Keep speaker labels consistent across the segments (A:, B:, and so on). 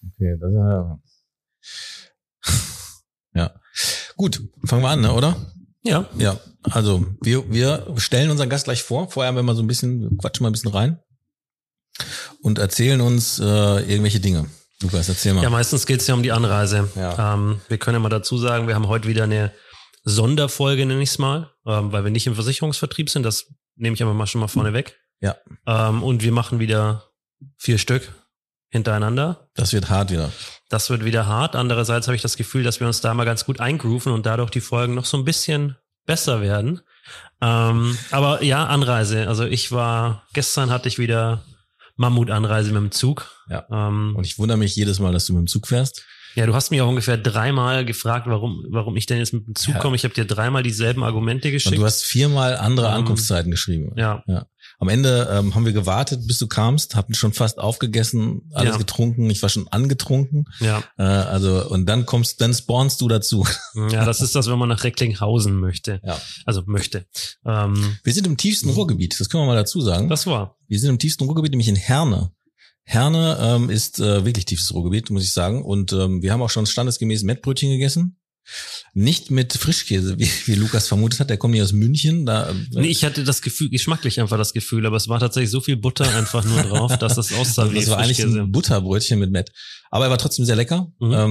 A: Okay, das ja. Gut, fangen wir an, ne, oder?
B: Ja.
A: Ja, also wir stellen unseren Gast gleich vor. Vorher haben wir mal so ein bisschen, quatschen mal ein bisschen rein und erzählen uns irgendwelche Dinge. Lukas, erzähl mal.
B: Ja, meistens geht's ja um die Anreise.
A: Ja.
B: Wir können ja mal dazu sagen, wir haben heute wieder eine Sonderfolge, nenne ich es mal, weil wir nicht im Versicherungsvertrieb sind. Das nehme ich aber mal schon mal vorne weg.
A: Ja.
B: Und wir machen wieder 4 Stück hintereinander.
A: Das wird hart wieder.
B: Das wird wieder hart. Andererseits habe ich das Gefühl, dass wir uns da mal ganz gut eingrooven und dadurch die Folgen noch so ein bisschen besser werden. Aber ja, Anreise. Also gestern hatte ich wieder Mammutanreise mit dem Zug.
A: Ja. Und ich wundere mich jedes Mal, dass du mit dem Zug fährst.
B: Ja, du hast mich auch ungefähr 3-mal gefragt, warum ich denn jetzt mit dem Zug komme. Ich habe dir 3-mal dieselben Argumente geschickt.
A: Und du hast 4-mal andere Ankunftszeiten geschrieben.
B: Ja.
A: Am Ende haben wir gewartet, bis du kamst, hatten schon fast aufgegessen, alles getrunken. Ich war schon angetrunken.
B: Ja.
A: Und dann spawnst du dazu.
B: Ja, das ist das, wenn man nach Recklinghausen möchte.
A: Ja.
B: Also möchte.
A: Wir sind im tiefsten Ruhrgebiet, das können wir mal dazu sagen.
B: Das war.
A: Wir sind im tiefsten Ruhrgebiet, nämlich in Herne. Herne ist wirklich tiefstes Ruhrgebiet, muss ich sagen. Und wir haben auch schon standesgemäß Mettbrötchen gegessen. Nicht mit Frischkäse, wie Lukas vermutet hat. Der kommt nicht aus München.
B: Nee, ich hatte das Gefühl, geschmacklich einfach das Gefühl, aber es war tatsächlich so viel Butter einfach nur drauf, dass es aussah wie
A: das war
B: Frischkäse.
A: eigentlich ein Butterbrötchen mit Mett. Aber er war trotzdem sehr lecker.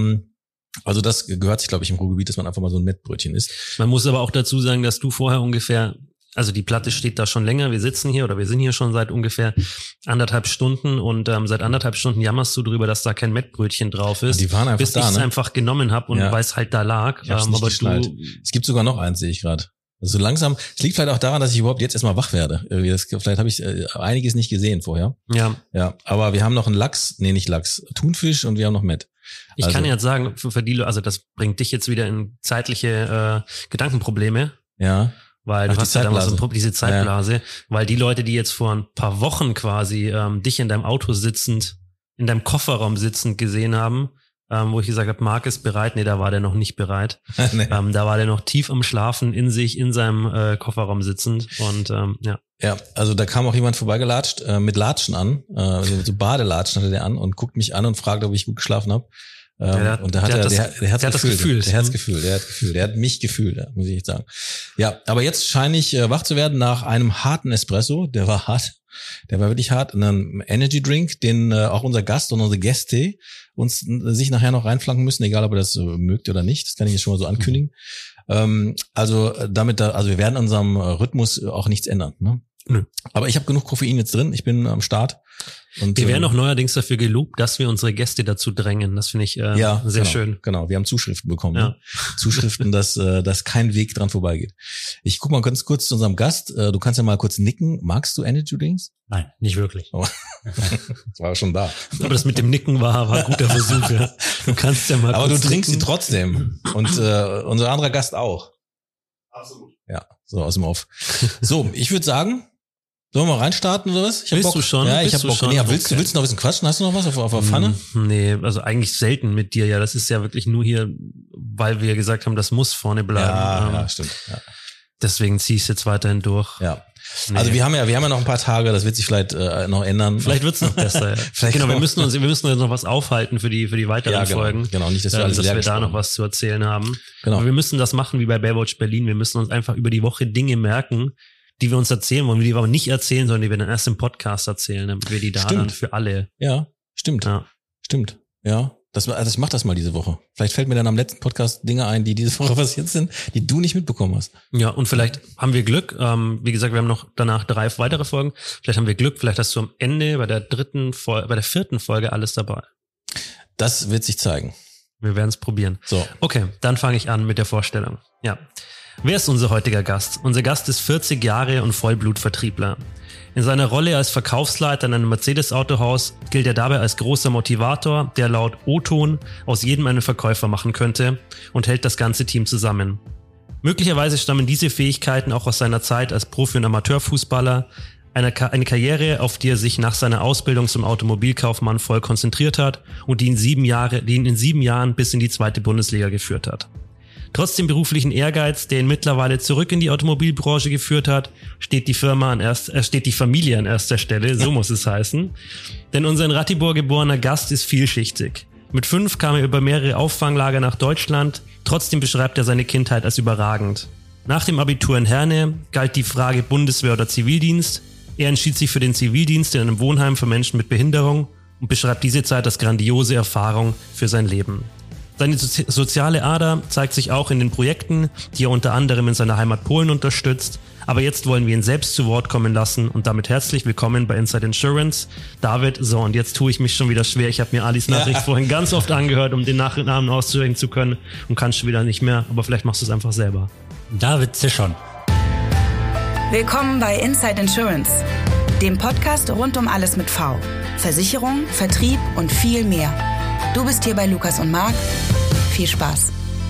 A: Also das gehört sich, glaube ich, im Ruhrgebiet, dass man einfach mal so ein Mettbrötchen isst.
B: Man muss aber auch dazu sagen, dass du vorher ungefähr, also die Platte steht da schon länger, wir sind hier schon seit ungefähr 1,5 Stunden und seit 1,5 Stunden jammerst du drüber, dass da kein Mettbrötchen drauf ist.
A: Die waren einfach
B: bis
A: da,
B: ich es
A: ne?
B: einfach genommen habe und weil es halt da lag.
A: Ich hab's nicht geschnallt. Es gibt sogar noch eins, sehe ich gerade. Also langsam, es liegt vielleicht auch daran, dass ich überhaupt jetzt erstmal wach werde. Vielleicht habe ich einiges nicht gesehen vorher.
B: Ja.
A: Ja, aber wir haben noch einen Thunfisch und wir haben noch Mett.
B: Ich kann jetzt sagen, für die, also das bringt dich jetzt wieder in zeitliche Gedankenprobleme.
A: Ja.
B: Weil du hast ja damals diese Zeitblase, weil die Leute, die jetzt vor ein paar Wochen quasi dich in deinem Auto sitzend, in deinem Kofferraum sitzend gesehen haben, wo ich gesagt habe, Marc ist bereit. Nee, da war der noch nicht bereit. Nee. Da war der noch tief am Schlafen in seinem Kofferraum sitzend und ja.
A: Ja, also da kam auch jemand vorbeigelatscht mit Latschen an, also so Badelatschen hatte der an und guckt mich an und fragt, ob ich gut geschlafen habe. Der hat mich gefühlt, muss ich echt sagen. Ja, aber jetzt scheine ich wach zu werden nach einem harten Espresso. Der war hart. Der war wirklich hart. Und einem Energy Drink, den auch unser Gast und unsere Gäste sich nachher noch reinflanken müssen, egal ob ihr das mögt oder nicht. Das kann ich jetzt schon mal so ankündigen. Also wir werden an unserem Rhythmus auch nichts ändern, ne?
B: Nö.
A: Aber ich habe genug Koffein jetzt drin. Ich bin am Start. Und
B: wir werden auch neuerdings dafür gelobt, dass wir unsere Gäste dazu drängen. Das finde ich sehr schön.
A: Genau, wir haben Zuschriften bekommen. Ja. Ne? Zuschriften, dass kein Weg dran vorbeigeht. Ich guck mal ganz kurz zu unserem Gast. Du kannst ja mal kurz nicken. Magst du Energy Drinks?
B: Nein, nicht wirklich.
A: Oh. Das war schon da.
B: Aber das mit dem Nicken war ein guter Versuch. Ja. Du kannst ja mal.
A: Aber du trinkst sie trotzdem. Und unser anderer Gast auch.
B: Absolut.
A: Ja, so aus dem Off. So, ich würde sagen, sollen wir mal reinstarten oder was?
B: Willst du schon?
A: Ja, ich habe Bock. Nee, willst du noch ein bisschen quatschen? Hast du noch was auf der Pfanne?
B: Nee, also eigentlich selten mit dir. Ja, das ist ja wirklich nur hier, weil wir gesagt haben, das muss vorne bleiben.
A: Ja, stimmt. Ja.
B: Deswegen zieh ich es jetzt weiterhin durch.
A: Ja. Nee. Also wir haben ja noch ein paar Tage, das wird sich vielleicht noch ändern.
B: Vielleicht wird's noch besser. Ja. Genau, wir müssen uns jetzt noch was aufhalten für die weiteren Folgen.
A: Genau, nicht, dass wir
B: da noch was zu erzählen haben.
A: Genau.
B: Aber wir müssen das machen wie bei Baywatch Berlin. Wir müssen uns einfach über die Woche Dinge merken, die wir uns erzählen wollen, die wir aber nicht erzählen, sondern die wir dann erst im Podcast erzählen, damit wir die da dann für alle.
A: Ja, stimmt. Ja. Stimmt. Ja. Ich mach das mal diese Woche. Vielleicht fällt mir dann am letzten Podcast Dinge ein, die diese Woche passiert sind, die du nicht mitbekommen hast.
B: Ja, und vielleicht haben wir Glück. Wie gesagt, wir haben noch danach 3 weitere Folgen. Vielleicht haben wir Glück. Vielleicht hast du am Ende bei der 4. Folge alles dabei.
A: Das wird sich zeigen.
B: Wir werden es probieren.
A: So.
B: Okay, dann fange ich an mit der Vorstellung. Ja. Wer ist unser heutiger Gast? Unser Gast ist 40 Jahre und Vollblutvertriebler. In seiner Rolle als Verkaufsleiter in einem Mercedes-Autohaus gilt er dabei als großer Motivator, der laut O-Ton aus jedem einen Verkäufer machen könnte und hält das ganze Team zusammen. Möglicherweise stammen diese Fähigkeiten auch aus seiner Zeit als Profi- und Amateurfußballer, eine Karriere, auf die er sich nach seiner Ausbildung zum Automobilkaufmann voll konzentriert hat und die ihn in 7 Jahren bis in die 2. Bundesliga geführt hat. Trotz dem beruflichen Ehrgeiz, der ihn mittlerweile zurück in die Automobilbranche geführt hat, steht die Familie an erster Stelle, so muss es heißen. Denn unser in Ratibor geborener Gast ist vielschichtig. Mit 5 kam er über mehrere Auffanglager nach Deutschland. Trotzdem beschreibt er seine Kindheit als überragend. Nach dem Abitur in Herne galt die Frage Bundeswehr oder Zivildienst. Er entschied sich für den Zivildienst in einem Wohnheim für Menschen mit Behinderung und beschreibt diese Zeit als grandiose Erfahrung für sein Leben. Seine soziale Ader zeigt sich auch in den Projekten, die er unter anderem in seiner Heimat Polen unterstützt. Aber jetzt wollen wir ihn selbst zu Wort kommen lassen und damit herzlich willkommen bei Inside Insurance. David, so, und jetzt tue ich mich schon wieder schwer. Ich habe mir Alis Nachricht vorhin ganz oft angehört, um den Nachnamen aussprechen zu können und kann schon wieder nicht mehr. Aber vielleicht machst du es einfach selber.
C: David Zischon.
D: Willkommen bei Inside Insurance, dem Podcast rund um alles mit V. Versicherung, Vertrieb und viel mehr. Du bist hier bei Lukas und Marc. Viel Spaß.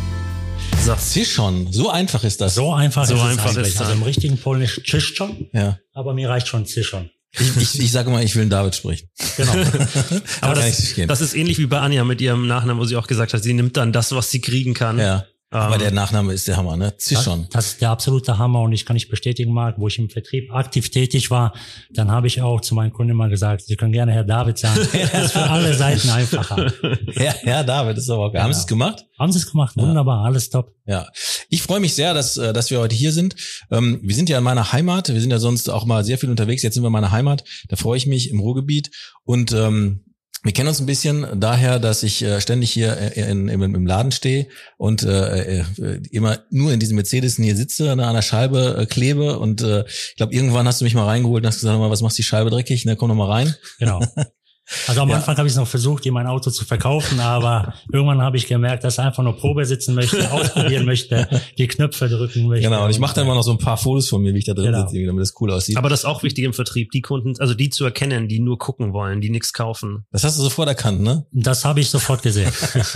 A: So, Zischon, so einfach ist das.
C: So einfach ist es. Also im richtigen Polnisch Zischon, ja. Aber mir reicht schon Zischon.
A: Ich sage mal, ich will einen David sprechen.
C: Genau.
B: Aber das ist ähnlich wie bei Anja mit ihrem Nachnamen, wo sie auch gesagt hat, sie nimmt dann das, was sie kriegen kann.
A: Ja. Aber der Nachname ist der Hammer, ne? Zischon.
C: Das ist der absolute Hammer und ich kann nicht bestätigen, Marc, wo ich im Vertrieb aktiv tätig war, dann habe ich auch zu meinen Kunden mal gesagt, Sie können gerne Herr David sagen. Das ist für alle Seiten einfacher.
A: Herr David ist aber auch geil. Haben Sie es gemacht?
C: Haben Sie es gemacht, wunderbar, alles top.
A: Ja, ich freue mich sehr, dass wir heute hier sind. Wir sind ja in meiner Heimat, wir sind ja sonst auch mal sehr viel unterwegs, jetzt sind wir in meiner Heimat, da freue ich mich im Ruhrgebiet und wir kennen uns ein bisschen daher, dass ich ständig hier im Laden stehe und immer nur in diesen Mercedesen hier sitze, an der Scheibe klebe und ich glaube, irgendwann hast du mich mal reingeholt und hast gesagt, was machst du die Scheibe dreckig? Ne, komm noch mal rein.
C: Genau. Also am Anfang habe ich es noch versucht, ihm mein Auto zu verkaufen, aber irgendwann habe ich gemerkt, dass er einfach nur Probe sitzen möchte, ausprobieren möchte, die Knöpfe drücken möchte.
A: Genau, und ich mache dann immer noch so ein paar Fotos von mir, wie ich da drin sitze, damit das cool aussieht.
B: Aber das ist auch wichtig im Vertrieb, die Kunden, also die zu erkennen, die nur gucken wollen, die nichts kaufen.
A: Das hast du sofort erkannt, ne?
C: Das habe ich sofort gesehen.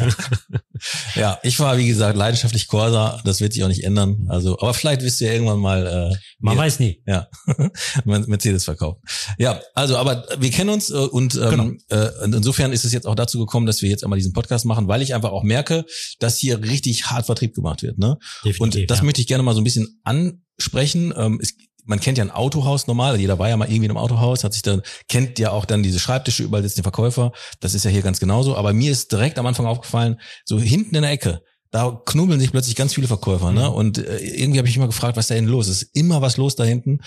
A: Ja, ich war, wie gesagt, leidenschaftlich Corsa, das wird sich auch nicht ändern. Also, aber vielleicht wirst du ja irgendwann mal
C: man weiß nie.
A: Ja, Mercedes verkaufen. Ja, also, aber wir kennen uns und insofern ist es jetzt auch dazu gekommen, dass wir jetzt einmal diesen Podcast machen, weil ich einfach auch merke, dass hier richtig hart Vertrieb gemacht wird, ne? Definitiv, und das möchte ich gerne mal so ein bisschen ansprechen. Man kennt ja ein Autohaus normal, jeder war ja mal irgendwie in einem Autohaus, kennt ja auch dann diese Schreibtische, überall sitzen die Verkäufer, das ist ja hier ganz genauso, aber mir ist direkt am Anfang aufgefallen, so hinten in der Ecke, da knubbeln sich plötzlich ganz viele Verkäufer, ne? Und irgendwie habe ich immer gefragt, was da denn los ist. Immer was los da hinten.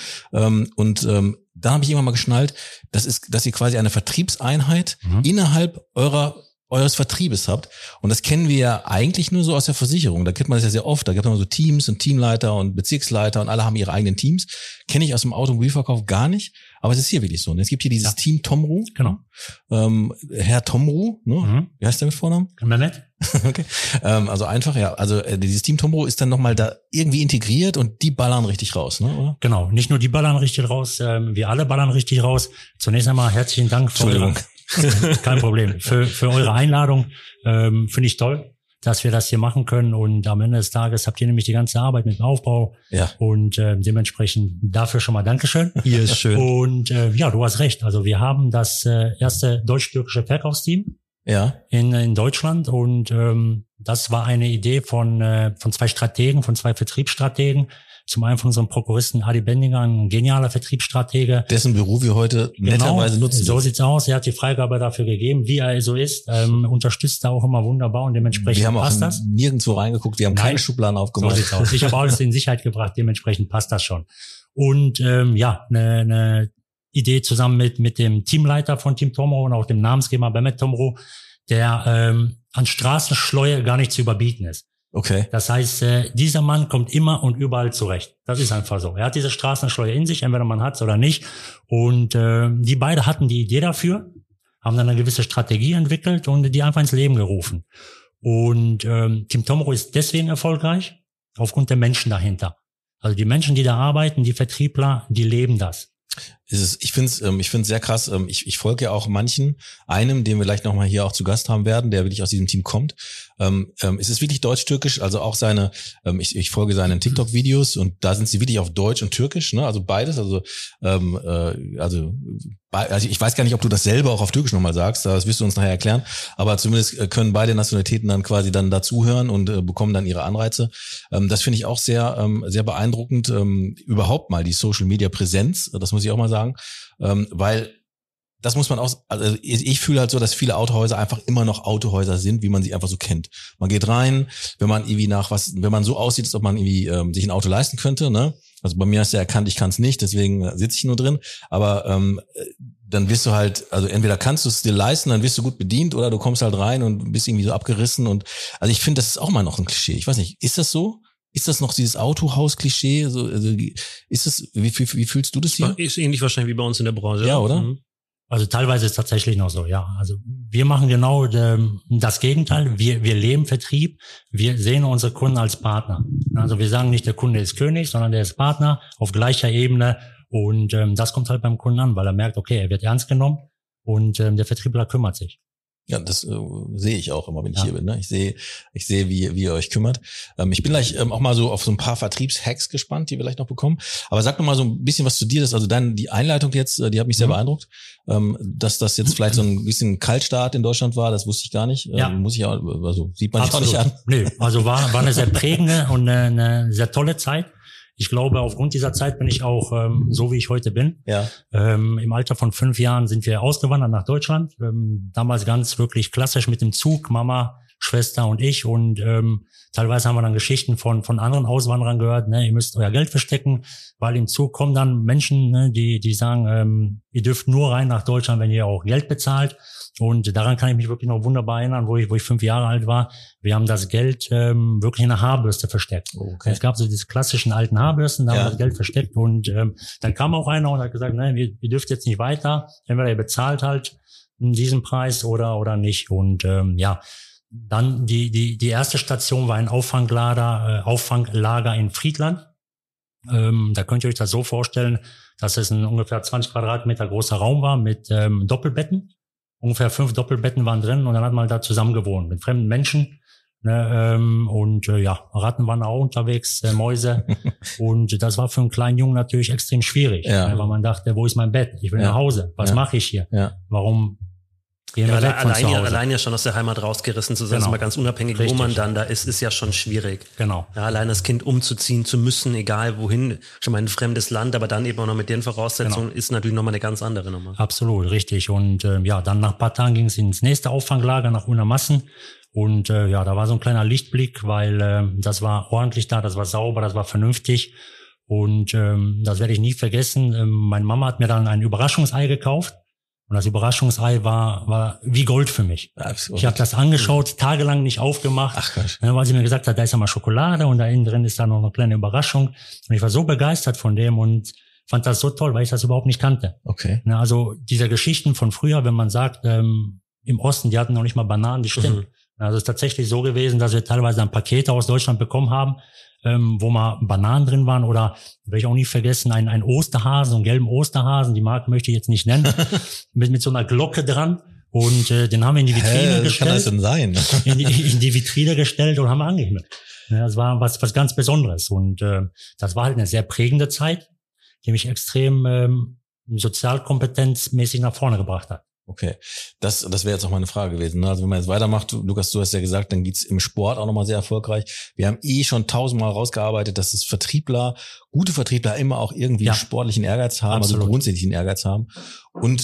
A: Da habe ich immer mal geschnallt, dass ihr quasi eine Vertriebseinheit innerhalb eures Vertriebes habt. Und das kennen wir ja eigentlich nur so aus der Versicherung. Da kennt man das ja sehr oft. Da gibt es immer so Teams und Teamleiter und Bezirksleiter und alle haben ihre eigenen Teams. Kenne ich aus dem Automobilverkauf gar nicht. Aber es ist hier wirklich so. Und es gibt hier dieses Team Tomru.
C: Genau.
A: Herr Tomru, ne? Wie heißt der mit Vornamen?
C: Mehmet.
A: Okay. Also einfach, ja. Also dieses Team Tomru ist dann nochmal da irgendwie integriert und die ballern richtig raus, ne? Oder?
C: Genau. Nicht nur die ballern richtig raus, wir alle ballern richtig raus. Zunächst einmal herzlichen Dank
A: Entschuldigung.
C: Kein Problem. Für eure Einladung finde ich toll, dass wir das hier machen können. Und am Ende des Tages habt ihr nämlich die ganze Arbeit mit dem Aufbau.
A: Ja.
C: Und dementsprechend dafür schon mal Dankeschön.
B: Hier ist schön.
C: Und ja, du hast recht. Also wir haben das erste deutsch-türkische Verkaufsteam in Deutschland. Und das war eine Idee von zwei Strategen, von zwei Vertriebsstrategen. Zum einen von unserem Prokuristen Adi Bendinger, ein genialer Vertriebsstratege.
A: Dessen Büro wir heute netterweise nutzen.
C: So sieht's aus. Er hat die Freigabe dafür gegeben, wie er so ist. Unterstützt da auch immer wunderbar und dementsprechend passt das.
A: Wir haben auch nirgendwo reingeguckt. Wir haben keine Schubladen aufgemacht.
C: So sieht's aus. Ich habe alles in Sicherheit gebracht. Dementsprechend passt das schon. Und eine Idee zusammen mit dem Teamleiter von Team Tomru und auch dem Namensgeber Mehmet Tomru, der an Straßenschleue gar nicht zu überbieten ist.
A: Okay.
C: Das heißt, dieser Mann kommt immer und überall zurecht. Das ist einfach so. Er hat diese Straßenschleue in sich, entweder man hat's oder nicht. Und die beide hatten die Idee dafür, haben dann eine gewisse Strategie entwickelt und die einfach ins Leben gerufen. Und Team Tomru ist deswegen erfolgreich, aufgrund der Menschen dahinter. Also die Menschen, die da arbeiten, die Vertriebler, die leben das.
A: Ich finde es sehr krass. Ich folge ja auch einem, den wir gleich nochmal hier auch zu Gast haben werden, der wirklich aus diesem Team kommt. Es ist wirklich deutsch-türkisch, also auch ich folge seinen TikTok-Videos und da sind sie wirklich auf Deutsch und Türkisch, ne? Also beides. Also ich weiß gar nicht, ob du das selber auch auf Türkisch nochmal sagst, das wirst du uns nachher erklären, aber zumindest können beide Nationalitäten dann quasi dann dazuhören und bekommen dann ihre Anreize. Das finde ich auch sehr, sehr beeindruckend, überhaupt mal die Social-Media-Präsenz, das muss ich auch mal sagen, weil das muss man auch, also ich fühle halt so, dass viele Autohäuser einfach immer noch Autohäuser sind, wie man sie einfach so kennt. Man geht rein, wenn man irgendwie wenn man so aussieht, als ob man irgendwie sich ein Auto leisten könnte, ne? Also bei mir ist ja erkannt, ich kann es nicht, deswegen sitze ich nur drin. Aber dann wirst du halt, also entweder kannst du es dir leisten, dann wirst du gut bedient, oder du kommst halt rein und bist irgendwie so abgerissen. Und also ich finde, das ist auch mal noch ein Klischee. Ich weiß nicht, ist das so? Ist das noch dieses Autohaus-Klischee? Also ist das, wie fühlst du das hier?
B: Ist ähnlich wahrscheinlich wie bei uns in der Branche.
A: Ja, oder? Mhm.
C: Also teilweise ist es tatsächlich noch so, ja. Also wir machen genau das Gegenteil. Wir leben Vertrieb. Wir sehen unsere Kunden als Partner. Also wir sagen nicht, der Kunde ist König, sondern der ist Partner auf gleicher Ebene. Und das kommt halt beim Kunden an, weil er merkt, okay, er wird ernst genommen und der Vertriebler kümmert sich.
A: Ja, das sehe ich auch immer, wenn ich hier bin. Ne? Ich sehe, wie ihr euch kümmert. Ich bin gleich auch mal so auf so ein paar Vertriebshacks gespannt, die wir gleich noch bekommen. Aber sag noch mal so ein bisschen was zu dir. Also die Einleitung jetzt, die hat mich sehr beeindruckt. Dass das jetzt vielleicht so ein bisschen Kaltstart in Deutschland war, das wusste ich gar nicht. Muss ich auch, also sieht man auch nicht an.
C: Nee, also war eine sehr prägende und eine sehr tolle Zeit. Ich glaube, aufgrund dieser Zeit bin ich auch so, wie ich heute bin.
A: Ja.
C: Im Alter von 5 Jahren sind wir ausgewandert nach Deutschland. Damals ganz wirklich klassisch mit dem Zug, Mama, Schwester und ich. Und teilweise haben wir dann Geschichten von anderen Auswanderern gehört. Ne, ihr müsst euer Geld verstecken, weil im Zug kommen dann Menschen, ne, die sagen, ihr dürft nur rein nach Deutschland, wenn ihr auch Geld bezahlt. Und daran kann ich mich wirklich noch wunderbar erinnern, wo ich 5 Jahre alt war. Wir haben das Geld wirklich in einer Haarbürste versteckt.
A: Okay.
C: Es gab so diese klassischen alten Haarbürsten, da haben wir das Geld versteckt. Und dann kam auch einer und hat gesagt, nein, ihr dürft jetzt nicht weiter. Entweder ihr bezahlt halt diesen Preis oder nicht. Und dann die erste Station war ein Auffanglager in Friedland. Da könnt ihr euch das so vorstellen, dass es ein ungefähr 20 Quadratmeter großer Raum war mit Doppelbetten. Ungefähr 5 Doppelbetten waren drin und dann hat man da zusammen gewohnt mit fremden Menschen. Ne, Ratten waren auch unterwegs, Mäuse. Und das war für einen kleinen Jungen natürlich extrem schwierig, weil man dachte, wo ist mein Bett? Ich will nach Hause. Was mache ich hier?
A: Ja.
C: Warum gehen wir weg von zu Hause?
B: Allein ja schon aus der Heimat rausgerissen zu sein, mal ganz unabhängig, wo man dann da ist ja schon schwierig.
C: Genau.
B: Ja, allein das Kind umzuziehen zu müssen, egal wohin, schon mal in ein fremdes Land, aber dann eben auch noch mit den Voraussetzungen, ist natürlich nochmal eine ganz andere Nummer.
C: Absolut, richtig. Und dann nach ein paar Tagen ging es ins nächste Auffanglager nach Unamassen. Und da war so ein kleiner Lichtblick, weil das war ordentlich da, das war sauber, das war vernünftig. Und das werde ich nie vergessen. Meine Mama hat mir dann ein Überraschungsei gekauft. Und das Überraschungsei war wie Gold für mich. Ich habe das angeschaut, tagelang nicht aufgemacht.
A: Ach Gott.
C: Weil sie mir gesagt hat, da ist ja mal Schokolade und da innen drin ist da noch eine kleine Überraschung. Und ich war so begeistert von dem und fand das so toll, weil ich das überhaupt nicht kannte.
A: Okay.
C: Also diese Geschichten von früher, wenn man sagt, im Osten, die hatten noch nicht mal Bananen, die stimmen. Also es ist tatsächlich so gewesen, dass wir teilweise dann Pakete aus Deutschland bekommen haben, wo mal Bananen drin waren oder, werde ich auch nie vergessen, ein Osterhasen, einen gelben Osterhasen, die Marke möchte ich jetzt nicht nennen, mit so einer Glocke dran. Und den haben wir in die Vitrine gestellt.
A: Kann das denn sein?
C: in die Vitrine gestellt und haben angehimmeln. Ja, das war was ganz Besonderes. Und das war halt eine sehr prägende Zeit, die mich extrem sozialkompetenzmäßig nach vorne gebracht hat.
A: Okay, das wäre jetzt auch meine Frage gewesen. Also wenn man jetzt weitermacht, Lukas, du hast ja gesagt, dann geht's im Sport auch nochmal sehr erfolgreich. Wir haben schon 1000-mal rausgearbeitet, dass es gute Vertriebler immer auch irgendwie einen sportlichen Ehrgeiz haben,
C: Absolut.
A: also grundsätzlichen Ehrgeiz haben. Und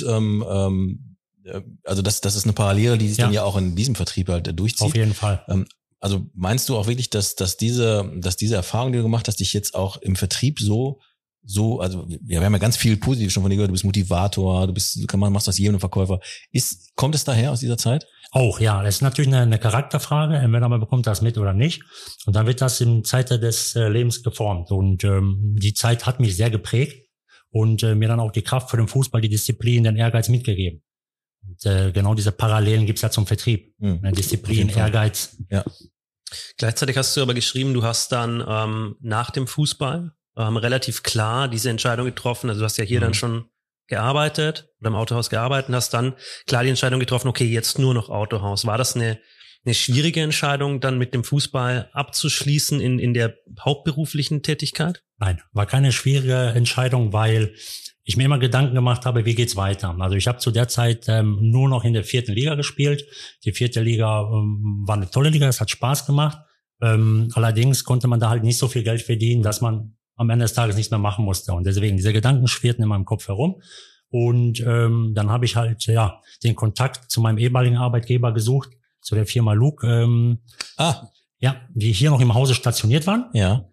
A: also das ist eine Parallele, die sich dann ja auch in diesem Vertrieb halt durchzieht.
C: Auf jeden Fall.
A: Also meinst du auch wirklich, dass diese Erfahrung, die du gemacht hast, dich jetzt auch im Vertrieb also wir haben ja ganz viel Positives schon von dir gehört, du bist Motivator, machst aus jedem Verkäufer. Kommt es daher aus dieser Zeit?
C: Auch, ja. Das ist natürlich eine Charakterfrage. Entweder man bekommt das mit oder nicht. Und dann wird das im Zeitalter des Lebens geformt. Und die Zeit hat mich sehr geprägt und mir dann auch die Kraft für den Fußball, die Disziplin, den Ehrgeiz mitgegeben. Und genau diese Parallelen gibt's ja zum Vertrieb. Disziplin, Ehrgeiz.
A: Ja.
B: Gleichzeitig hast du aber geschrieben, du hast dann nach dem Fußball relativ klar diese Entscheidung getroffen. Also du hast ja hier dann schon gearbeitet oder im Autohaus gearbeitet und hast dann klar die Entscheidung getroffen, okay, jetzt nur noch Autohaus. War das eine schwierige Entscheidung, dann mit dem Fußball abzuschließen in der hauptberuflichen Tätigkeit?
C: Nein, war keine schwierige Entscheidung, weil ich mir immer Gedanken gemacht habe, wie geht's weiter. Also ich habe zu der Zeit nur noch in der 4. Liga gespielt. Die 4. Liga war eine tolle Liga, es hat Spaß gemacht. Allerdings konnte man da halt nicht so viel Geld verdienen, dass man am Ende des Tages nichts mehr machen musste. Und deswegen, diese Gedanken schwirrten in meinem Kopf herum. Und dann habe ich halt den Kontakt zu meinem ehemaligen Arbeitgeber gesucht, zu der Firma Luke, die hier noch im Hause stationiert waren,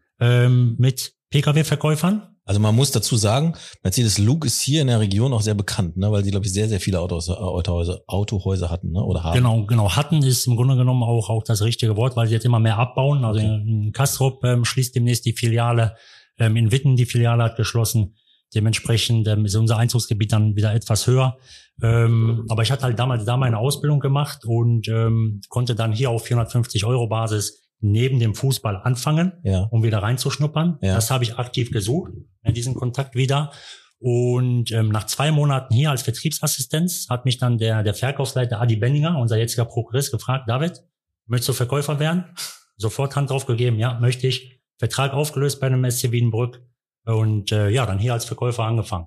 C: mit Pkw-Verkäufern.
A: Also man muss dazu sagen, Mercedes Luke ist hier in der Region auch sehr bekannt, ne, weil sie, glaube ich, sehr, sehr viele Autohäuser hatten, ne, oder haben.
C: Genau. Hatten ist im Grunde genommen auch das richtige Wort, weil sie jetzt immer mehr abbauen. Also in Kastrop schließt demnächst die Filiale, in Witten die Filiale hat geschlossen. Dementsprechend ist unser Einzugsgebiet dann wieder etwas höher. Aber ich hatte halt damals da meine Ausbildung gemacht und konnte dann hier auf 450 € Basis neben dem Fußball anfangen, um wieder reinzuschnuppern. Ja. Das habe ich aktiv gesucht, diesen Kontakt wieder. Und nach 2 Monaten hier als Vertriebsassistenz hat mich dann der Verkaufsleiter Adi Benninger, unser jetziger Prokurist, gefragt, David, möchtest du Verkäufer werden? Sofort Hand drauf gegeben, ja, möchte ich. Vertrag aufgelöst bei dem SC Wiedenbrück und dann hier als Verkäufer angefangen.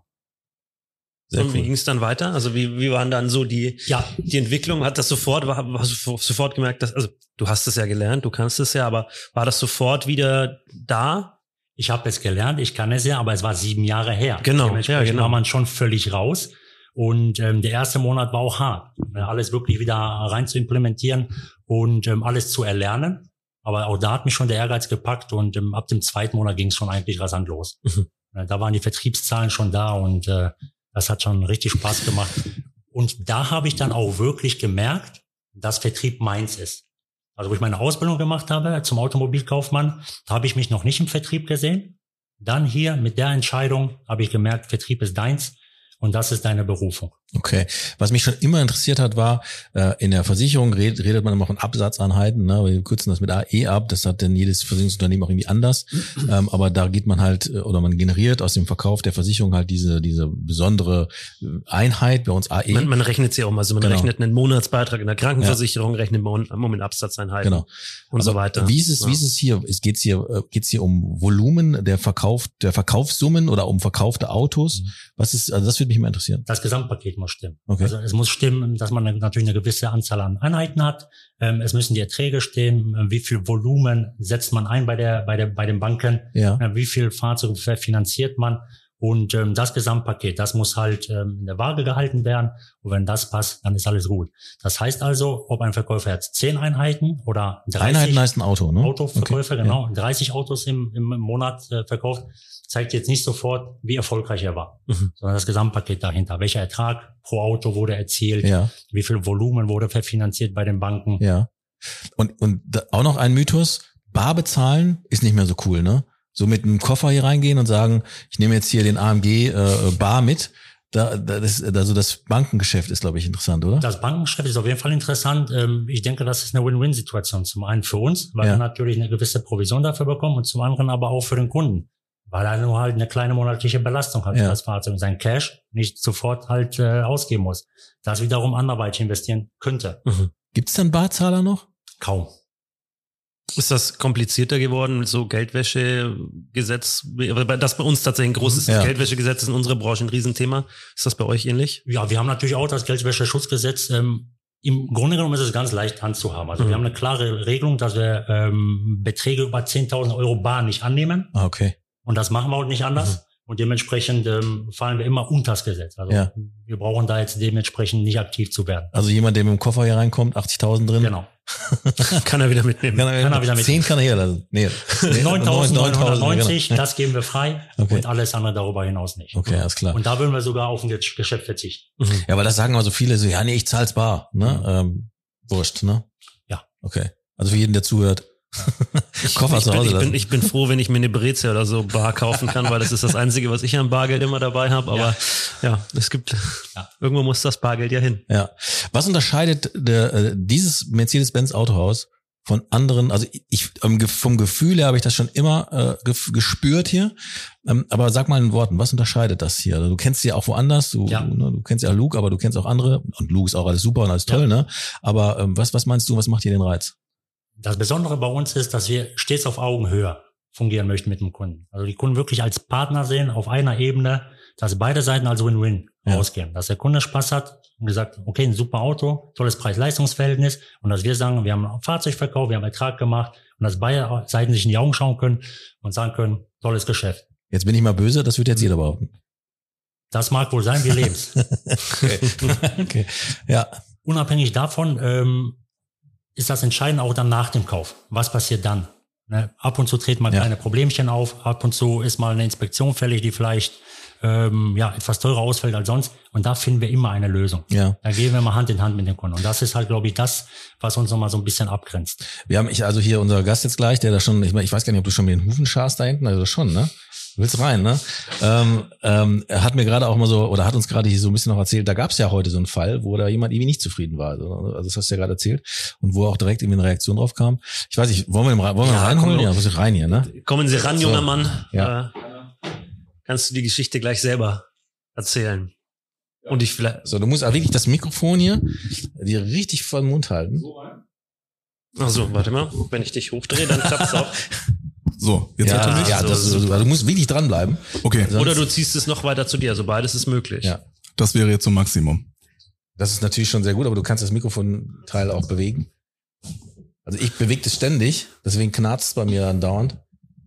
B: Sehr und cool. Wie ging es dann weiter? Also wie waren dann so die Entwicklung? Hast du sofort gemerkt, dass, also du hast es ja gelernt, du kannst es ja, aber war das sofort wieder da?
C: Ich habe es gelernt, ich kann es ja, aber es war 7 Jahre her.
B: Genau.
C: Dementsprechend war man schon völlig raus. Und der erste Monat war auch hart, alles wirklich wieder rein zu implementieren und alles zu erlernen. Aber auch da hat mich schon der Ehrgeiz gepackt und ab dem 2. Monat ging es schon eigentlich rasant los. Da waren die Vertriebszahlen schon da und das hat schon richtig Spaß gemacht. Und da habe ich dann auch wirklich gemerkt, dass Vertrieb meins ist. Also wo ich meine Ausbildung gemacht habe zum Automobilkaufmann, habe ich mich noch nicht im Vertrieb gesehen. Dann hier mit der Entscheidung habe ich gemerkt, Vertrieb ist deins und das ist deine Berufung.
A: Okay. Was mich schon immer interessiert hat, war, in der Versicherung redet man immer von Absatzeinheiten, ne? Wir kürzen das mit AE ab, das hat dann jedes Versicherungsunternehmen auch irgendwie anders. Aber da geht man halt, oder man generiert aus dem Verkauf der Versicherung halt diese besondere Einheit, bei uns AE.
B: Man rechnet sie auch mal, also man rechnet einen Monatsbeitrag in der Krankenversicherung, rechnet man mit Absatzeinheiten und so weiter.
A: Wie ist es hier? Geht's hier um Volumen der Verkaufssummen oder um verkaufte Autos? Was ist, also das würde mich mal interessieren.
C: Das Gesamtpaket muss stimmen. Okay. Also es muss stimmen, dass man natürlich eine gewisse Anzahl an Einheiten hat. Es müssen die Erträge stehen. Wie viel Volumen setzt man ein bei den Banken? Ja. Wie viel Fahrzeuge finanziert man? Und das Gesamtpaket, das muss halt in der Waage gehalten werden. Und wenn das passt, dann ist alles gut. Das heißt also, ob ein Verkäufer jetzt 10 Einheiten oder 30
A: Einheiten heißt ein Auto, ne?
C: Autoverkäufer, okay. Genau, 30 Autos im Monat verkauft, zeigt jetzt nicht sofort, wie erfolgreich er war, sondern das Gesamtpaket dahinter. Welcher Ertrag pro Auto wurde erzielt? Ja. Wie viel Volumen wurde verfinanziert bei den Banken?
A: Ja. Und auch noch ein Mythos, bar bezahlen ist nicht mehr so cool, ne? So mit einem Koffer hier reingehen und sagen, ich nehme jetzt hier den AMG bar mit. Das Bankengeschäft ist, glaube ich, interessant, oder?
C: Das Bankengeschäft ist auf jeden Fall interessant. Ich denke, das ist eine Win-Win-Situation. Zum einen für uns, weil wir natürlich eine gewisse Provision dafür bekommen und zum anderen aber auch für den Kunden. Weil er nur halt eine kleine monatliche Belastung hat für das Fahrzeug und sein Cash nicht sofort halt ausgeben muss. Das wiederum anderweitig investieren könnte.
A: Gibt es dann Barzahler noch?
C: Kaum.
B: Ist das komplizierter geworden mit so Geldwäschegesetz? Das bei uns tatsächlich ein großes Geldwäschegesetz ist in unserer Branche ein Riesenthema. Ist das bei euch ähnlich? Ja, wir haben natürlich auch das Geldwäscherschutzgesetz. Im Grunde genommen ist es ganz leicht handzuhaben. Also wir haben eine klare Regelung, dass wir Beträge über 10.000 € bar nicht annehmen.
A: Okay.
C: Und das machen wir auch nicht anders. Und dementsprechend fallen wir immer unter das Gesetz. Also wir brauchen da jetzt dementsprechend nicht aktiv zu werden.
A: Also jemand, der mit dem Koffer hier reinkommt, 80.000 drin.
C: Genau.
B: Kann er wieder mitnehmen.
A: Kann er wieder mitnehmen. 10 kann er hier lassen. Nee.
C: 9.990, genau. Das geben wir frei. Okay. Und alles andere darüber hinaus nicht.
A: Okay, alles klar.
C: Und da würden wir sogar auf ein Geschäft verzichten.
A: Ja, aber das sagen immer so viele so, ja, nee, ich zahl's bar. Ne? Wurscht, ne?
C: Ja.
A: Okay. Also für jeden, der zuhört. Koffer zu Hause lassen.
B: Ich bin froh, wenn ich mir eine Brezel oder so bar kaufen kann, weil das ist das Einzige, was ich an Bargeld immer dabei habe. Aber es gibt, irgendwo muss das Bargeld ja hin.
A: Ja. Was unterscheidet dieses Mercedes-Benz Autohaus von anderen? Also vom Gefühl her habe ich das schon immer gespürt hier. Aber sag mal in Worten, was unterscheidet das hier? Also, du kennst sie auch woanders, du kennst ja Luke, aber du kennst auch andere. Und Luke ist auch alles super und alles toll, ne? Aber was meinst du, was macht hier den Reiz?
C: Das Besondere bei uns ist, dass wir stets auf Augenhöhe fungieren möchten mit dem Kunden. Also die Kunden wirklich als Partner sehen, auf einer Ebene, dass beide Seiten als Win-Win rausgehen. Dass der Kunde Spaß hat und gesagt, okay, ein super Auto, tolles Preis-Leistungs-Verhältnis und dass wir sagen, wir haben ein Fahrzeug verkauft, wir haben Ertrag gemacht und dass beide Seiten sich in die Augen schauen können und sagen können, tolles Geschäft.
A: Jetzt bin ich mal böse, das wird jetzt jeder behaupten.
C: Das mag wohl sein, wir leben's.
A: Okay. Ja.
C: Unabhängig davon ist das entscheidend auch dann nach dem Kauf. Was passiert dann? Ne? Ab und zu treten mal kleine Problemchen auf, ab und zu ist mal eine Inspektion fällig, die vielleicht etwas teurer ausfällt als sonst. Und da finden wir immer eine Lösung. Ja. Da gehen wir mal Hand in Hand mit dem Kunden. Und das ist halt, glaube ich, das, was uns nochmal so ein bisschen abgrenzt.
A: Wir haben also hier unser Gast jetzt gleich, der da schon, ich weiß gar nicht, ob du schon mit den Hufen scharst da hinten, also schon, ne? Du willst rein, ne? Er hat mir gerade auch mal so, oder hat uns gerade hier so ein bisschen noch erzählt, da gab es ja heute so einen Fall, wo da jemand irgendwie nicht zufrieden war. Also das hast du ja gerade erzählt. Und wo auch direkt irgendwie eine Reaktion drauf kam. Ich weiß nicht, wollen wir reinholen? Ja, muss ich rein hier, ne?
B: Kommen Sie ran, junger Mann. Ja. Kannst du die Geschichte gleich selber erzählen? Und ich vielleicht.
A: So, du musst auch wirklich das Mikrofon hier dir richtig vor den Mund halten.
B: Ach so, warte mal. Wenn ich dich hochdrehe, dann klappt's auch.
E: So, jetzt natürlich.
A: Ja, du musst wirklich dranbleiben.
E: Okay.
B: Oder du ziehst es noch weiter zu dir. Also beides ist möglich.
A: Ja.
E: Das wäre jetzt so Maximum.
A: Das ist natürlich schon sehr gut, aber du kannst das Mikrofonteil auch bewegen. Also ich bewege das ständig, deswegen knarzt es bei mir andauernd.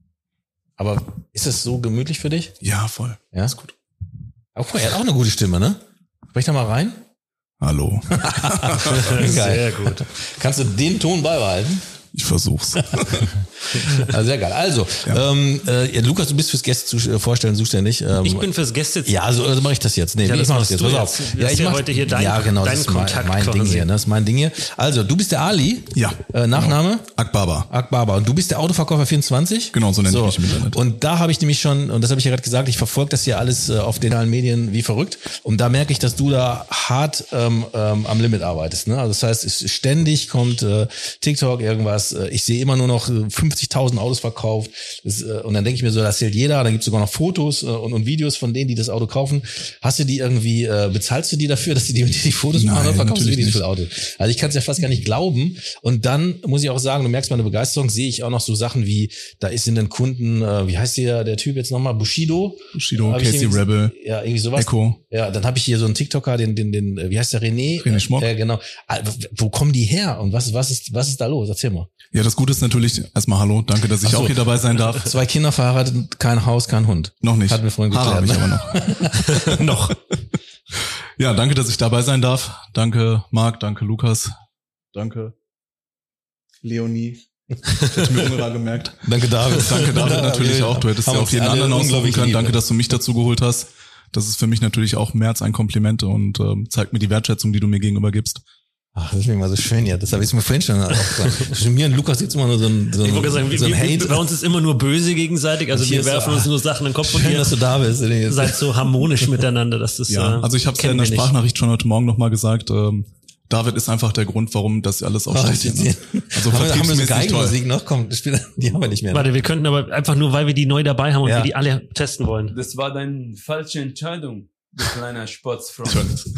A: Aber ist es so gemütlich für dich?
E: Ja, voll.
A: Ja, ist gut. Aber guck mal, er hat auch eine gute Stimme, ne? Sprech da mal rein.
E: Hallo.
A: Geil. Sehr gut. Kannst du den Ton beibehalten?
E: Ich versuch's.
A: Also sehr geil. Also, Lukas, du bist fürs Gäste vorstellen zuständig.
B: Ich bin fürs Gäste.
A: Ja, also mache ich das jetzt. Nee, ich mache das jetzt. Pass auf.
B: Ja, ich mache heute hier deinen
A: das ist mein Ding hier. Das ist mein Ding hier. Also, du bist der Ali.
E: Ja.
A: Nachname?
E: Genau. Akbaba.
A: Und du bist der Autoverkäufer 24?
E: Genau, so nenne ich mich im Internet.
A: Und da habe ich nämlich schon, und das habe ich ja gerade gesagt, ich verfolge das hier alles auf den sozialen Medien wie verrückt. Und da merke ich, dass du da hart am Limit arbeitest. Ne? Also das heißt, ständig kommt TikTok irgendwas. Ich sehe immer nur noch 50.000 Autos verkauft. Und dann denke ich mir so, das zählt jeder. Dann gibt es sogar noch Fotos und Videos von denen, die das Auto kaufen. Hast du die irgendwie, bezahlst du die dafür, dass die Fotos machen oder verkaufst du die für Auto? Also ich kann es ja fast gar nicht glauben. Und dann muss ich auch sagen, du merkst meine Begeisterung, sehe ich auch noch so Sachen wie, da ist in den Kunden, wie heißt der Typ jetzt nochmal? Bushido,
E: Casey Rebel.
A: Ja, irgendwie sowas.
E: Echo.
A: Ja, dann habe ich hier so einen TikToker, den wie heißt der, René
E: Schmock.
A: Genau. Wo kommen die her und was ist da los? Erzähl mal.
E: Ja, das Gute ist natürlich, erstmal hallo, danke, dass ich auch hier dabei sein darf.
A: 2 Kinder verheiratet, kein Haus, kein Hund.
E: Noch nicht.
A: Hat mir vorhin geklärt.
E: Habe ich aber noch.
A: Noch.
E: Ja, danke, dass ich dabei sein darf. Danke, Marc, danke, Lukas. Danke, Leonie. Hätte mir Ungerer gemerkt.
A: Danke, David.
E: Danke, David, natürlich auch. Du hättest ja auch jeden anderen aussuchen können. Danke, dass du mich dazu geholt hast. Das ist für mich natürlich auch mehr als ein Kompliment und zeigt mir die Wertschätzung, die du mir gegenüber gibst.
A: Ach, das ist mir mal so schön, ja. Das habe ich mir vorhin schon aufgefallen. Mir und Lukas jetzt immer nur so ein
B: Hate. Bei uns ist immer nur böse gegenseitig. Also wir werfen uns nur Sachen in den Kopf und
A: ihr dass du da bist.
B: Seid so harmonisch miteinander, dass das.
E: Ja, also ich habe es ja in der Sprachnachricht schon heute Morgen nochmal gesagt. David ist einfach der Grund, warum das alles auch steht. Ne? Also
A: haben wir so Geigenmusik noch? Komm, die haben wir nicht mehr.
B: Warte, wir könnten aber einfach nur, weil wir die neu dabei haben und wir die alle testen wollen.
F: Das war deine falsche Entscheidung. Du kleiner Sportsfreund.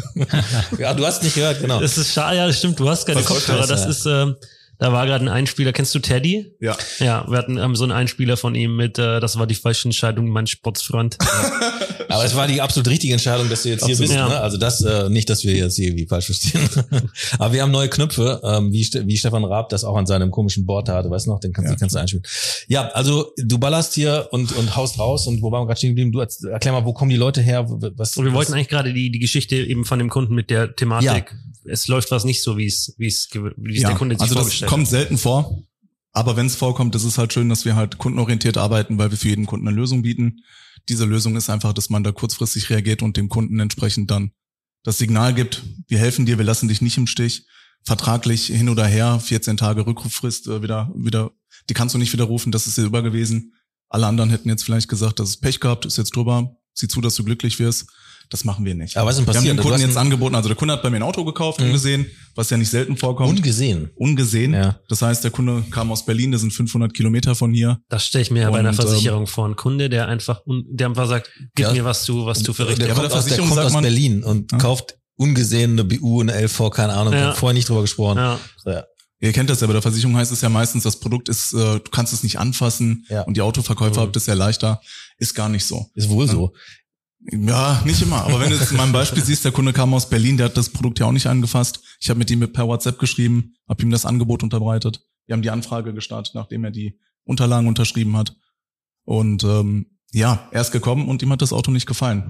A: Ja, du hast nicht gehört, genau.
B: Das ist schade, ja, das stimmt, du hast keine Kopfhörer. Das ist, da war gerade ein Einspieler. Kennst du Teddy?
E: Ja.
B: Ja, wir hatten so einen Einspieler von ihm mit, das war die falsche Entscheidung, mein Sportsfreund.
A: Ja. Aber es war die absolut richtige Entscheidung, dass du jetzt hier bist. Ja. Ne? Also das, nicht, dass wir jetzt hier irgendwie falsch verstehen. Aber wir haben neue Knöpfe, wie Stefan Raab das auch an seinem komischen Board hatte, weißt du noch, den kannst du einspielen. Ja, also du ballerst hier und haust raus. Und wo waren wir gerade stehen geblieben? Du erklär mal, wo kommen die Leute her?
B: Und wir wollten eigentlich gerade die Geschichte eben von dem Kunden mit der Thematik. Ja. Es läuft was nicht so, wie es der Kunde sich vorgestellt hat.
E: Kommt selten vor, aber wenn es vorkommt, ist es halt schön, dass wir halt kundenorientiert arbeiten, weil wir für jeden Kunden eine Lösung bieten. Diese Lösung ist einfach, dass man da kurzfristig reagiert und dem Kunden entsprechend dann das Signal gibt, wir helfen dir, wir lassen dich nicht im Stich. Vertraglich hin oder her, 14 Tage Rückruffrist, wieder, die kannst du nicht widerrufen, das ist dir über gewesen. Alle anderen hätten jetzt vielleicht gesagt, das ist Pech gehabt, ist jetzt drüber, sieh zu, dass du glücklich wirst. Das machen wir nicht.
A: Aber was ist denn passiert?
E: Wir haben dem Kunden jetzt angeboten, also der Kunde hat bei mir ein Auto gekauft, ungesehen, was ja nicht selten vorkommt. Ungesehen. Ja. Das heißt, der Kunde kam aus Berlin, das sind 500 Kilometer von hier.
B: Das stelle ich mir ja bei einer Versicherung vor. Ein Kunde, der einfach sagt, gib mir was du für richtig.
A: Der kommt aus Berlin und kauft ungesehen eine BU, eine LV, keine Ahnung, vorher nicht drüber gesprochen. Ja.
E: Ja. Ihr kennt das ja, bei der Versicherung heißt es ja meistens, das Produkt ist, du kannst es nicht anfassen und die Autoverkäufer habt es ja leichter. Ist gar nicht so.
A: Ist wohl so.
E: Ja, nicht immer. Aber wenn du jetzt mal ein Beispiel siehst, der Kunde kam aus Berlin, der hat das Produkt ja auch nicht angefasst. Ich habe mit ihm per WhatsApp geschrieben, habe ihm das Angebot unterbreitet. Wir haben die Anfrage gestartet, nachdem er die Unterlagen unterschrieben hat. Und er ist gekommen und ihm hat das Auto nicht gefallen.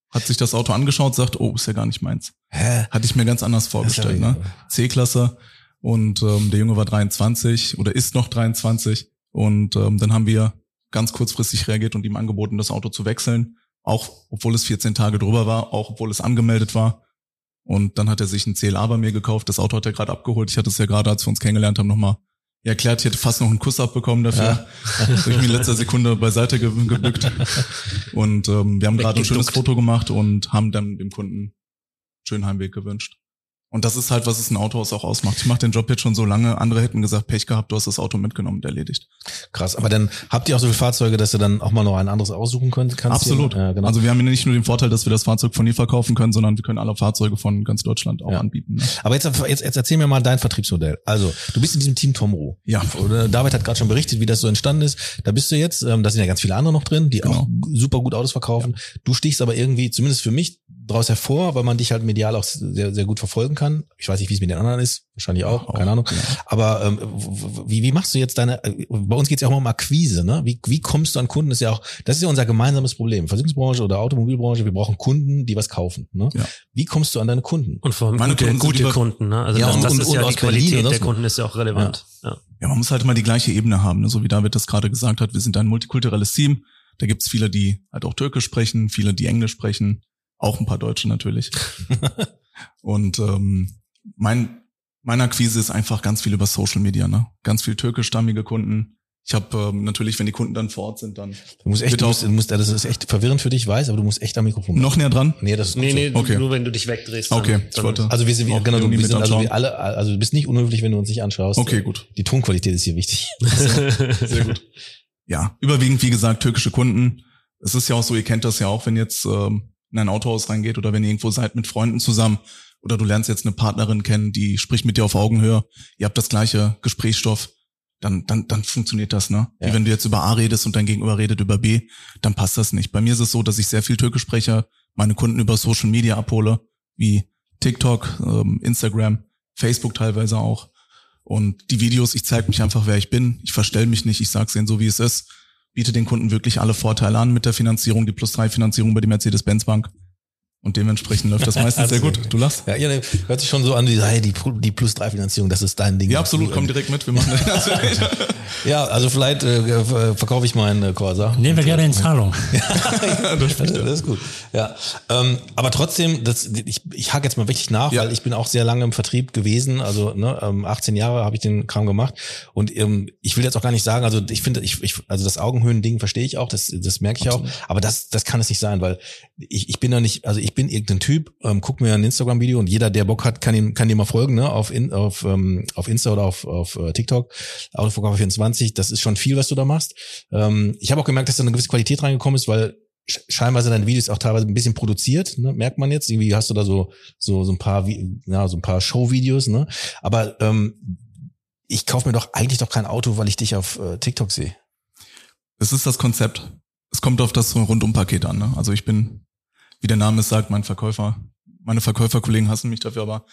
E: hat sich das Auto angeschaut, sagt, oh, ist ja gar nicht meins. Hatte ich mir ganz anders vorgestellt, ne? C-Klasse und der Junge war 23 oder ist noch 23 und dann haben wir ganz kurzfristig reagiert und ihm angeboten, das Auto zu wechseln, auch obwohl es 14 Tage drüber war, auch obwohl es angemeldet war. Und dann hat er sich ein CLA bei mir gekauft, das Auto hat er gerade abgeholt. Ich hatte es ja gerade, als wir uns kennengelernt haben, nochmal erklärt, ich hätte fast noch einen Kuss abbekommen dafür. Ja. Habe ich mir in letzter Sekunde beiseite gebückt. Und wir haben gerade ein schönes Foto gemacht und haben dann dem Kunden einen schönen Heimweg gewünscht. Und das ist halt, was es ein Autohaus auch ausmacht. Ich mache den Job jetzt schon so lange. Andere hätten gesagt, Pech gehabt, du hast das Auto mitgenommen und erledigt.
A: Krass, aber dann habt ihr auch so viele Fahrzeuge, dass ihr dann auch mal noch ein anderes aussuchen kannst?
E: Absolut. Ja, genau. Also wir haben nicht nur den Vorteil, dass wir das Fahrzeug von hier verkaufen können, sondern wir können alle Fahrzeuge von ganz Deutschland auch anbieten. Ne?
A: Aber jetzt erzähl mir mal dein Vertriebsmodell. Also du bist in diesem Team Tomro.
E: Ja.
A: David hat gerade schon berichtet, wie das so entstanden ist. Da bist du jetzt, da sind ja ganz viele andere noch drin, die auch super gut Autos verkaufen. Ja. Du stichst aber irgendwie, zumindest für mich, daraus hervor, weil man dich halt medial auch sehr, sehr gut verfolgen kann. Ich weiß nicht, wie es mit den anderen ist. Wahrscheinlich auch, keine Ahnung. Ja. Aber wie machst du jetzt bei uns geht's ja auch mal um Akquise, ne? Wie kommst du an Kunden? Das ist ja unser gemeinsames Problem. Versicherungsbranche oder Automobilbranche, wir brauchen Kunden, die was kaufen, ne? Ja. Wie kommst du an deine Kunden?
B: Und vor allem gute Kunden, ne? Also das ist ja die Qualität der Kunden ist ja auch relevant.
E: Ja, man muss halt immer die gleiche Ebene haben, ne? So wie David das gerade gesagt hat. Wir sind ein multikulturelles Team. Da gibt's viele, die halt auch Türkisch sprechen, viele, die Englisch sprechen. Auch ein paar Deutsche natürlich. Und meine Akquise ist einfach ganz viel über Social Media, ne? Ganz viel türkischstammige Kunden. Ich habe natürlich, wenn die Kunden dann vor Ort sind, dann
A: du musst das ist echt verwirrend für dich, weiß, aber du musst echt am Mikrofon
E: noch näher dran.
B: Nee, das ist nee, so. Okay. Nur wenn du dich wegdrehst.
E: Okay,
A: also wir sind alle, also du bist nicht unhöflich, wenn du uns nicht anschaust.
E: Okay, gut.
A: Die Tonqualität ist hier wichtig.
E: Sehr gut. Ja, überwiegend wie gesagt türkische Kunden. Es ist ja auch so, ihr kennt das ja auch, wenn jetzt in ein Autohaus reingeht oder wenn ihr irgendwo seid mit Freunden zusammen oder du lernst jetzt eine Partnerin kennen, die spricht mit dir auf Augenhöhe, ihr habt das gleiche Gesprächsstoff, dann funktioniert das, ne? Ja. Wie wenn du jetzt über A redest und dein Gegenüber redet über B, dann passt das nicht. Bei mir ist es so, dass ich sehr viel Türkisch spreche, meine Kunden über Social Media abhole, wie TikTok, Instagram, Facebook teilweise auch. Und die Videos, ich zeige mich einfach, wer ich bin, ich verstell mich nicht, ich sag's denen so, wie es ist. Biete den Kunden wirklich alle Vorteile an mit der Finanzierung, die Plus-3-Finanzierung bei die Mercedes-Benz-Bank. Und dementsprechend läuft das meistens sehr gut. Du lachst?
A: Ja, hört sich schon so an, die Plus-3-Finanzierung, das ist dein Ding.
E: Ja, absolut, komm direkt mit, wir machen das.
A: Ja, also vielleicht verkaufe ich meinen Corsa.
C: Nehmen wir gerne in Zahlung.
A: Das ist gut. Ja, aber trotzdem, ich hake jetzt mal wirklich nach, weil ich bin auch sehr lange im Vertrieb gewesen, also 18 Jahre habe ich den Kram gemacht und ich will jetzt auch gar nicht sagen, also ich finde, also das Augenhöhen-Ding verstehe ich auch, das merke ich absolut. Auch, aber das kann es nicht sein, weil ich bin da nicht, also ich bin irgendein Typ, guck mir ein Instagram-Video und jeder, der Bock hat, kann dir mal folgen, ne, auf Insta oder auf TikTok, Autoverkäufer 24, das ist schon viel, was du da machst. Ich habe auch gemerkt, dass da eine gewisse Qualität reingekommen ist, weil scheinbar sind deine Videos auch teilweise ein bisschen produziert, ne, merkt man jetzt, irgendwie hast du da so ein paar Show-Videos, ne, aber ich kaufe mir doch eigentlich kein Auto, weil ich dich auf TikTok sehe.
E: Es ist das Konzept. Es kommt auf das Rundum-Paket an, ne, also ich bin, wie der Name es sagt, meine Verkäuferkollegen hassen mich dafür, aber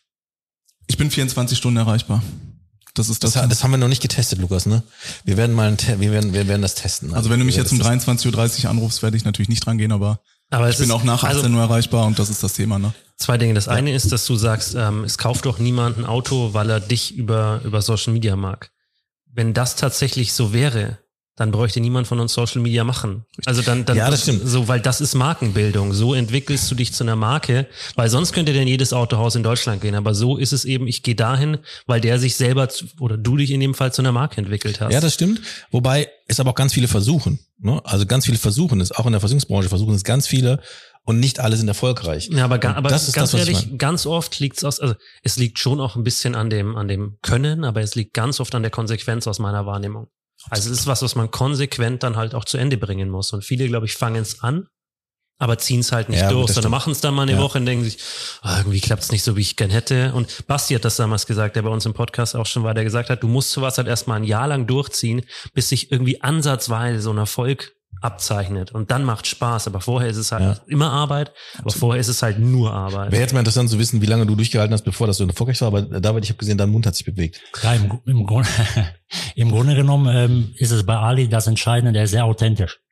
E: ich bin 24 Stunden erreichbar. Das ist das.
A: Das haben wir noch nicht getestet, Lukas, ne? Wir werden das testen.
E: Also wenn du mich jetzt um 23:30 Uhr anrufst, werde ich natürlich nicht dran gehen, aber ich bin auch nach 18 Uhr erreichbar und das ist das Thema, ne?
B: Zwei Dinge. Das eine ist, dass du sagst, es kauft doch niemand ein Auto, weil er dich über Social Media mag. Wenn das tatsächlich so wäre, dann bräuchte niemand von uns Social Media machen. Also dann
A: ja, das stimmt.
B: So, weil das ist Markenbildung. So entwickelst du dich zu einer Marke, weil sonst könnte denn jedes Autohaus in Deutschland gehen. Aber so ist es eben, ich gehe dahin, weil der sich selber oder du dich in dem Fall zu einer Marke entwickelt hast.
A: Ja, das stimmt. Wobei es aber auch ganz viele versuchen, ne? Also ganz viele versuchen es, auch in der Versicherungsbranche versuchen es ganz viele und nicht alle sind erfolgreich.
B: Ja, aber ganz ehrlich, ganz oft liegt es also es liegt schon auch ein bisschen an dem Können, aber es liegt ganz oft an der Konsequenz aus meiner Wahrnehmung. Also es ist was man konsequent dann halt auch zu Ende bringen muss. Und viele, glaube ich, fangen es an, aber ziehen es halt nicht durch, sondern machen es dann mal eine Woche und denken sich, irgendwie klappt es nicht so, wie ich gern hätte. Und Basti hat das damals gesagt, der bei uns im Podcast auch schon war, der gesagt hat, du musst sowas halt erstmal ein Jahr lang durchziehen, bis sich irgendwie ansatzweise so ein Erfolg abzeichnet. Und dann macht Spaß. Aber vorher ist es halt immer Arbeit, aber vorher ist es halt nur Arbeit.
A: Wäre jetzt mal interessant zu wissen, wie lange du durchgehalten hast, bevor das so erfolgreich war. Aber David, ich habe gesehen, dein Mund hat sich bewegt.
C: Ja, im Grunde genommen ist es bei Ali das Entscheidende, der ist sehr authentisch.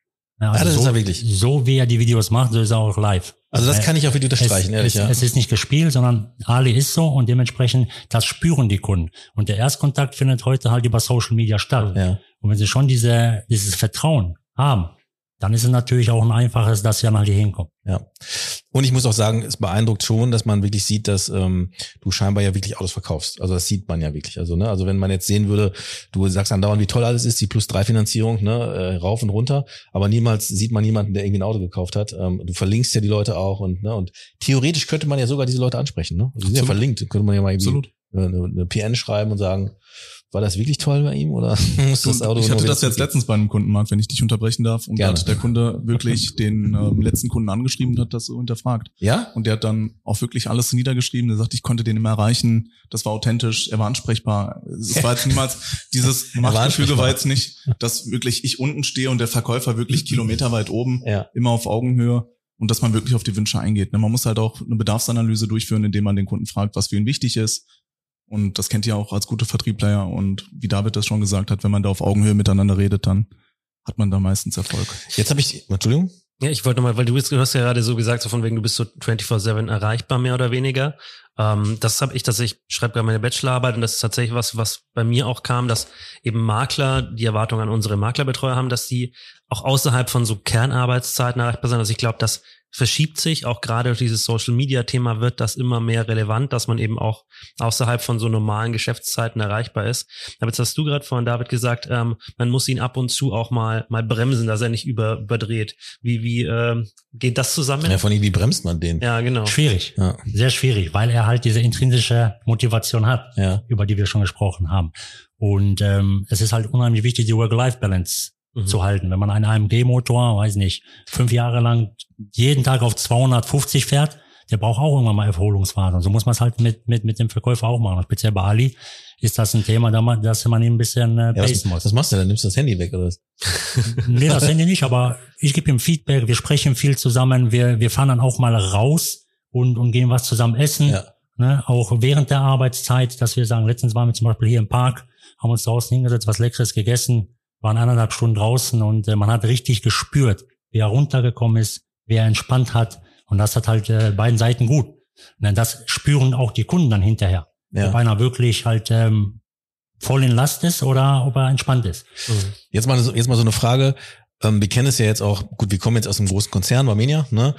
C: Ja, also das ist ja wirklich. So wie er die Videos macht, so ist er auch live.
A: Also das kann ich auch wieder unterstreichen, ehrlich.
C: Es ist nicht gespielt, sondern Ali ist so und dementsprechend, das spüren die Kunden. Und der Erstkontakt findet heute halt über Social Media statt. Ja. Und wenn sie schon dieses Vertrauen haben, dann ist es natürlich auch ein einfaches, dass sie dann halt hier hinkommen.
A: Ja. Und ich muss auch sagen, es beeindruckt schon, dass man wirklich sieht, dass du scheinbar ja wirklich Autos verkaufst. Also das sieht man ja wirklich. Also also wenn man jetzt sehen würde, du sagst andauernd, wie toll alles ist, die Plus-3-Finanzierung, rauf und runter, aber niemals sieht man jemanden, der irgendwie ein Auto gekauft hat. Du verlinkst ja die Leute auch und theoretisch könnte man ja sogar diese Leute ansprechen. Ne? Also die sind ja verlinkt, könnte man ja mal irgendwie eine PN schreiben und sagen, war das wirklich toll bei ihm oder muss das Auto?
E: Ich hatte das jetzt letztens bei einem Kunden, Marc, wenn ich dich unterbrechen darf. Und da hat der Kunde wirklich den letzten Kunden angeschrieben und hat das so hinterfragt.
A: Ja?
E: Und der hat dann auch wirklich alles niedergeschrieben. Der sagt, ich konnte den immer erreichen. Das war authentisch. Er war ansprechbar. Es war jetzt niemals dieses Machtgefüge war jetzt nicht, dass wirklich ich unten stehe und der Verkäufer wirklich kilometerweit oben, immer auf Augenhöhe. Und dass man wirklich auf die Wünsche eingeht. Man muss halt auch eine Bedarfsanalyse durchführen, indem man den Kunden fragt, was für ihn wichtig ist. Und das kennt ihr auch als gute Vertriebler. Und wie David das schon gesagt hat, wenn man da auf Augenhöhe miteinander redet, dann hat man da meistens Erfolg.
A: Jetzt habe ich, Entschuldigung?
B: Ja, ich wollte nochmal, weil du hast ja gerade so gesagt, so von wegen, du bist so 24/7 erreichbar, mehr oder weniger. Das habe ich tatsächlich, ich schreibe gerade meine Bachelorarbeit und das ist tatsächlich was bei mir auch kam, dass eben Makler die Erwartung an unsere Maklerbetreuer haben, dass die auch außerhalb von so Kernarbeitszeiten erreichbar sind. Also ich glaube, das verschiebt sich, auch gerade durch dieses Social-Media-Thema wird das immer mehr relevant, dass man eben auch außerhalb von so normalen Geschäftszeiten erreichbar ist. Aber jetzt hast du gerade vorhin, David, gesagt, man muss ihn ab und zu auch mal bremsen, dass er nicht überdreht. Wie geht das zusammen?
A: Ja, von ihm, wie bremst man den?
B: Ja, genau.
C: Schwierig, sehr schwierig, weil er halt diese intrinsische Motivation hat, über die wir schon gesprochen haben. Und es ist halt unheimlich wichtig, die Work-Life-Balance zu halten. Wenn man einen AMG-Motor, weiß nicht, 5 Jahre lang jeden Tag auf 250 fährt, der braucht auch irgendwann mal Erholungsphase. Und so muss man es halt mit dem Verkäufer auch machen. Speziell bei Ali ist das ein Thema, dass man ihn ein bisschen pacen muss.
A: Was machst du denn? Nimmst du das Handy weg oder was?
C: Nee, das Handy nicht, aber ich gebe ihm Feedback, wir sprechen viel zusammen, wir fahren dann auch mal raus und gehen was zusammen essen. Ja. Ne? Auch während der Arbeitszeit, dass wir sagen, letztens waren wir zum Beispiel hier im Park, haben uns draußen hingesetzt, was Leckeres gegessen, waren 1,5 Stunden draußen und man hat richtig gespürt, wie er runtergekommen ist, wie er entspannt hat. Und das hat halt beiden Seiten gut. Und das spüren auch die Kunden dann hinterher. Ja. Ob einer wirklich halt voll in Last ist oder ob er entspannt ist.
A: Jetzt mal so eine Frage. Wir kennen es ja jetzt auch, gut, wir kommen jetzt aus einem großen Konzern, Barmenia, ne?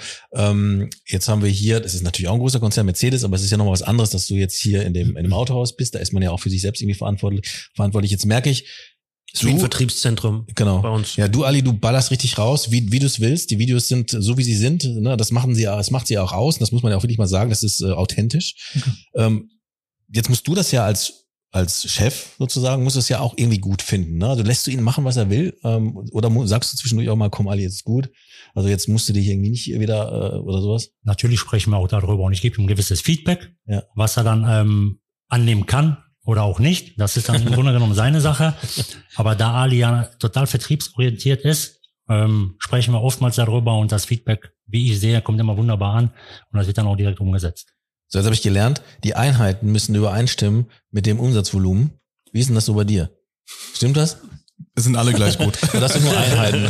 A: Jetzt haben wir hier, das ist natürlich auch ein großer Konzern, Mercedes, aber es ist ja nochmal was anderes, dass du jetzt hier in dem Autohaus bist. Da ist man ja auch für sich selbst irgendwie verantwortlich. Jetzt merke ich,
B: so ein Vertriebszentrum bei uns.
A: Ja, Ali, du ballerst richtig raus, wie du es willst. Die Videos sind so, wie sie sind. Ne? Das macht sie ja auch aus. Und das muss man ja auch wirklich mal sagen. Das ist authentisch. Okay. Jetzt musst du das ja als Chef sozusagen, musst du es ja auch irgendwie gut finden. Ne? Also lässt du ihn machen, was er will? Oder sagst du zwischendurch auch mal, komm Ali, jetzt ist gut. Also jetzt musst du dich irgendwie nicht wieder oder sowas?
C: Natürlich sprechen wir auch darüber. Und ich gebe ihm ein gewisses Feedback, was er dann annehmen kann. Oder auch nicht. Das ist dann im Grunde genommen seine Sache. Aber da Ali ja total vertriebsorientiert ist, sprechen wir oftmals darüber und das Feedback, wie ich sehe, kommt immer wunderbar an und das wird dann auch direkt umgesetzt.
A: So, jetzt habe ich gelernt, die Einheiten müssen übereinstimmen mit dem Umsatzvolumen. Wie ist denn das so bei dir? Stimmt das?
E: Es sind alle gleich gut.
A: Das sind nur Einheiten.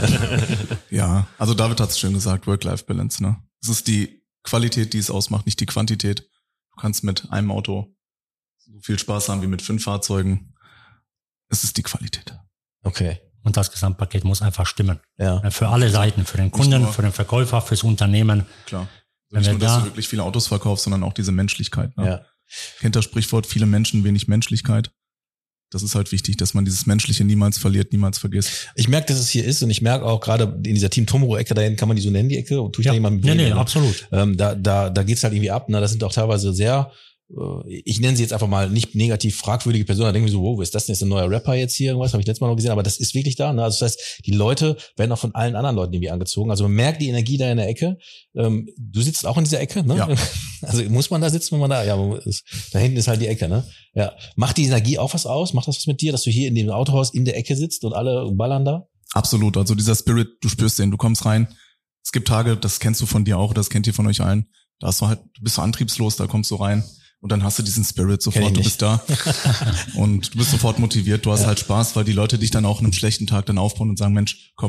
E: Ja, also David hat es schön gesagt, Work-Life-Balance. Ne? Es ist die Qualität, die es ausmacht, nicht die Quantität. Du kannst mit einem Auto so viel Spaß haben wie mit 5 Fahrzeugen. Es ist die Qualität.
A: Okay.
C: Und das Gesamtpaket muss einfach stimmen. Ja. Für alle Seiten, für den Kunden, für den Verkäufer, fürs Unternehmen.
E: Klar. Nicht nur, dass du wirklich viele Autos verkaufst, sondern auch diese Menschlichkeit. Ne? Ja. Kennt das Sprichwort, viele Menschen, wenig Menschlichkeit. Das ist halt wichtig, dass man dieses Menschliche niemals verliert, niemals vergisst.
A: Ich merke, dass es hier ist und ich merke auch gerade in dieser Team Tomoro-Ecke, da kann man die so nennen, die Ecke, und tue ich da jemanden
C: Nee, absolut.
A: Da geht's halt irgendwie ab. Ne? Das sind auch teilweise sehr, ich nenne sie jetzt einfach mal nicht negativ fragwürdige Personen, da denken wir so, wow, ist das denn jetzt ein neuer Rapper jetzt hier irgendwas? Habe ich letztes Mal noch gesehen, aber das ist wirklich da. Ne? Also das heißt, die Leute werden auch von allen anderen Leuten irgendwie angezogen. Also man merkt die Energie da in der Ecke. Du sitzt auch in dieser Ecke, ne? Ja. Also muss man da sitzen, wenn man da, da hinten ist halt die Ecke, ne? Ja. Macht die Energie auch was aus? Macht das was mit dir, dass du hier in dem Autohaus in der Ecke sitzt und alle ballern da?
E: Absolut. Also dieser Spirit, du spürst den, du kommst rein. Es gibt Tage, das kennst du von dir auch, das kennt ihr von euch allen. Da hast du halt, du bist so antriebslos, da kommst du rein. Und dann hast du diesen Spirit sofort, du bist da und du bist sofort motiviert, du hast halt Spaß, weil die Leute dich dann auch in einem schlechten Tag dann aufbauen und sagen, Mensch, komm,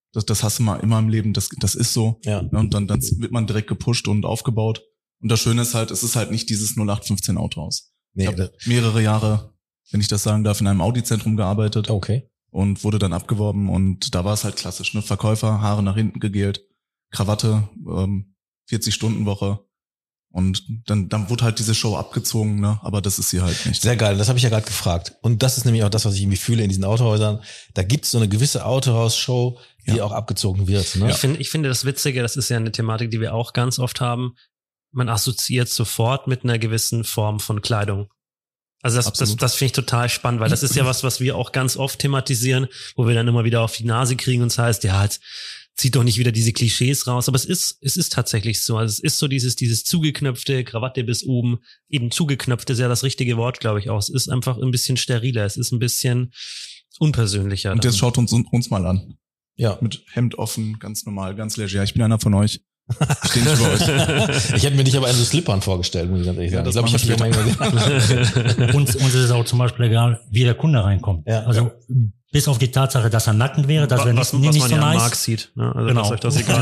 E: Das hast du mal immer im Leben, das ist so.
A: Ja.
E: Und dann wird man direkt gepusht und aufgebaut. Und das Schöne ist halt, es ist halt nicht dieses 0815 Autohaus. Nee, ich habe mehrere Jahre, wenn ich das sagen darf, in einem Audi-Zentrum gearbeitet.
A: Okay.
E: Und wurde dann abgeworben und da war es halt klassisch, ne? Verkäufer, Haare nach hinten gegelt, Krawatte, 40-Stunden-Woche. Und dann wurde halt diese Show abgezogen, ne? Aber das ist hier halt nicht.
A: Sehr geil, das habe ich ja gerade gefragt. Und das ist nämlich auch das, was ich irgendwie fühle in diesen Autohäusern. Da gibt's so eine gewisse Autohaus-Show, die auch abgezogen wird. Ne?
B: Ich finde das Witzige, das ist ja eine Thematik, die wir auch ganz oft haben. Man assoziiert sofort mit einer gewissen Form von Kleidung. Also das finde ich total spannend, weil das ist ja was wir auch ganz oft thematisieren, wo wir dann immer wieder auf die Nase kriegen und es heißt, ja, jetzt zieht doch nicht wieder diese Klischees raus, aber es ist tatsächlich so. Also es ist so dieses zugeknöpfte, Krawatte bis oben, eben zugeknöpft ist ja das richtige Wort, glaube ich auch. Es ist einfach ein bisschen steriler, es ist ein bisschen unpersönlicher.
E: Und jetzt schaut uns mal an.
A: Ja.
E: Mit Hemd offen, ganz normal, ganz leger. Ich bin einer von euch. Ich stehe nicht bei euch.
A: Ich hätte mir dich aber in so Slippern vorgestellt, muss ich ganz ehrlich sagen.
E: Ja,
A: ich glaube, ich habe dich auch mal gesehen.
C: Uns ist es auch zum Beispiel egal, wie der Kunde reinkommt.
A: Ja.
C: Also bis auf die Tatsache, dass er nackend wäre, das wäre nicht so nice.
B: Was man ja am Markt sieht. Ne? Also
C: genau.
B: dass euch das egal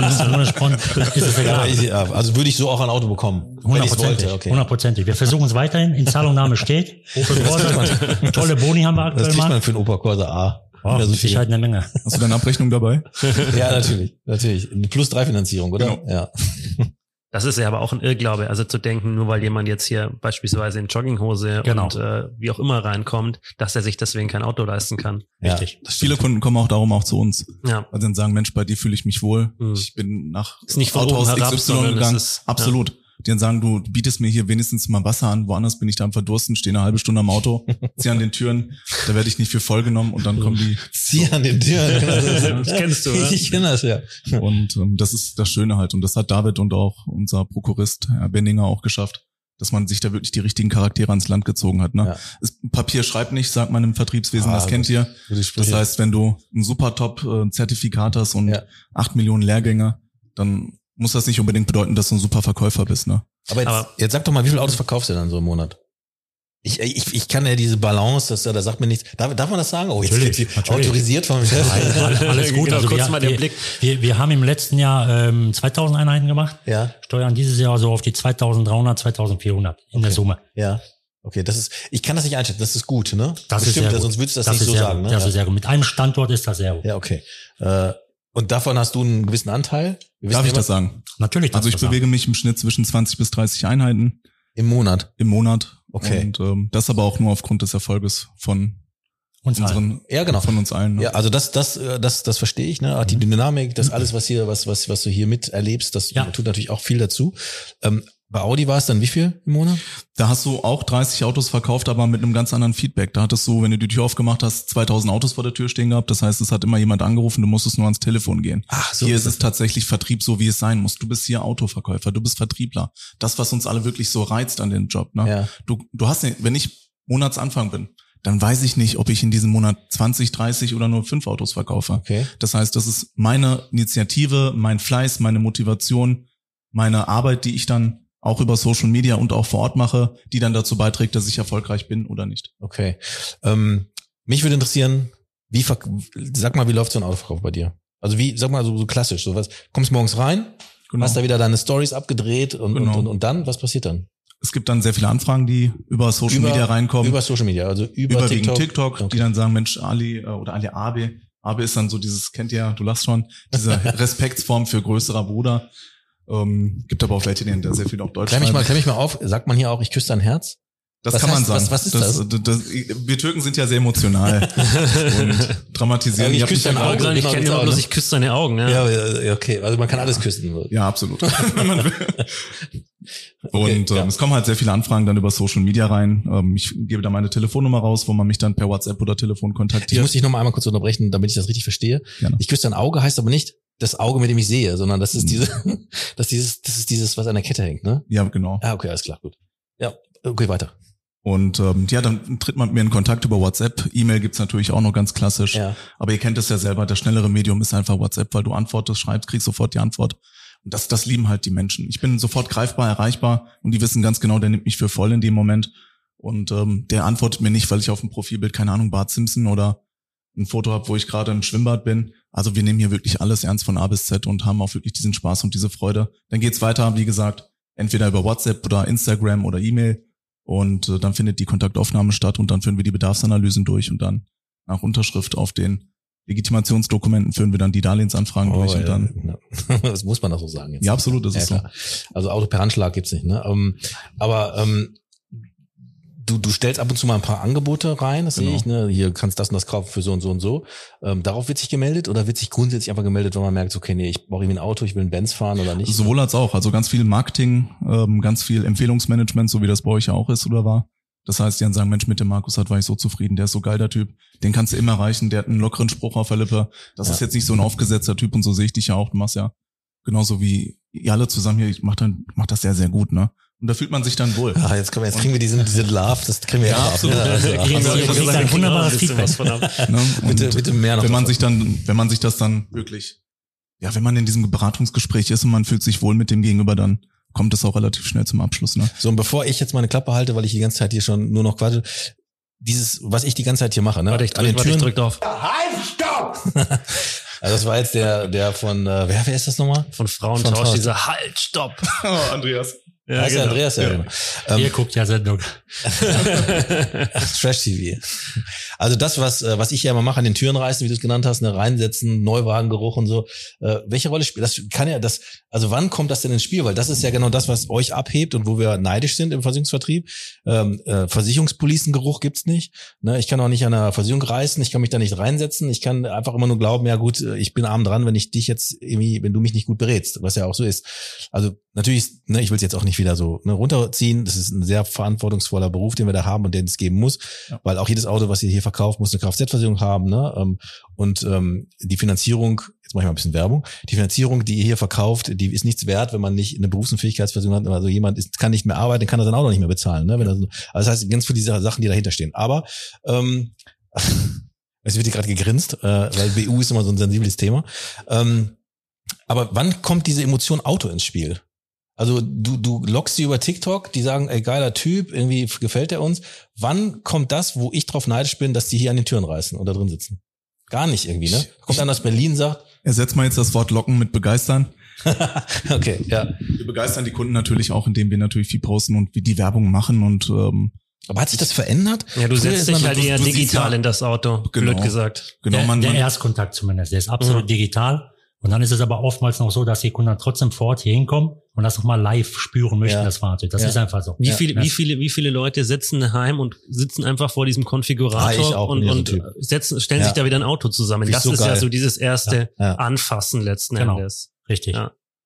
B: ist.
C: Ist es egal.
A: Ja, also würde ich so auch ein Auto bekommen.
C: 100%.
A: Okay.
C: 100%. Wir versuchen es weiterhin. In Zahlungnahme steht. Opel Corsa. Tolle Boni haben wir aktuell.
A: Was kriegt man für einen Opel Corsa A?
C: Oh, mit Sicherheit eine Menge.
E: Hast du deine Abrechnung dabei?
A: Ja, natürlich. Eine Plus-3-Finanzierung, oder?
E: Genau.
A: Ja.
B: Das ist ja aber auch ein Irrglaube, also zu denken, nur weil jemand jetzt hier beispielsweise in Jogginghose und wie auch immer reinkommt, dass er sich deswegen kein Auto leisten kann.
C: Richtig.
E: Ja, viele Kunden kommen auch darum auch zu uns.
B: Ja.
E: Weil sie dann sagen, Mensch, bei dir fühle ich mich wohl. Ich bin nach
B: ist nicht von
E: Autohaus
B: oben herab,
E: XY gegangen.
B: Ist,
E: absolut. Ja. Die dann sagen, du bietest mir hier wenigstens mal Wasser an, woanders bin ich da am Verdursten, stehe eine halbe Stunde am Auto, ziehe an den Türen, da werde ich nicht für voll genommen und dann kommen die...
A: Zieh an den Türen.
B: Das kennst du, oder?
A: Ich kenne das, ja.
E: Und das ist das Schöne halt und das hat David und auch unser Prokurist, Herr Benninger, auch geschafft, dass man sich da wirklich die richtigen Charaktere ans Land gezogen hat. Ne? Ja. Papier schreibt nicht, sagt man im Vertriebswesen, das kennt ihr. Das heißt, wenn du ein super Top-Zertifikat hast und 8 Millionen Lehrgänge, dann muss das nicht unbedingt bedeuten, dass du ein super Verkäufer bist, ne?
A: Aber jetzt sag doch mal, wie viele Autos verkaufst du dann so im Monat? Ich kann ja diese Balance, da sagt mir nichts. Darf man das sagen? Oh, jetzt wird sie autorisiert vom Chef.
C: Alles gut.
B: Genau,
C: also
B: kurz mal den Blick.
C: Wir haben im letzten Jahr 2000 Einheiten gemacht.
A: Ja.
C: Steuern dieses Jahr so auf die 2300, 2400 in der Summe.
A: Ja. Okay, ich kann das nicht einschätzen. Das ist gut, ne?
C: Das ist sehr gut.
A: Sonst würdest du das nicht so sagen, ne?
C: Das ist sehr gut. Mit einem Standort ist das sehr gut.
A: Ja, okay. Und davon hast du einen gewissen Anteil?
E: Darf ich das sagen?
C: Natürlich.
E: Also ich bewege mich im Schnitt zwischen 20 bis 30 Einheiten.
A: Im Monat?
E: Im Monat.
A: Okay.
E: Und das aber auch nur aufgrund des Erfolges von
C: uns
E: allen.
A: Ja, genau.
E: Von uns allen. Ne?
A: Ja, also das verstehe ich, ne? Auch die Dynamik, das alles, was du hier miterlebst, das tut natürlich auch viel dazu. Bei Audi war es dann wie viel im Monat?
E: Da hast du auch 30 Autos verkauft, aber mit einem ganz anderen Feedback. Da hattest du, wenn du die Tür aufgemacht hast, 2000 Autos vor der Tür stehen gehabt. Das heißt, es hat immer jemand angerufen, du musstest nur ans Telefon gehen.
A: Ach, so
E: hier ist es tatsächlich Vertrieb, so wie es sein muss. Du bist hier Autoverkäufer, du bist Vertriebler. Das, was uns alle wirklich so reizt an den Job. Ne?
A: Ja.
E: Du hast, wenn ich Monatsanfang bin, dann weiß ich nicht, ob ich in diesem Monat 20, 30 oder nur 5 Autos verkaufe.
A: Okay.
E: Das heißt, das ist meine Initiative, mein Fleiß, meine Motivation, meine Arbeit, die ich dann auch über Social Media und auch vor Ort mache, die dann dazu beiträgt, dass ich erfolgreich bin oder nicht.
A: Okay. Mich würde interessieren, sag mal, wie läuft so ein Autoverkauf bei dir? Also sag mal so klassisch, so was, kommst morgens rein, hast da wieder deine Stories abgedreht und dann, was passiert dann?
E: Es gibt dann sehr viele Anfragen, die über Social Media reinkommen.
A: Über Social Media, also
E: überwiegend TikTok,
A: okay.
E: Die dann sagen, Mensch, Ali oder Ali Abe. Abe ist dann so dieses, kennt ihr, du lachst schon, diese Respektsform für größerer Bruder. Gibt aber auch welche, die da sehr viel auf Deutsch schreiben.
A: Klär mich mal auf. Sagt man hier auch, ich küsse dein Herz?
E: Das kann man sagen.
A: Was ist das?
E: Wir Türken sind ja sehr emotional und dramatisieren.
A: Ich küsse dein Auge.
B: Ich kenne immer bloß, ich küsse deine Augen.
A: Ja, okay. Also man kann alles küssen.
E: Ja, absolut. Wenn man will. Und es kommen halt sehr viele Anfragen dann über Social Media rein. Ich gebe da meine Telefonnummer raus, wo man mich dann per WhatsApp oder Telefon kontaktiert.
A: Ich muss dich noch mal einmal kurz unterbrechen, damit ich das richtig verstehe.
E: Gerne.
A: Ich küsse dein Auge heißt aber nicht das Auge, mit dem ich sehe, sondern das ist dieses, was an der Kette hängt, ne?
E: Ja, genau.
A: Ah, okay, alles klar, gut. Ja, okay, weiter.
E: Und dann tritt man mit mir in Kontakt über WhatsApp. E-Mail gibt's natürlich auch noch ganz klassisch.
A: Ja.
E: Aber ihr kennt es ja selber, das schnellere Medium ist einfach WhatsApp, weil du antwortest, schreibst, kriegst sofort die Antwort. Und das lieben halt die Menschen. Ich bin sofort greifbar, erreichbar und die wissen ganz genau, der nimmt mich für voll in dem Moment. Und der antwortet mir nicht, weil ich auf dem Profilbild, keine Ahnung, Bart Simpson oder ein Foto habe, wo ich gerade im Schwimmbad bin. Also wir nehmen hier wirklich alles ernst von A bis Z und haben auch wirklich diesen Spaß und diese Freude. Dann geht's weiter, wie gesagt, entweder über WhatsApp oder Instagram oder E-Mail und dann findet die Kontaktaufnahme statt und dann führen wir die Bedarfsanalysen durch und dann nach Unterschrift auf den Legitimationsdokumenten führen wir dann die Darlehensanfragen durch und dann.
A: Das muss man doch so sagen jetzt.
E: Ja, absolut, das ist so.
A: Also Auto per Handschlag gibt's nicht, ne? Aber du stellst ab und zu mal ein paar Angebote rein, das sehe ich, ne? Hier kannst das und das kaufen für so und so und so. Darauf wird sich gemeldet oder wird sich grundsätzlich einfach gemeldet, wenn man merkt, okay, nee, ich brauche irgendwie ein Auto, ich will einen Benz fahren oder nicht?
E: Sowohl als auch. Also ganz viel Marketing, ganz viel Empfehlungsmanagement, so wie das bei euch ja auch ist oder war. Das heißt, die dann sagen, Mensch, mit dem Markus war ich so zufrieden, der ist so geil, der Typ. Den kannst du immer erreichen, der hat einen lockeren Spruch auf der Lippe. Das ist jetzt nicht so ein aufgesetzter Typ und so sehe ich dich ja auch. Du machst ja genauso wie ihr alle zusammen hier, ich mach das sehr, sehr gut, ne? Und da fühlt man sich dann wohl.
A: Ja, jetzt kriegen wir diesen Love, das kriegen wir ja
E: absolut.
C: Ein wunderbares Feedback.
A: Bitte mehr noch.
E: Wenn man sich das dann wirklich, ja, wenn man in diesem Beratungsgespräch ist und man fühlt sich wohl mit dem Gegenüber, dann kommt es auch relativ schnell zum Abschluss, ne?
A: So, und bevor ich jetzt meine Klappe halte, weil ich die ganze Zeit hier schon nur noch quatsche, was ich die ganze Zeit hier mache, ne?
B: Warte, ich drück drauf.
A: Halt, stopp! Also das war jetzt der von, wer ist das nochmal?
B: Von Frauentausch, dieser Halt, stopp!
E: Oh, Andreas.
A: Ja, das ist genau. Andreas, ja. Genau.
C: Ihr guckt ja Sendung.
A: Trash-TV. Also das, was ich ja immer mache, an den Türen reißen, wie du es genannt hast, ne, reinsetzen, Neuwagengeruch und so. Welche Rolle spielt das? Also wann kommt das denn ins Spiel? Weil das ist ja genau das, was euch abhebt und wo wir neidisch sind im Versicherungsvertrieb. Versicherungspolicengeruch gibt's nicht. Ne, ich kann auch nicht an einer Versicherung reißen, ich kann mich da nicht reinsetzen. Ich kann einfach immer nur glauben, ja gut, ich bin arm dran, wenn du mich nicht gut berätst, was ja auch so ist. Also natürlich, ne, ich will es jetzt auch nicht wieder so runterziehen. Das ist ein sehr verantwortungsvoller Beruf, den wir da haben und den es geben muss, weil auch jedes Auto, was ihr hier verkauft, muss eine Kfz-Versicherung haben, ne? Und die Finanzierung, jetzt mache ich mal ein bisschen Werbung, die Finanzierung, die ihr hier verkauft, die ist nichts wert, wenn man nicht eine Berufsunfähigkeitsversicherung hat. Also jemand kann nicht mehr arbeiten, kann er sein Auto nicht mehr bezahlen, ne? Also das heißt, ganz viele dieser Sachen, die dahinter stehen. Aber es wird hier gerade gegrinst, weil BU ist immer so ein sensibles Thema. Aber wann kommt diese Emotion Auto ins Spiel? Also du lockst sie über TikTok, die sagen, ey, geiler Typ, irgendwie gefällt der uns. Wann kommt das, wo ich drauf neidisch bin, dass die hier an den Türen reißen und da drin sitzen? Gar nicht irgendwie, ne? Kommt einer aus Berlin, sagt...
E: Ersetzt mal jetzt das Wort locken mit begeistern.
A: Okay, ja.
E: Wir begeistern die Kunden natürlich auch, indem wir natürlich viel posten und wie die Werbung machen und...
A: Aber hat sich das verändert?
B: Ja, du setzt dich halt eher digital in das Auto, blöd gesagt.
C: Genau, der Erstkontakt zumindest, der ist absolut digital. Und dann ist es aber oftmals noch so, dass die Kunden dann trotzdem vor Ort hier hinkommen und das nochmal live spüren möchten, das Fahrzeug. Das ist einfach so.
B: Wie viele Leute sitzen daheim und sitzen einfach vor diesem Konfigurator und stellen sich da wieder ein Auto zusammen. Das ist ja so dieses erste Anfassen letzten Endes.
C: Richtig.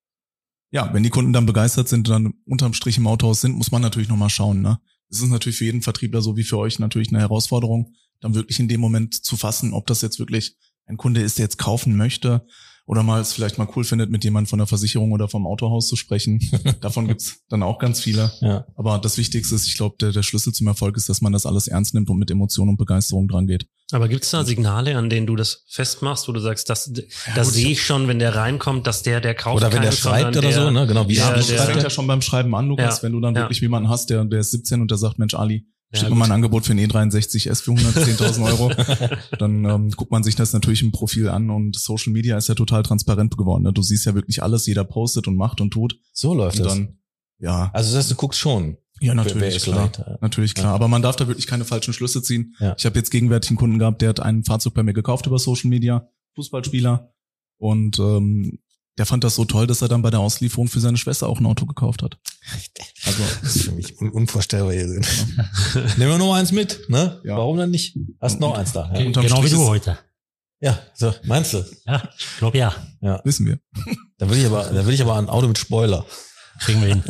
E: Ja, wenn die Kunden dann begeistert sind und dann unterm Strich im Autohaus sind, muss man natürlich nochmal schauen, ne? Es ist natürlich für jeden Vertriebler so wie für euch natürlich eine Herausforderung, dann wirklich in dem Moment zu fassen, ob das jetzt wirklich ein Kunde ist, der jetzt kaufen möchte oder mal es vielleicht mal cool findet, mit jemandem von der Versicherung oder vom Autohaus zu sprechen. Davon gibt's dann auch ganz viele. Ja. Aber das Wichtigste ist, ich glaube, der Schlüssel zum Erfolg ist, dass man das alles ernst nimmt und mit Emotionen und Begeisterung dran geht.
B: Aber gibt's da Signale, an denen du das festmachst, wo du sagst, das sehe ich schon, wenn der reinkommt, dass der kauft
A: oder wenn der schreibt oder so, ne? Genau,
E: das fängt ja schon beim Schreiben an, Lukas, wenn du dann wirklich jemanden hast, der ist 17 und der sagt, Mensch, Ali, schick mir mal ein Angebot für einen E63S für 110.000 Euro. Dann guckt man sich das natürlich im Profil an und Social Media ist ja total transparent geworden. Ne? Du siehst ja wirklich alles, jeder postet und macht und tut.
A: So läuft
E: das. Ja.
A: Also das heißt, du guckst schon.
E: Ja, natürlich, klar. Natürlich, klar. Aber man darf da wirklich keine falschen Schlüsse ziehen. Ja. Ich habe jetzt gegenwärtig einen Kunden gehabt, der hat ein Fahrzeug bei mir gekauft über Social Media, Fußballspieler. Und der fand das so toll, dass er dann bei der Auslieferung für seine Schwester auch ein Auto gekauft hat.
A: Also das ist für mich unvorstellbar hier. Nehmen wir noch eins mit, ne? Ja. Warum denn nicht? Hast noch eins da.
C: Ja. Genau wie du heute.
A: Ja, so, meinst du?
C: Ja, ich glaube ja.
E: Wissen wir.
A: Da will ich aber ein Auto mit Spoiler.
C: Kriegen wir hin.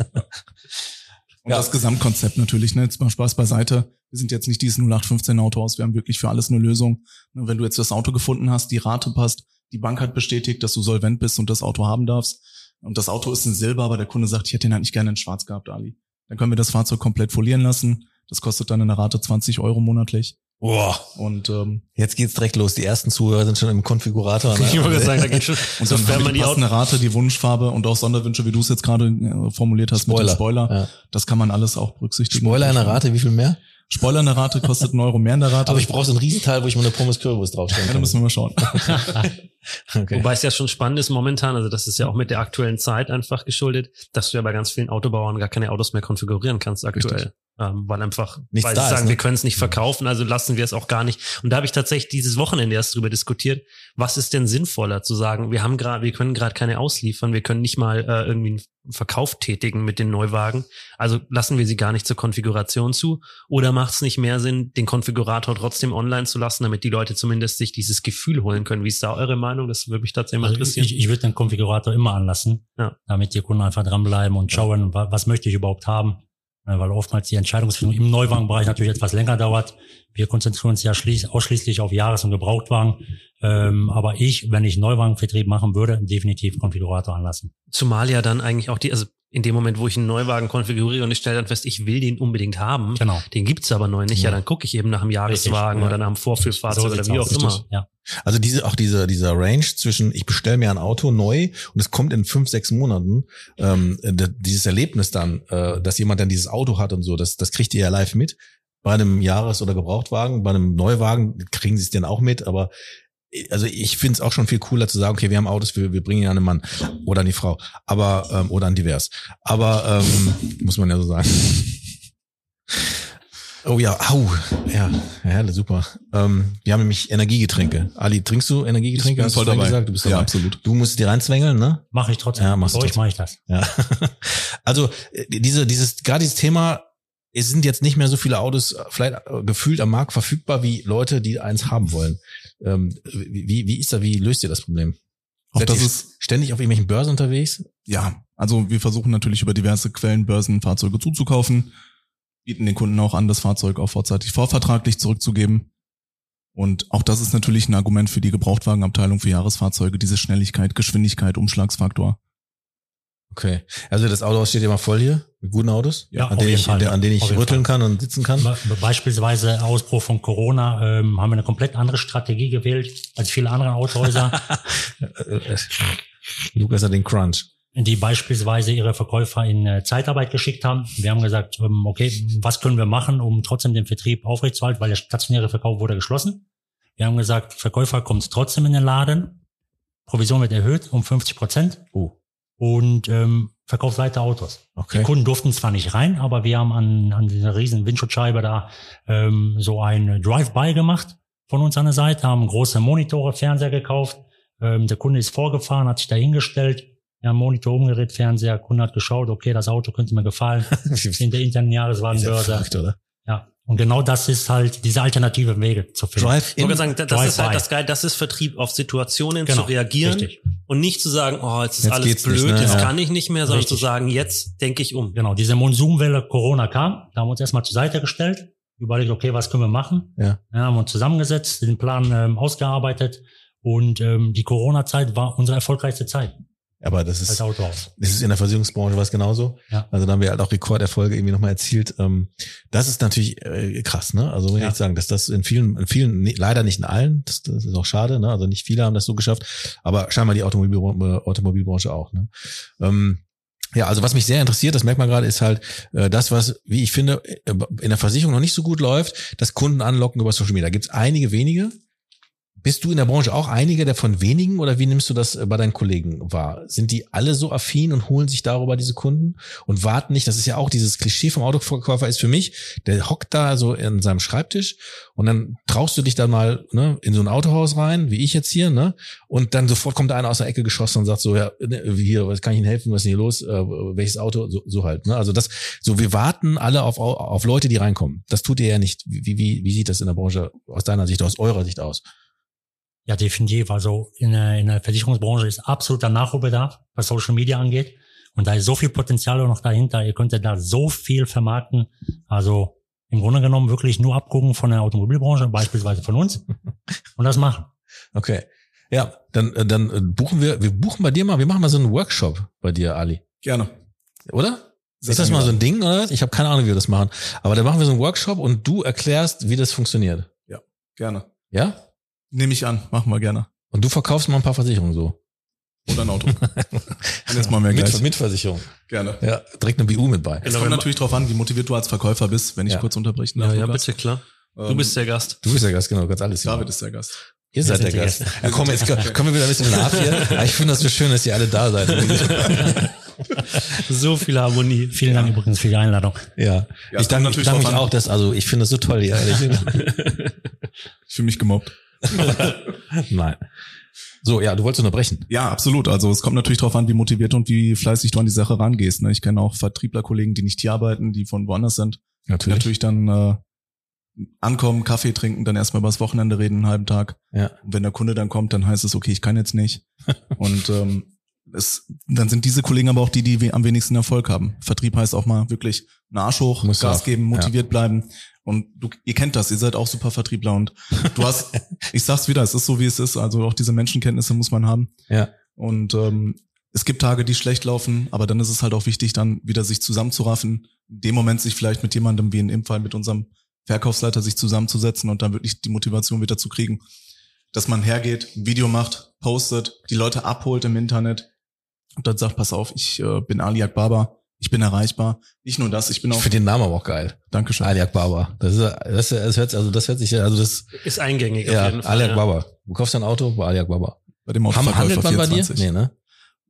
E: Und das Gesamtkonzept natürlich, ne? Jetzt mal Spaß beiseite. Wir sind jetzt nicht dieses 0815 Autohaus, wir haben wirklich für alles eine Lösung. Wenn du jetzt das Auto gefunden hast, die Rate passt, die Bank hat bestätigt, dass du solvent bist und das Auto haben darfst. Und das Auto ist in Silber, aber der Kunde sagt, ich hätte ihn eigentlich gerne in Schwarz gehabt, Ali. Dann können wir das Fahrzeug komplett folieren lassen. Das kostet dann in der Rate 20 Euro monatlich.
A: Boah.
E: Und
A: jetzt geht's direkt los. Die ersten Zuhörer sind schon im Konfigurator. Ne?
B: Ich wollte sagen, da geht schon.
E: Und dann haben die passende Rate, die Wunschfarbe und auch Sonderwünsche, wie du es jetzt gerade formuliert hast, Spoiler. Mit dem Spoiler. Ja. Das kann man alles auch berücksichtigen.
A: Spoiler in der Rate, wie viel mehr?
E: Spoiler in der Rate kostet 1 Euro mehr in der Rate.
A: Aber ich brauche so ein Riesenteil, wo ich mal eine Pommes Currywurst draufstellen kann.
E: Ja, da müssen wir mal schauen.
B: Okay. Wobei es ja schon spannend ist momentan, also das ist ja auch mit der aktuellen Zeit einfach geschuldet, dass du ja bei ganz vielen Autobauern gar keine Autos mehr konfigurieren kannst aktuell. Weil einfach,
A: nichts
B: weil sie sagen, wir können es nicht verkaufen, also lassen wir es auch gar nicht. Und da habe ich tatsächlich dieses Wochenende erst drüber diskutiert, was ist denn sinnvoller zu sagen, wir können gerade keine ausliefern, wir können nicht mal irgendwie einen Verkauf tätigen mit den Neuwagen, also lassen wir sie gar nicht zur Konfiguration zu, oder macht es nicht mehr Sinn, den Konfigurator trotzdem online zu lassen, damit die Leute zumindest sich dieses Gefühl holen können? Wie ist da eure Meinung? Das würde mich tatsächlich mal interessieren.
C: Ich würde den Konfigurator immer anlassen, damit die Kunden einfach dranbleiben und schauen, was möchte ich überhaupt haben. Weil oftmals die Entscheidungsfindung im Neuwagenbereich natürlich etwas länger dauert. Wir konzentrieren uns ja ausschließlich auf Jahres- und Gebrauchtwagen. Aber wenn ich Neuwagenvertrieb machen würde, definitiv Konfigurator anlassen.
B: Zumal ja dann eigentlich auch also in dem Moment, wo ich einen Neuwagen konfiguriere und ich stelle dann fest, ich will den unbedingt haben,
C: genau.
B: Den gibt's aber neu nicht, ja, dann gucke ich eben nach einem Jahreswagen oder nach einem Vorführfahrzeug oder wie auch immer.
C: Ja.
A: Also dieser Range zwischen, ich bestelle mir ein Auto neu und es kommt in 5-6 Monaten, dieses Erlebnis dann, dass jemand dann dieses Auto hat und so, das kriegt ihr ja live mit. Bei einem Jahres- oder Gebrauchtwagen, bei einem Neuwagen kriegen sie es dann auch mit, aber also ich finde es auch schon viel cooler zu sagen, okay, wir haben Autos, wir bringen ja einen Mann oder eine Frau, aber oder ein Divers. Aber muss man ja so sagen. Oh ja, ja, super. Wir haben nämlich Energiegetränke. Ali, trinkst du Energiegetränke?
E: Ich bin voll dabei.
A: Gesagt? Du bist dabei.
E: Ja, absolut.
A: Du musst dir reinzwängeln, ne?
C: Mache ich trotzdem.
A: Ja, machst du
C: mache ich das.
A: Ja. Also dieses Thema, es sind jetzt nicht mehr so viele Autos vielleicht gefühlt am Markt verfügbar wie Leute, die eins haben wollen. Wie löst ihr das Problem?
E: Auch das ist
A: ständig auf irgendwelchen Börsen unterwegs?
E: Ja, also wir versuchen natürlich über diverse Quellen Börsen Fahrzeuge zuzukaufen, bieten den Kunden auch an, das Fahrzeug auch vorzeitig vorvertraglich zurückzugeben. Und auch das ist natürlich ein Argument für die Gebrauchtwagenabteilung für Jahresfahrzeuge, diese Schnelligkeit, Geschwindigkeit, Umschlagsfaktor.
A: Okay, also das Autohaus steht immer voll hier mit guten Autos,
C: ja,
A: an denen ich rütteln kann und sitzen kann.
C: Beispielsweise Ausbruch von Corona haben wir eine komplett andere Strategie gewählt als viele andere Autohäuser.
A: Lukas hat den Crunch.
C: Die beispielsweise ihre Verkäufer in Zeitarbeit geschickt haben. Wir haben gesagt, okay, was können wir machen, um trotzdem den Vertrieb aufrechtzuerhalten, weil der stationäre Verkauf wurde geschlossen. Wir haben gesagt, Verkäufer kommt trotzdem in den Laden, Provision wird erhöht um 50%. Und verkauft weiter Autos.
A: Okay.
C: Die Kunden durften zwar nicht rein, aber wir haben an dieser riesen Windschutzscheibe da so ein Drive-by gemacht von uns an der Seite, haben große Monitore, Fernseher gekauft. Der Kunde ist vorgefahren, hat sich da hingestellt, ja, Monitor umgedreht, Fernseher, Kunde hat geschaut, okay, das Auto könnte mir gefallen. In der internen Jahreswagenbörse.
A: Verrückt, oder?
C: Ja. Und genau das ist halt diese alternative Wege zu finden.
B: Ich würde sagen, das ist halt das Geile, das ist Vertrieb, auf Situationen zu reagieren. Richtig. Und nicht zu sagen, jetzt ist alles blöd, nicht, ne? Jetzt kann ich nicht mehr, sondern zu sagen, jetzt denke ich um.
C: Genau, diese Monsunwelle Corona kam, da haben wir uns erstmal zur Seite gestellt, überlegt, okay, was können wir machen? Ja, haben uns zusammengesetzt, den Plan ausgearbeitet und die Corona-Zeit war unsere erfolgreichste Zeit.
A: Aber das ist in der Versicherungsbranche was genauso. Ja. Also da haben wir halt auch Rekorderfolge irgendwie nochmal erzielt. Das ist natürlich krass, ne? Also muss ich sagen, dass das in vielen, leider nicht in allen, das ist auch schade, ne? Also nicht viele haben das so geschafft, aber scheinbar die Automobilbranche auch, ne? Ja, also was mich sehr interessiert, das merkt man gerade, ist halt das, was, wie ich finde, in der Versicherung noch nicht so gut läuft, das Kunden anlocken über Social Media. Da gibt's einige wenige. Bist du in der Branche auch einige der von wenigen oder wie nimmst du das bei deinen Kollegen wahr? Sind die alle so affin und holen sich darüber diese Kunden und warten nicht? Das ist ja auch dieses Klischee vom Autoverkäufer ist für mich, der hockt da so in seinem Schreibtisch und dann traust du dich dann mal in so ein Autohaus rein, wie ich jetzt hier, ne? Und dann sofort kommt da einer aus der Ecke geschossen und sagt so, ja, hier, was kann ich Ihnen helfen, was ist denn hier los, welches Auto, so halt, ne? Also wir warten alle auf Leute, die reinkommen. Das tut ihr ja nicht. Wie sieht das in der Branche aus deiner Sicht, aus eurer Sicht aus?
C: Ja, definitiv. Also in der Versicherungsbranche ist absoluter Nachholbedarf, was Social Media angeht. Und da ist so viel Potenzial noch dahinter. Ihr könnt da so viel vermarkten. Also im Grunde genommen wirklich nur abgucken von der Automobilbranche, beispielsweise von uns, und das machen.
A: Okay. Ja, dann buchen wir buchen bei dir mal, wir machen mal so einen Workshop bei dir, Ali.
E: Gerne.
A: Oder? Ist das mal so ein Ding, oder? Ich habe keine Ahnung, wie wir das machen. Aber dann machen wir so einen Workshop und du erklärst, wie das funktioniert.
E: Ja, gerne.
A: Ja?
E: Nehme ich an, machen wir gerne.
A: Und du verkaufst mal ein paar Versicherungen so?
E: Oder ein Auto. Jetzt mal mehr gleich.
A: Mit Versicherung.
E: Gerne.
A: Ja, direkt eine BU mit bei.
E: Es kommt natürlich drauf an, wie motiviert du als Verkäufer bist, wenn ich kurz unterbrechen darf.
B: Ja, bitte, klar. Du bist der Gast.
A: Du bist der Gast, genau, ganz alles.
E: David ist der Gast.
A: Ihr seid der Gast. Ja, komm, jetzt kommen wir wieder ein bisschen nach hier. Aber ich finde das so schön, dass ihr alle da seid.
B: So viel Harmonie.
C: Vielen Dank übrigens für die Einladung.
A: Ja. Ich danke mich auch, ich finde das so toll, ihr ehrlich.
E: Ich fühle mich gemobbt.
A: Nein. So, ja, du wolltest unterbrechen.
E: Ja, absolut. Also es kommt natürlich darauf an, wie motiviert und wie fleißig du an die Sache rangehst. Ich kenne auch Vertrieblerkollegen, die nicht hier arbeiten, die von woanders sind. Natürlich dann ankommen, Kaffee trinken, dann erstmal übers Wochenende reden, einen halben Tag.
A: Ja.
E: Und wenn der Kunde dann kommt, dann heißt es, okay, ich kann jetzt nicht. Und dann sind diese Kollegen aber auch die am wenigsten Erfolg haben. Vertrieb heißt auch mal wirklich einen Arsch hoch, Gas geben, motiviert bleiben. Und ihr kennt das, ihr seid auch super Vertriebler und du hast, ich sag's wieder, es ist so, wie es ist, also auch diese Menschenkenntnisse muss man haben.
A: Ja.
E: Und es gibt Tage, die schlecht laufen, aber dann ist es halt auch wichtig, dann wieder sich zusammenzuraffen, in dem Moment sich vielleicht mit jemandem, wie in dem Fall mit unserem Verkaufsleiter, sich zusammenzusetzen und dann wirklich die Motivation wieder zu kriegen, dass man hergeht, ein Video macht, postet, die Leute abholt im Internet und dann sagt, pass auf, ich bin Ali Akbaba. Ich bin erreichbar. Nicht nur das, ich bin auch.
A: Ich finde den Namen aber auch geil.
E: Dankeschön.
A: Ali Akbaba. Das hört sich,
B: ist eingängig.
A: Ja, auf jeden Fall, Ali Akbaba. Du kaufst ein Auto bei Ali Akbaba.
E: Bei dem Autoverkäufer
A: handelt man
E: 24.
A: bei dir? Nee, ne?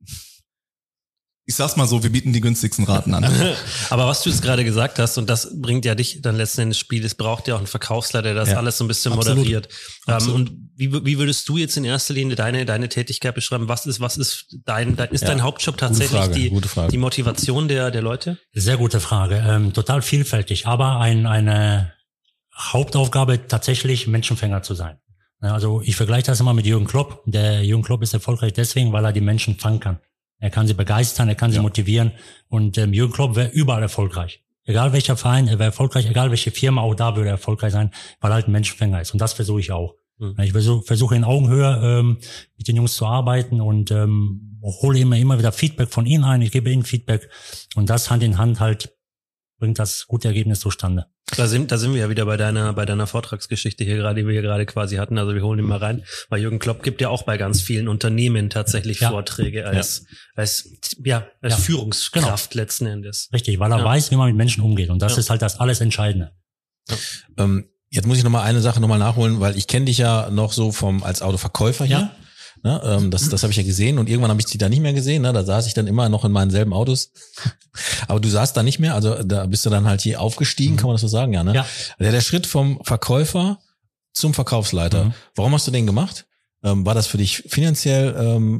E: Ich sag's mal so, wir bieten die günstigsten Raten an.
B: Aber was du jetzt gerade gesagt hast, und das bringt ja dich dann letzten Endes ins Spiel, es braucht ja auch einen Verkaufsleiter, der das alles so ein bisschen moderiert. Und wie würdest du jetzt in erster Linie deine Tätigkeit beschreiben? Was ist dein Hauptjob tatsächlich die Motivation der Leute?
C: Sehr gute Frage. Total vielfältig, aber eine Hauptaufgabe tatsächlich Menschenfänger zu sein. Also ich vergleiche das immer mit Jürgen Klopp. Der Jürgen Klopp ist erfolgreich deswegen, weil er die Menschen fangen kann. Er kann sie begeistern, er kann sie motivieren und Jürgen Klopp wäre überall erfolgreich. Egal welcher Verein, er wäre erfolgreich, egal welche Firma, auch da würde er erfolgreich sein, weil er halt ein Menschenfänger ist. Und das versuche ich auch. Ich versuche in Augenhöhe mit den Jungs zu arbeiten und hole immer wieder Feedback von ihnen ein. Ich gebe ihnen Feedback und das Hand in Hand halt bringt das gute Ergebnis zustande.
B: Da sind wir ja wieder bei deiner Vortragsgeschichte hier gerade, die wir hier gerade quasi hatten. Also wir holen ihn mal rein, weil Jürgen Klopp gibt ja auch bei ganz vielen Unternehmen tatsächlich Vorträge als Führungskraft letzten Endes.
C: Richtig, weil er weiß, wie man mit Menschen umgeht und das ist halt das alles Entscheidende.
A: Jetzt muss ich noch mal eine Sache nachholen, weil ich kenne dich ja noch so als Autoverkäufer hier. Ja. Ne, das habe ich ja gesehen und irgendwann habe ich die da nicht mehr gesehen. Ne, da saß ich dann immer noch in meinen selben Autos. Aber du saßt da nicht mehr, also da bist du dann halt hier aufgestiegen, kann man das so sagen, ja, ne? Ja. Der Schritt vom Verkäufer zum Verkaufsleiter. Warum hast du den gemacht? War das für dich finanziell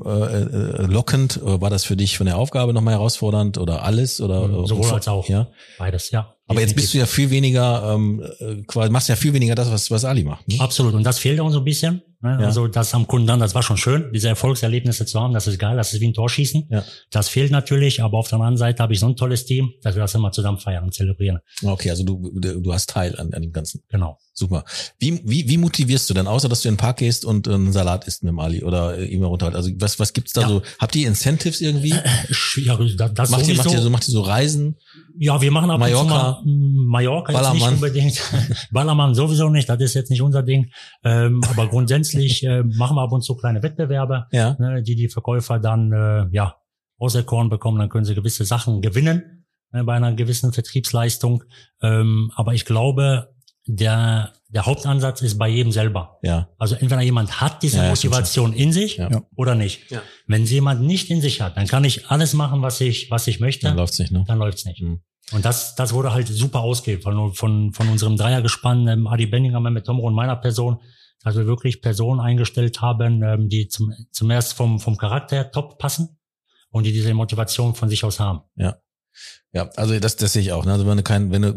A: lockend? War das für dich von der Aufgabe nochmal herausfordernd oder alles? Oder
C: sowohl als auch.
A: Ja?
C: Beides, ja.
A: Aber jetzt bist du ja viel weniger, machst ja viel weniger das, was Ali macht. Ne?
C: Absolut. Und das fehlt uns so ein bisschen. Ne? Ja. Also das am Kunden dann, das war schon schön, diese Erfolgserlebnisse zu haben. Das ist geil, das ist wie ein Torschießen. Ja. Das fehlt natürlich, aber auf der anderen Seite habe ich so ein tolles Team, dass wir das immer zusammen feiern und zelebrieren.
A: Okay, also du hast Teil an dem Ganzen.
C: Genau.
A: Super. Wie motivierst du denn, außer dass du in den Park gehst und einen Salat isst mit dem Ali oder immer runter? Also was gibt's da so? Habt ihr Incentives irgendwie?
C: Ja, das
A: macht ihr so Reisen?
C: Ja, wir machen ab und zu mal Mallorca jetzt
A: Ballermann.
C: nicht unbedingt. Ballermann sowieso nicht, das ist jetzt nicht unser Ding. Aber grundsätzlich machen wir ab und zu kleine Wettbewerbe, die Verkäufer dann auserkoren bekommen. Dann können sie gewisse Sachen gewinnen bei einer gewissen Vertriebsleistung. Aber ich glaube, der Hauptansatz ist bei jedem selber.
A: Ja.
C: Also entweder jemand hat diese Motivation in sich oder nicht. Ja. Wenn sie jemand nicht in sich hat, dann kann ich alles machen, was ich möchte.
A: Dann läuft's nicht, ne?
C: Dann läuft's nicht. Mhm. Und das wurde halt super ausgewählt von unserem Dreiergespann, Adi Benninger mit Tomro und meiner Person, dass wir wirklich Personen eingestellt haben, die zum erst vom Charakter her top passen und die diese Motivation von sich aus haben.
A: Ja. Ja, also das sehe ich auch. Ne? Also wenn du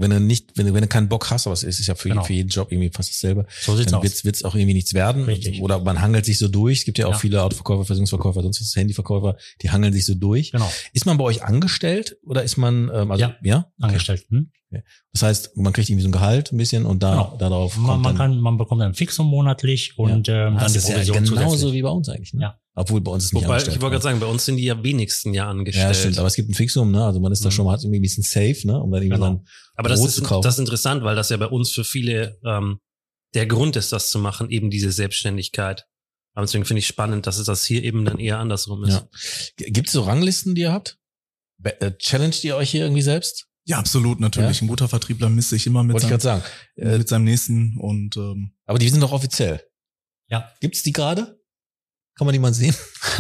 A: keinen Bock hast, aber es ist ja für jeden Job irgendwie fast dasselbe,
C: so
A: dann wird's auch irgendwie nichts werden.
C: Richtig.
A: Oder man hangelt sich so durch. Es gibt ja auch viele Autoverkäufer, Versicherungsverkäufer, sonst was, Handyverkäufer, die hangeln sich so durch.
C: Genau.
A: Ist man bei euch angestellt oder ist man
C: Okay.
A: Angestellt? Okay. Das heißt, man kriegt irgendwie so ein Gehalt ein bisschen und darauf
C: man bekommt ein Fixum monatlich und dann
A: das
C: die
A: ist
C: Provision
A: genauso wie bei uns eigentlich. Ne?
C: Ja.
A: Obwohl bei uns ist nicht angestellt.
B: Ich wollte gerade sagen, bei uns sind die ja wenigsten angestellt.
A: Ja, stimmt, aber es gibt ein Fixum, ne? Also man ist da schon, man hat irgendwie ein bisschen safe, ne? Um dann irgendwie dann
B: aber das ist interessant, weil das ja bei uns für viele der Grund ist, das zu machen, eben diese Selbstständigkeit. Aber deswegen finde ich spannend, dass es das hier eben dann eher andersrum ist.
A: Ja. Gibt es so Ranglisten, die ihr habt? Challenged ihr euch hier irgendwie selbst?
E: Ja, absolut, natürlich. Ja? Ein guter Vertriebler misst sich immer mit seinem Nächsten und
A: aber die sind doch offiziell.
C: Ja.
A: Gibt's die gerade? Kann man die mal sehen?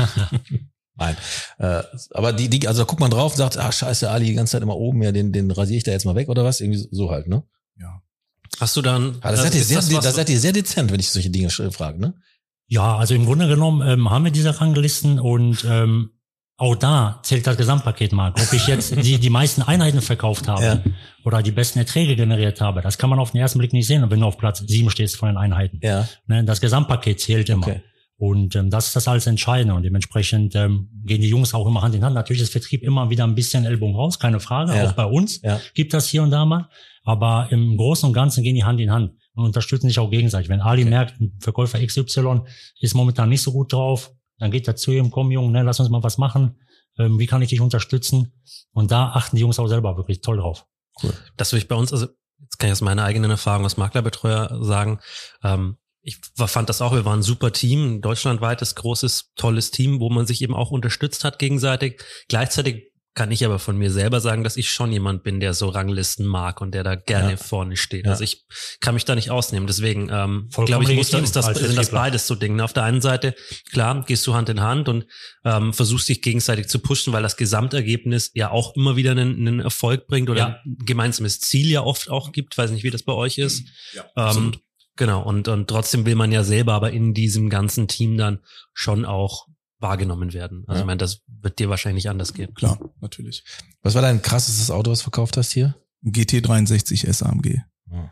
A: Nein. Aber die, also da guckt man drauf und sagt, scheiße, Ali, die ganze Zeit immer oben, ja, den rasiere ich da jetzt mal weg oder was? Irgendwie so halt, ne?
E: Ja.
B: Hast du dann...
A: Da seid ihr sehr dezent, wenn ich solche Dinge frage, ne?
C: Ja, also im Grunde genommen haben wir diese Ranglisten und auch da zählt das Gesamtpaket mal. Ob ich jetzt die meisten Einheiten verkauft habe oder die besten Erträge generiert habe, das kann man auf den ersten Blick nicht sehen, wenn du auf Platz 7 stehst von den Einheiten.
A: Ja.
C: Ne, das Gesamtpaket zählt immer. Okay. Und das ist das alles Entscheidende. Und dementsprechend gehen die Jungs auch immer Hand in Hand. Natürlich ist Vertrieb immer wieder ein bisschen Ellbogen raus, keine Frage. Ja. Auch bei uns gibt das hier und da mal. Aber im Großen und Ganzen gehen die Hand in Hand und unterstützen sich auch gegenseitig. Wenn Ali merkt, ein Verkäufer XY ist momentan nicht so gut drauf, dann geht er zu ihm, komm Junge, ne, lass uns mal was machen. Wie kann ich dich unterstützen? Und da achten die Jungs auch selber wirklich toll drauf.
B: Cool. Das will ich bei uns, also jetzt kann ich aus meiner eigenen Erfahrung als Maklerbetreuer sagen, ich fand das auch, wir waren ein super Team, ein deutschlandweites, großes, tolles Team, wo man sich eben auch unterstützt hat gegenseitig. Gleichzeitig kann ich aber von mir selber sagen, dass ich schon jemand bin, der so Ranglisten mag und der da gerne vorne steht. Ja. Also ich kann mich da nicht ausnehmen. Deswegen glaube ich, sind das beides so Dinge. Auf der einen Seite, klar, gehst du Hand in Hand und versuchst dich gegenseitig zu pushen, weil das Gesamtergebnis ja auch immer wieder einen Erfolg bringt oder ein gemeinsames Ziel ja oft auch gibt. Weiß nicht, wie das bei euch ist. Ja, absolut. Genau, und trotzdem will man ja selber aber in diesem ganzen Team dann schon auch wahrgenommen werden. Also ich meine, das wird dir wahrscheinlich anders gehen.
E: Klar, natürlich.
A: Was war dein krassestes Auto, was du verkauft hast hier?
E: Ein GT63 S AMG.
A: Mit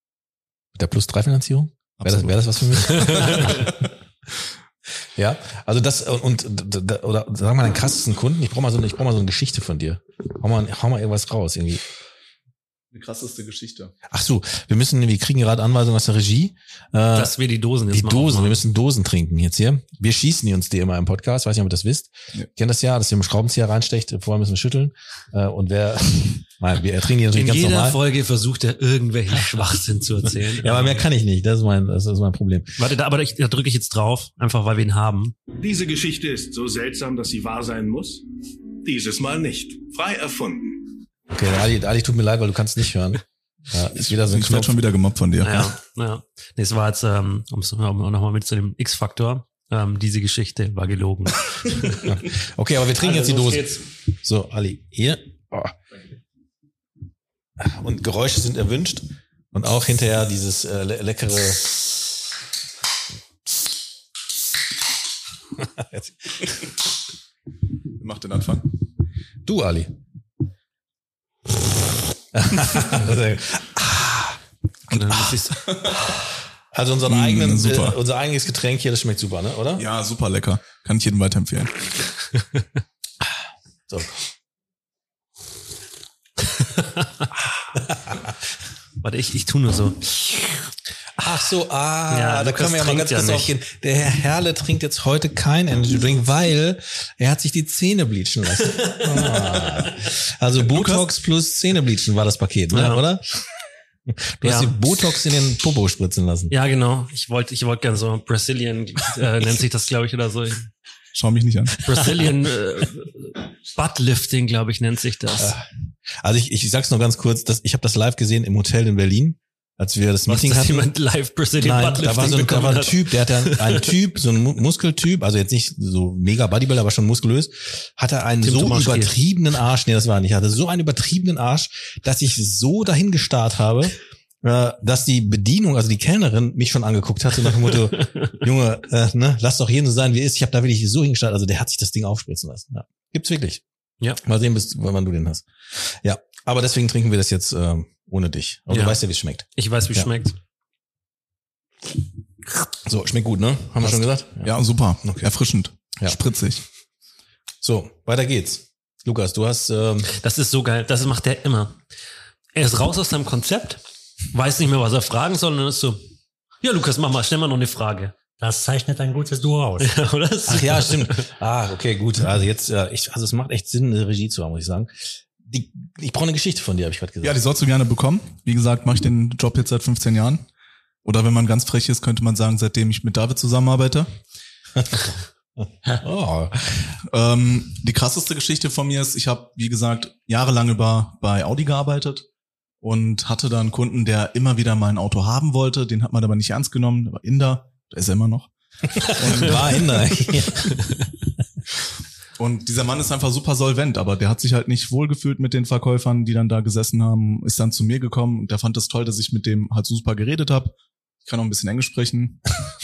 A: der Plus-3-Finanzierung? Wäre das was für mich? Ja, also das oder sag mal deinen krassesten Kunden, ich brauche mal so eine Geschichte von dir. Hau mal irgendwas raus irgendwie.
E: Eine krasseste Geschichte.
A: Ach so, wir kriegen gerade Anweisungen aus der Regie.
B: Dass wir die Dosen jetzt
A: machen. Wir müssen Dosen trinken jetzt hier. Wir schießen uns die immer im Podcast, weiß nicht, ob ihr das wisst. Ja. Kennt das ja, dass ihr im Schraubenzieher reinstecht, vorher müssen wir schütteln. Und wir trinken die natürlich ganz normal.
B: In jeder Folge versucht er irgendwelchen Schwachsinn zu erzählen.
A: Ja, aber mehr kann ich nicht, das ist mein Problem.
B: Warte, da drücke ich jetzt drauf, einfach weil wir ihn haben.
G: Diese Geschichte ist so seltsam, dass sie wahr sein muss. Dieses Mal nicht. Frei erfunden.
A: Okay, Ali, tut mir leid, weil du kannst nicht hören. Ja, ist wieder so ein
E: Ich werde schon wieder gemobbt von dir.
B: Ja. Nee, es war jetzt, um nochmal mit zu dem X-Faktor, diese Geschichte war gelogen.
A: Okay, aber wir trinken jetzt die Dose. So, Ali, hier. Oh. Und Geräusche sind erwünscht. Und auch hinterher dieses leckere...
E: Mach den Anfang.
A: Du, Ali. Also unser eigenes Getränk hier, das schmeckt super, ne, oder?
E: Ja, super lecker. Kann ich jedem weiterempfehlen.
A: So.
B: Warte, ich tu nur so.
A: Ach so, da können wir ja mal ganz kurz aufgehen. Der Herr Herle trinkt jetzt heute kein Energy Drink, weil er hat sich die Zähne bleachen lassen. Also Botox plus Zähne bleachen war das Paket, ne, oder? Du hast die Botox in den Popo spritzen lassen.
B: Ja, genau. Ich wollte gerne so Brazilian, nennt sich das, glaube ich, oder so.
E: Schau mich nicht an.
B: Brazilian Buttlifting, glaube ich, nennt sich das.
A: Also ich sag's noch ganz kurz, ich habe das live gesehen im Hotel in Berlin. Als wir das Meeting hatten.
B: Jemand live Brazilian Buttlifting
A: da war ein Typ, der hatte einen Typ, so ein Muskeltyp, also jetzt nicht so mega Bodybuilder, aber schon muskulös, hatte einen so übertriebenen Arsch, das war nicht, hatte so einen übertriebenen Arsch, dass ich so dahin gestarrt habe, dass die Bedienung, also die Kellnerin, mich schon angeguckt hat, so nach dem Motto, Junge, lass doch jeden so sein, wie er ist. Ich habe da wirklich so hingestarrt, also der hat sich das Ding aufspritzen lassen. Ja. Gibt's wirklich.
B: Ja.
A: Mal sehen, wann du den hast. Ja, aber deswegen trinken wir das jetzt ohne dich. Aber du weißt ja, wie es schmeckt.
B: Ich weiß, wie es schmeckt.
A: So, schmeckt gut, ne? Haben wir schon gesagt?
E: Ja, super. Okay. Erfrischend. Ja. Spritzig.
A: So, weiter geht's. Lukas, du hast...
B: Das ist so geil. Das macht der immer. Er ist raus aus seinem Konzept, weiß nicht mehr, was er fragen soll, und dann ist so, ja, Lukas, stell mal noch eine Frage.
C: Das zeichnet ein gutes Duo aus.
B: Ja, oder?
A: Ach ja, stimmt. Okay, gut. Also jetzt, es macht echt Sinn, eine Regie zu haben, muss ich sagen. Ich brauche eine Geschichte von dir, habe ich gerade gesagt.
E: Ja, die sollst du gerne bekommen. Wie gesagt, mache ich den Job jetzt seit 15 Jahren. Oder wenn man ganz frech ist, könnte man sagen, seitdem ich mit David zusammenarbeite. Oh. Die krasseste Geschichte von mir ist, ich habe, wie gesagt, jahrelang bei Audi gearbeitet und hatte da einen Kunden, der immer wieder mal ein Auto haben wollte. Den hat man aber nicht ernst genommen. Der war Inder, da ist er immer noch. Und
A: war Inder.
E: Und dieser Mann ist einfach super solvent, aber der hat sich halt nicht wohlgefühlt mit den Verkäufern, die dann da gesessen haben, ist dann zu mir gekommen und der fand es toll, dass ich mit dem halt super geredet habe. Ich kann auch ein bisschen Englisch sprechen.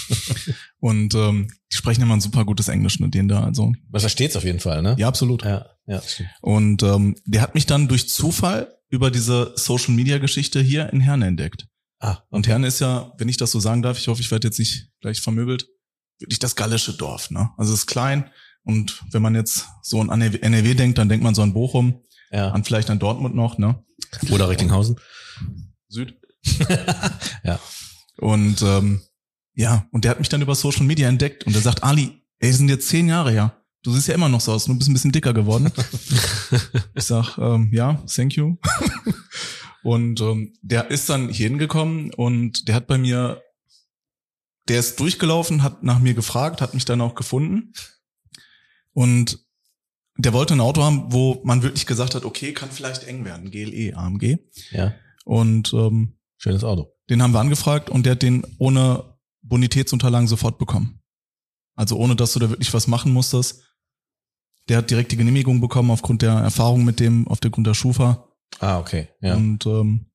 E: Und die sprechen immer ein super gutes Englisch mit denen da. Also.
A: Was versteht's auf jeden Fall, ne?
E: Ja, absolut.
A: Ja.
E: Und der hat mich dann durch Zufall über diese Social-Media-Geschichte hier in Herne entdeckt.
A: Okay.
E: Und Herne ist ja, wenn ich das so sagen darf, ich hoffe, ich werde jetzt nicht gleich vermöbelt, wirklich das gallische Dorf, ne? Also es ist klein. Und wenn man jetzt so an NRW denkt, dann denkt man so an Bochum, an vielleicht an Dortmund noch, ne?
A: Oder Recklinghausen.
E: Süd.
A: Ja.
E: Und und der hat mich dann über Social Media entdeckt und er sagt, Ali, ey, sind jetzt 10 Jahre her. Du siehst ja immer noch so aus, du bist ein bisschen dicker geworden. Ich sag, ja, thank you. Und der ist dann hier hingekommen und der hat der ist durchgelaufen, hat nach mir gefragt, hat mich dann auch gefunden. Und der wollte ein Auto haben, wo man wirklich gesagt hat, okay, kann vielleicht eng werden, GLE, AMG.
A: Ja.
E: Und
A: schönes Auto.
E: Den haben wir angefragt und der hat den ohne Bonitätsunterlagen sofort bekommen. Also ohne, dass du da wirklich was machen musstest. Der hat direkt die Genehmigung bekommen aufgrund der Erfahrung mit dem, aufgrund der Schufa.
A: Okay. Ja.
E: Und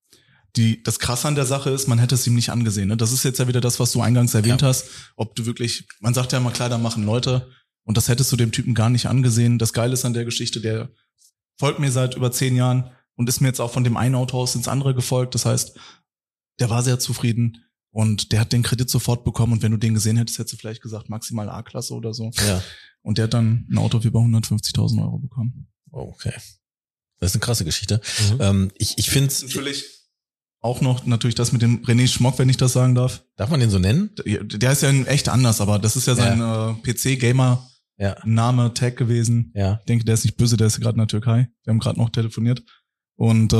E: das Krasse an der Sache ist, man hätte es ihm nicht angesehen. Ne? Das ist jetzt ja wieder das, was du eingangs erwähnt hast. Ob du wirklich, man sagt ja immer, Kleider machen Leute. Und das hättest du dem Typen gar nicht angesehen. Das Geile ist an der Geschichte, der folgt mir seit über 10 Jahren und ist mir jetzt auch von dem einen Autohaus ins andere gefolgt. Das heißt, der war sehr zufrieden und der hat den Kredit sofort bekommen. Und wenn du den gesehen hättest, hättest du vielleicht gesagt, maximal A-Klasse oder so.
A: Ja.
E: Und der hat dann ein Auto für über 150.000 Euro bekommen.
A: Okay. Das ist eine krasse Geschichte. Ich finde es
E: natürlich auch noch natürlich das mit dem René Schmock, wenn ich das sagen darf.
A: Darf man den so nennen?
E: Der ist ja echt anders, aber das ist ja sein PC-Gamer.
A: Ja.
E: Name, Tag gewesen.
A: Ja.
E: Ich denke, der ist nicht böse, der ist gerade in der Türkei. Wir haben gerade noch telefoniert. Und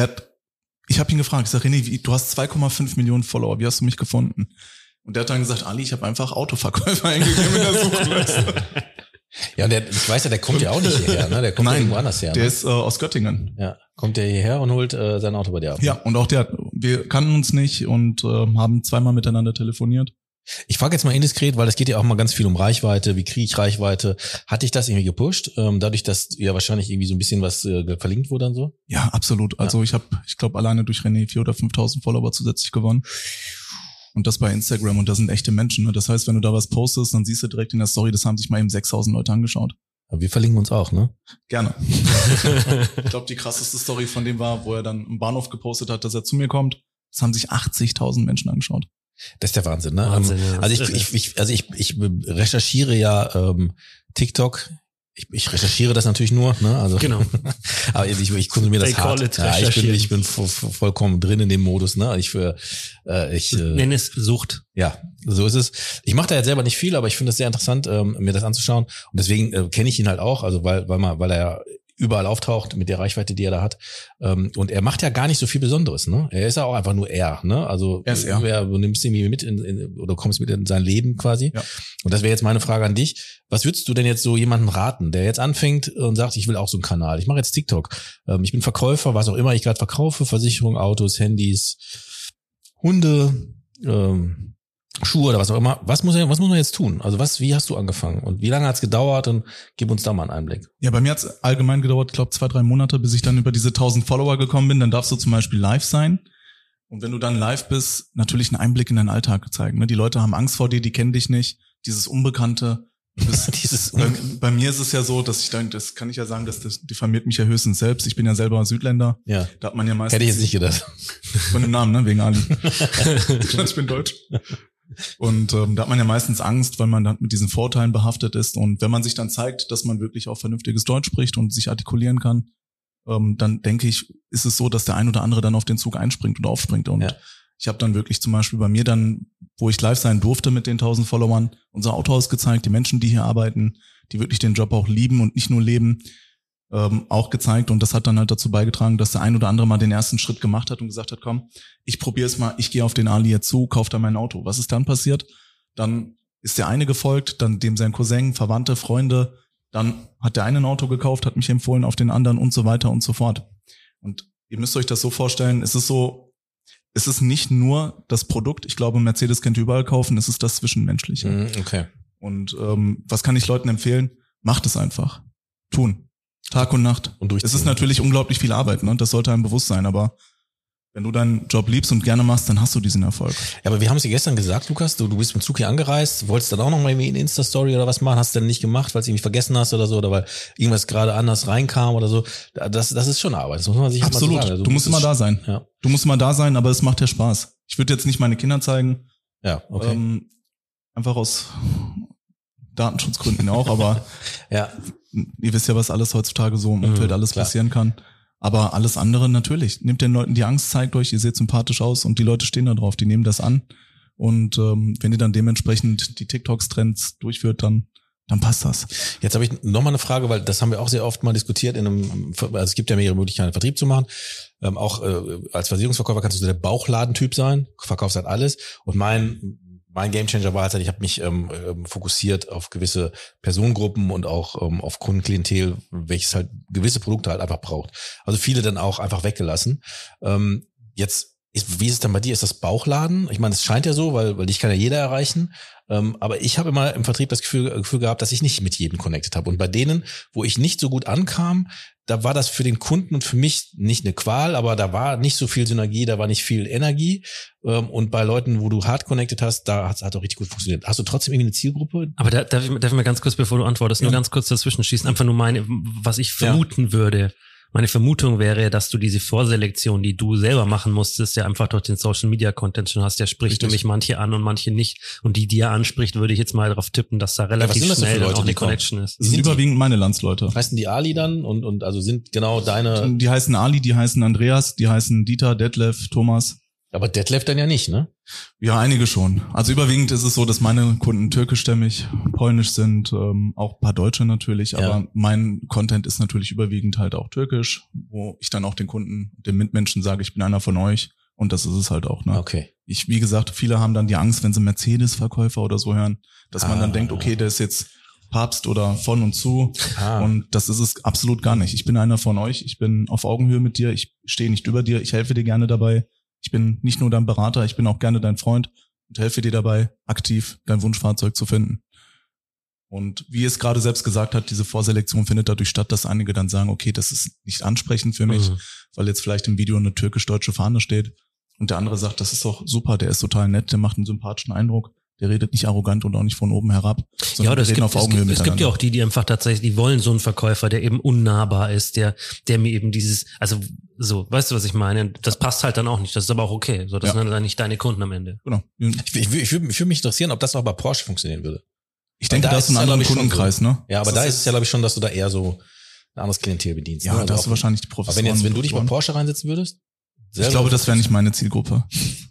E: ich habe ihn gefragt, ich sage, René, du hast 2,5 Millionen Follower, wie hast du mich gefunden? Und der hat dann gesagt, Ali, ich habe einfach Autoverkäufer eingegeben in der Suchleiste.
A: Ja, und ich weiß ja, der kommt ja auch nicht hierher, ne? Der kommt ja irgendwo anders her.
E: Der ist aus Göttingen.
A: Ja, kommt der hierher und holt sein Auto bei dir ab.
E: Ja, und auch wir kannten uns nicht und haben 2-mal miteinander telefoniert.
A: Ich frage jetzt mal indiskret, weil es geht ja auch mal ganz viel um Reichweite. Wie kriege ich Reichweite? Hat dich das irgendwie gepusht? Dadurch, dass ja wahrscheinlich irgendwie so ein bisschen was verlinkt wurde und so?
E: Ja, absolut. Also ich glaube, alleine durch René 4.000 oder 5.000 Follower zusätzlich gewonnen. Und das bei Instagram. Und das sind echte Menschen. Ne? Das heißt, wenn du da was postest, dann siehst du direkt in der Story, das haben sich mal eben 6.000 Leute angeschaut.
A: Aber wir verlinken uns auch, ne?
E: Gerne. Ich glaube, die krasseste Story von dem war, wo er dann im Bahnhof gepostet hat, dass er zu mir kommt. Das haben sich 80.000 Menschen angeschaut.
A: Das ist der Wahnsinn, ne?
B: Wahnsinn, ja.
A: Also ich recherchiere ja TikTok. Ich recherchiere das natürlich nur, ne? Also
B: genau.
A: Aber ich konsumiere das hart. Ja, ich bin vollkommen drin in dem Modus, ne? Ich
B: nenne es Sucht.
A: Ja, so ist es. Ich mache da jetzt selber nicht viel, aber ich finde es sehr interessant, mir das anzuschauen. Und deswegen kenne ich ihn halt auch, also weil er ja überall auftaucht mit der Reichweite, die er da hat. Und er macht ja gar nicht so viel Besonderes, ne? Er ist ja auch einfach nur er, ne? Also
E: er ist er.
A: Du nimmst ihn mit oder kommst mit in sein Leben quasi.
E: Ja.
A: Und das wäre jetzt meine Frage an dich. Was würdest du denn jetzt so jemanden raten, der jetzt anfängt und sagt, ich will auch so einen Kanal. Ich mache jetzt TikTok. Ich bin Verkäufer, was auch immer ich gerade verkaufe, Versicherung, Autos, Handys, Hunde, Schuhe oder was auch immer. Was muss man jetzt tun? Also wie hast du angefangen? Und wie lange hat's gedauert? Und gib uns da mal einen Einblick.
E: Ja, bei mir hat's allgemein gedauert, ich glaube 2-3 Monate, bis ich dann über diese 1000 Follower gekommen bin. Dann darfst du zum Beispiel live sein. Und wenn du dann live bist, natürlich einen Einblick in deinen Alltag zeigen. Ne? Die Leute haben Angst vor dir, die kennen dich nicht. Dieses Unbekannte. Bei mir ist es ja so, dass ich denke, das kann ich ja sagen, das diffamiert mich ja höchstens selbst. Ich bin ja selber Südländer.
A: Ja.
E: Da hat man ja meistens.
A: Hätte ich jetzt nicht gedacht.
E: Von dem Namen, ne? Wegen Ali. Ich bin deutsch. Und da hat man ja meistens Angst, weil man dann mit diesen Vorurteilen behaftet ist. Und wenn man sich dann zeigt, dass man wirklich auch vernünftiges Deutsch spricht und sich artikulieren kann, dann denke ich, ist es so, dass der ein oder andere dann auf den Zug einspringt und aufspringt. Und ich habe dann wirklich zum Beispiel bei mir dann, wo ich live sein durfte mit den 1000 Followern, unser Autohaus gezeigt, die Menschen, die hier arbeiten, die wirklich den Job auch lieben und nicht nur leben, auch gezeigt. Und das hat dann halt dazu beigetragen, dass der ein oder andere mal den ersten Schritt gemacht hat und gesagt hat, komm, ich probiere es mal, ich gehe auf den Ali jetzt zu, kaufe da mein Auto. Was ist dann passiert? Dann ist der eine gefolgt, dann dem sein Cousin, Verwandte, Freunde, dann hat der eine ein Auto gekauft, hat mich empfohlen auf den anderen und so weiter und so fort. Und ihr müsst euch das so vorstellen, es ist nicht nur das Produkt, ich glaube, Mercedes könnt ihr überall kaufen, es ist das Zwischenmenschliche.
A: Okay.
E: Und was kann ich Leuten empfehlen? Macht es einfach. Tun. Tag und Nacht. Und es ist natürlich unglaublich viel Arbeit, ne? Das sollte einem bewusst sein, aber wenn du deinen Job liebst und gerne machst, dann hast du diesen Erfolg.
A: Ja, aber wir haben es dir gestern gesagt, Lukas, du bist mit Zug hier angereist, wolltest dann auch noch mal irgendwie eine Insta-Story oder was machen, hast du denn nicht gemacht, weil es irgendwie vergessen hast oder so, oder weil irgendwas gerade anders reinkam oder so. Das ist schon Arbeit, das muss man sich
E: absolut.
A: Mal so sagen. Also,
E: du musst immer da sein.
A: Ja.
E: Du musst immer da sein, aber es macht ja Spaß. Ich würde jetzt nicht meine Kinder zeigen.
A: Ja, okay.
E: Einfach aus Datenschutzgründen auch, aber
A: ja.
E: Ihr wisst ja, was alles heutzutage so im Umfeld alles passieren kann. Aber alles andere natürlich. Nehmt den Leuten die Angst, zeigt euch, ihr seht sympathisch aus und die Leute stehen da drauf, die nehmen das an. Und wenn ihr dann dementsprechend die TikToks-Trends durchführt, dann passt das.
A: Jetzt habe ich noch mal eine Frage, weil das haben wir auch sehr oft mal diskutiert. Also es gibt ja mehrere Möglichkeiten, einen Vertrieb zu machen. Auch als Versicherungsverkäufer kannst du der Bauchladentyp sein, verkaufst halt alles. Und mein Gamechanger war halt, ich habe mich fokussiert auf gewisse Personengruppen und auch auf Kundenklientel, welches halt gewisse Produkte halt einfach braucht. Also viele dann auch einfach weggelassen. Wie ist es dann bei dir? Ist das Bauchladen? Ich meine, es scheint ja so, weil dich kann ja jeder erreichen. Aber ich habe immer im Vertrieb das Gefühl gehabt, dass ich nicht mit jedem connected habe. Und bei denen, wo ich nicht so gut ankam, da war das für den Kunden und für mich nicht eine Qual, aber da war nicht so viel Synergie, da war nicht viel Energie. Und bei Leuten, wo du hart connected hast, da hat auch richtig gut funktioniert. Hast du trotzdem irgendwie eine Zielgruppe?
B: Aber darf ich mal ganz kurz, bevor du antwortest, nur ganz kurz dazwischen schießen, einfach nur was ich vermuten würde. Meine Vermutung wäre, dass du diese Vorselektion, die du selber machen musstest, ja einfach durch den Social Media Content schon hast. Der spricht nämlich manche an und manche nicht. Und die er anspricht, würde ich jetzt mal darauf tippen, dass da relativ schnell Leute, auch eine Connection ist.
E: Das sind überwiegend meine Landsleute.
A: Heißen die Ali dann und also sind genau deine...
E: Die heißen Ali, die heißen Andreas, die heißen Dieter, Detlef, Thomas.
A: Aber Detlef dann ja nicht, ne?
E: Ja, einige schon. Also überwiegend ist es so, dass meine Kunden türkischstämmig, polnisch sind, auch ein paar Deutsche natürlich, aber mein Content ist natürlich überwiegend halt auch türkisch, wo ich dann auch den Kunden, den Mitmenschen sage, ich bin einer von euch und das ist es halt auch, ne?
A: Okay.
E: Wie gesagt, viele haben dann die Angst, wenn sie Mercedes-Verkäufer oder so hören, dass man dann denkt, okay, der ist jetzt Papst oder von und zu und das ist es absolut gar nicht. Ich bin einer von euch, ich bin auf Augenhöhe mit dir, ich stehe nicht über dir, ich helfe dir gerne dabei. Ich bin nicht nur dein Berater, ich bin auch gerne dein Freund und helfe dir dabei, aktiv dein Wunschfahrzeug zu finden. Und wie es gerade selbst gesagt hat, diese Vorselektion findet dadurch statt, dass einige dann sagen, okay, das ist nicht ansprechend für mich, weil jetzt vielleicht im Video eine türkisch-deutsche Fahne steht. Und der andere sagt, das ist doch super, der ist total nett, der macht einen sympathischen Eindruck. Der redet nicht arrogant und auch nicht von oben herab.
B: Ja, es gibt ja auch die einfach tatsächlich, die wollen so einen Verkäufer, der eben unnahbar ist, der mir eben dieses, also so, weißt du, was ich meine? Das passt halt dann auch nicht. Das ist aber auch okay. So, das sind dann nicht deine Kunden am Ende.
E: Genau.
A: Ich würde mich interessieren, ob das auch bei Porsche funktionieren würde.
E: Ich denke, da ist ein anderer Kundenkreis, ne?
A: Ja, aber da ist es ja, glaube ich, schon, dass du da eher so ein anderes Klientel bedienst.
E: Ja,
A: ne?
E: da hast du wahrscheinlich die Professoren.
A: Aber wenn du dich bei Porsche reinsetzen würdest?
E: Ich glaube, das wäre nicht meine Zielgruppe.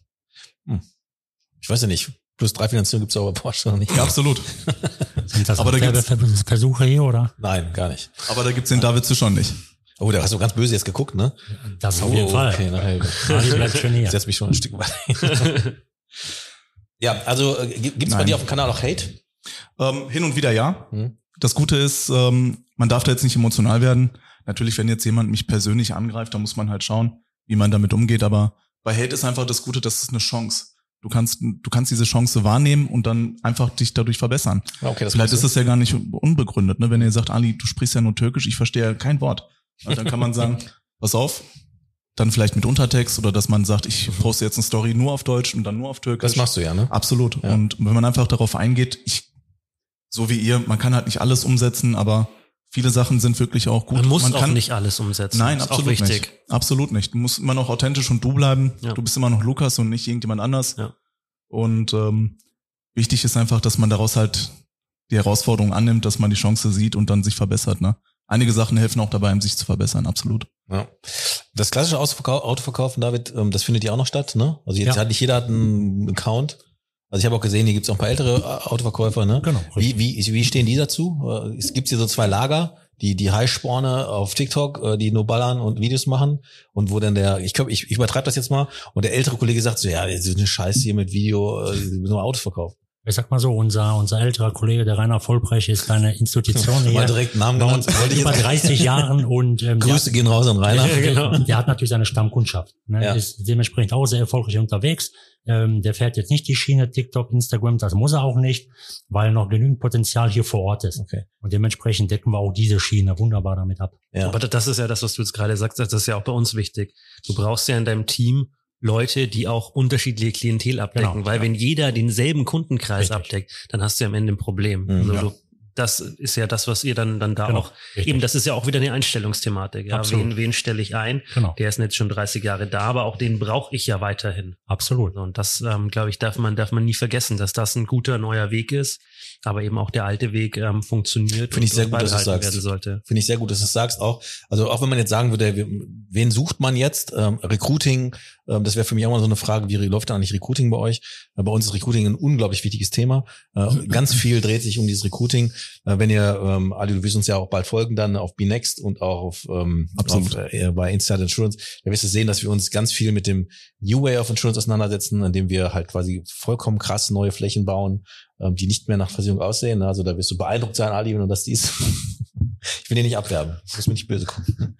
A: Ich weiß ja nicht. Plus 3 Finanzierung gibt's auch bei Porsche noch nicht.
E: Ja, absolut.
C: Sind das aber da gibt's Versuche hier, oder?
A: Nein, gar nicht.
E: Aber da gibt's den David Zischer nicht.
A: Oh, da hast du ganz böse jetzt geguckt, ne?
C: Das auf jeden Fall.
A: Okay, nachher.
C: Bleibt schon hier.
A: Setz mich schon ein Stück weit. Ja, also gibt's bei dir auf dem Kanal auch Hate?
E: Hin und wieder ja. Das Gute ist, man darf da jetzt nicht emotional werden. Natürlich, wenn jetzt jemand mich persönlich angreift, dann muss man halt schauen, wie man damit umgeht. Aber bei Hate ist einfach das Gute, das ist eine Chance. Du kannst diese Chance wahrnehmen und dann einfach dich dadurch verbessern.
A: Okay,
E: vielleicht ist es ja gar nicht unbegründet, ne? Wenn ihr sagt, Ali, du sprichst ja nur Türkisch, ich verstehe ja kein Wort. Und dann kann man sagen, pass auf, dann vielleicht mit Untertext oder dass man sagt, ich poste jetzt eine Story nur auf Deutsch und dann nur auf Türkisch.
A: Das machst du ja, ne?
E: Absolut. Ja. Und wenn man einfach darauf eingeht, so wie ihr, man kann halt nicht alles umsetzen, aber viele Sachen sind wirklich auch gut.
B: Man muss auch nicht alles umsetzen.
E: Nein,
B: das ist
E: absolut
B: auch wichtig.
E: Nicht. Absolut nicht. Du musst immer noch authentisch und du bleiben. Ja. Du bist immer noch Lukas und nicht irgendjemand anders.
B: Ja.
E: Und wichtig ist einfach, dass man daraus halt die Herausforderung annimmt, dass man die Chance sieht und dann sich verbessert. Ne? Einige Sachen helfen auch dabei, sich zu verbessern, absolut.
A: Ja. Das klassische Autoverkaufen, David, das findet ja auch noch statt, ne? Also jetzt hat nicht jeder hat einen Account. Also ich habe auch gesehen, hier gibt's auch ein paar ältere Autoverkäufer, ne?
C: Genau.
A: Wie stehen die dazu? Es gibt hier so 2 Lager, die Highsporne auf TikTok, die nur ballern und Videos machen und wo dann ich übertreibe das jetzt mal und der ältere Kollege sagt so, ja, das ist eine Scheiße hier mit Video, nur Autos verkaufen.
C: Ich sag mal so, unser älterer Kollege, der Rainer Vollbrecht, ist eine Institution hier.
A: Mal direkt Namen genannt.
C: Über 30 Jahren und
A: Grüße gehen raus an Rainer.
C: Genau. Der hat natürlich seine Stammkundschaft. Ne? Ja. Ist dementsprechend auch sehr erfolgreich unterwegs. Der fährt jetzt nicht die Schiene TikTok, Instagram, das muss er auch nicht, weil noch genügend Potenzial hier vor Ort ist. Okay. Und dementsprechend decken wir auch diese Schiene wunderbar damit ab.
B: Ja. Aber das ist ja das, was du jetzt gerade sagst, das ist ja auch bei uns wichtig. Du brauchst ja in deinem Team Leute, die auch unterschiedliche Klientel abdecken, genau, weil wenn jeder denselben Kundenkreis abdeckt, dann hast du ja am Ende ein Problem. Mhm, also das ist ja das, was ihr dann da auch, eben das ist ja auch wieder eine Einstellungsthematik. Ja? Wen stelle ich ein? Genau. Der ist jetzt schon 30 Jahre da, aber auch den brauche ich ja weiterhin.
C: Absolut.
B: Und das, glaube ich, darf man nie vergessen, dass das ein guter neuer Weg ist, aber eben auch der alte Weg funktioniert.
A: Finde ich sehr gut, dass du sagst. Finde ich sehr gut, dass du sagst auch. Also auch wenn man jetzt sagen würde, wen sucht man jetzt? Recruiting, das wäre für mich auch mal so eine Frage, wie läuft da eigentlich Recruiting bei euch? Bei uns ist Recruiting ein unglaublich wichtiges Thema. Ganz viel dreht sich um dieses Recruiting. Wenn ihr, Ali, du wirst uns ja auch bald folgen dann auf BeNext und auch bei Inside Insurance, da wirst du sehen, dass wir uns ganz viel mit dem New Way of Insurance auseinandersetzen, indem wir halt quasi vollkommen krass neue Flächen bauen, die nicht mehr nach Versicherung aussehen. Also da wirst du beeindruckt sein, Ali, wenn du das siehst. Ich will dir nicht abwerben, du musst mir nicht böse kommen.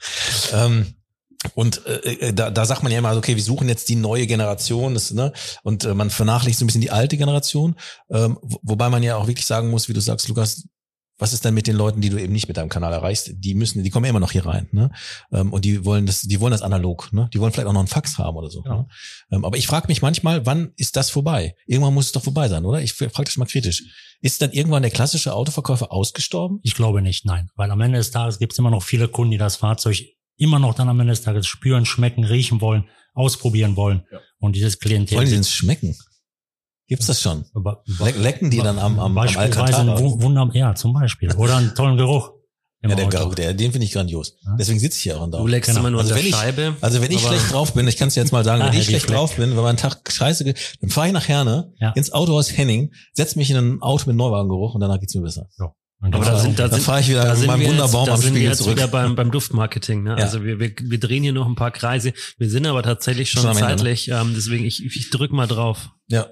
A: Und da sagt man ja immer, okay, wir suchen jetzt die neue Generation, und man vernachlässigt so ein bisschen die alte Generation, wobei man ja auch wirklich sagen muss, wie du sagst, Lukas, was ist denn mit den Leuten, die du eben nicht mit deinem Kanal erreichst? Die kommen ja immer noch hier rein, ne? Und die wollen das analog, ne? Die wollen vielleicht auch noch einen Fax haben oder so. Ja. Ne? Aber ich frage mich manchmal, wann ist das vorbei? Irgendwann muss es doch vorbei sein, oder? Ich frage das mal kritisch. Ist dann irgendwann der klassische Autoverkäufer ausgestorben?
C: Ich glaube nicht, nein. Weil am Ende des Tages gibt es immer noch viele Kunden, die das Fahrzeug immer noch dann am Ende des Tages spüren, schmecken, riechen wollen, ausprobieren wollen. Ja. Und dieses Klientel.
A: Wollen die denn schmecken? Gibt's das schon? Lecken die dann am
C: Alcantara? Ja, zum Beispiel. Oder einen tollen Geruch.
A: Ja, der Geruch, den finde ich grandios. Ja? Deswegen sitze ich hier auch an da.
B: Du leckst immer nur an der Scheibe.
A: Wenn ich schlecht drauf bin, ich kann es dir jetzt mal sagen, wenn ich schlecht drauf bin, wenn mein Tag scheiße geht, dann fahre ich nach Herne, ins Autohaus Henning, setz mich in ein Auto mit Neuwagengeruch und danach geht's mir besser.
C: Ja.
A: Aber da fahre ich wieder mit meinem Wunderbaum am Spiegel zurück.
B: Da sind wir jetzt wieder beim Duftmarketing. Ne? Ja. Also wir drehen hier noch ein paar Kreise. Wir sind aber tatsächlich schon zeitlich. Deswegen ich drück mal drauf.
A: Ja.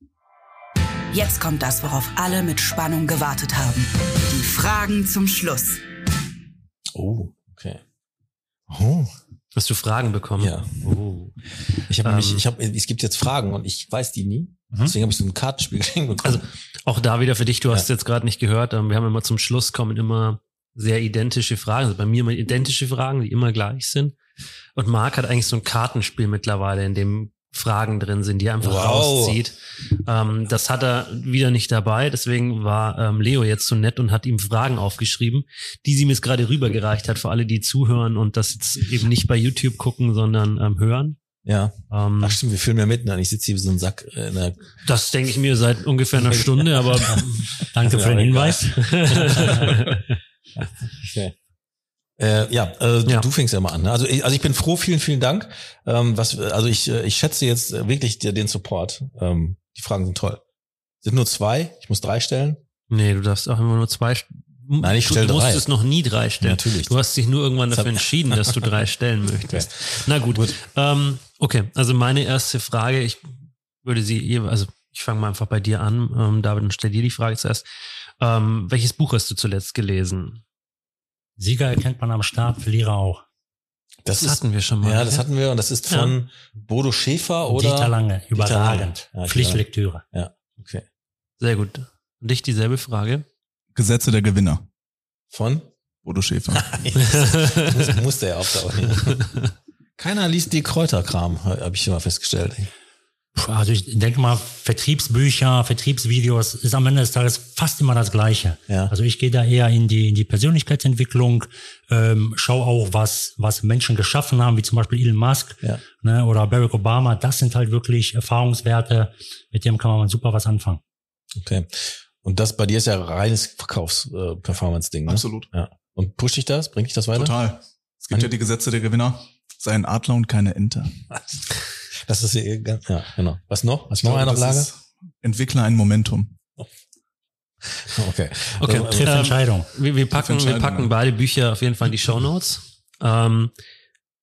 D: Jetzt kommt das, worauf alle mit Spannung gewartet haben. Die Fragen zum Schluss.
A: Oh, okay.
B: Oh. Hast du Fragen bekommen?
A: Ja. Oh. Es gibt jetzt Fragen und ich weiß die nie. Deswegen habe ich so ein Kartenspiel geschenkt bekommen.
B: Also auch da wieder für dich, du hast es jetzt gerade nicht gehört, wir haben immer zum Schluss kommen immer sehr identische Fragen. Also bei mir immer identische Fragen, die immer gleich sind. Und Marc hat eigentlich so ein Kartenspiel mittlerweile, in dem Fragen drin sind, die er einfach rauszieht. Das hat er wieder nicht dabei, deswegen war Leo jetzt so nett und hat ihm Fragen aufgeschrieben, die sie mir jetzt gerade rübergereicht hat für alle, die zuhören und das jetzt eben nicht bei YouTube gucken, sondern hören.
A: Ja. Ach stimmt, wir filmen ja mitten an. Ich sitze hier wie so ein Sack.
B: Das denke ich mir seit ungefähr einer Stunde, aber
C: danke für den Hinweis.
A: Okay. Du fängst ja mal an. Ne? Also ich bin froh, vielen Dank. Ich schätze jetzt wirklich den Support. Die Fragen sind toll. Sind nur 2? Ich muss 3 stellen?
B: Nee, du darfst auch immer nur 2.
A: Nein, ich stelle 3.
B: Du musstest noch nie 3 stellen.
A: Natürlich.
B: Du hast dich nur irgendwann dafür entschieden, dass du 3 stellen möchtest. Okay. Na gut. Okay, also meine erste Frage, ich fange mal einfach bei dir an. David, und stell dir die Frage zuerst. Welches Buch hast du zuletzt gelesen?
C: Sieger erkennt man am Start, Verlierer auch.
B: Das hatten wir schon mal.
A: Ja, das hatten wir und das ist von Bodo Schäfer oder?
C: Dieter Lange, überragend. Ja, Pflichtlektüre.
A: Ja, okay.
B: Sehr gut. Und dich dieselbe Frage?
E: Gesetze der Gewinner.
A: Von?
E: Bodo Schäfer.
A: Musste er auftauchen. Keiner liest die Kräuterkram, habe ich immer festgestellt.
C: Also ich denke mal, Vertriebsbücher, Vertriebsvideos ist am Ende des Tages fast immer das Gleiche.
A: Ja.
C: Also ich gehe da eher in die Persönlichkeitsentwicklung, schaue auch, was Menschen geschaffen haben, wie zum Beispiel Elon Musk, oder Barack Obama. Das sind halt wirklich Erfahrungswerte, mit dem kann man super was anfangen.
A: Okay. Und das bei dir ist ja reines Verkaufs-Performance-Ding, ne?
E: Absolut.
A: Ja. Und pusht dich das? Bringt dich das weiter?
E: Total. Es gibt ja die Gesetze der Gewinner. Sei ein Adler und keine Ente.
A: Das ist ja, genau. Was noch? Hast du noch einen auf Lager?
E: Entwickle ein Momentum.
A: Okay.
C: Triff Entscheidung.
B: Wir packen beide Bücher auf jeden Fall in die Shownotes.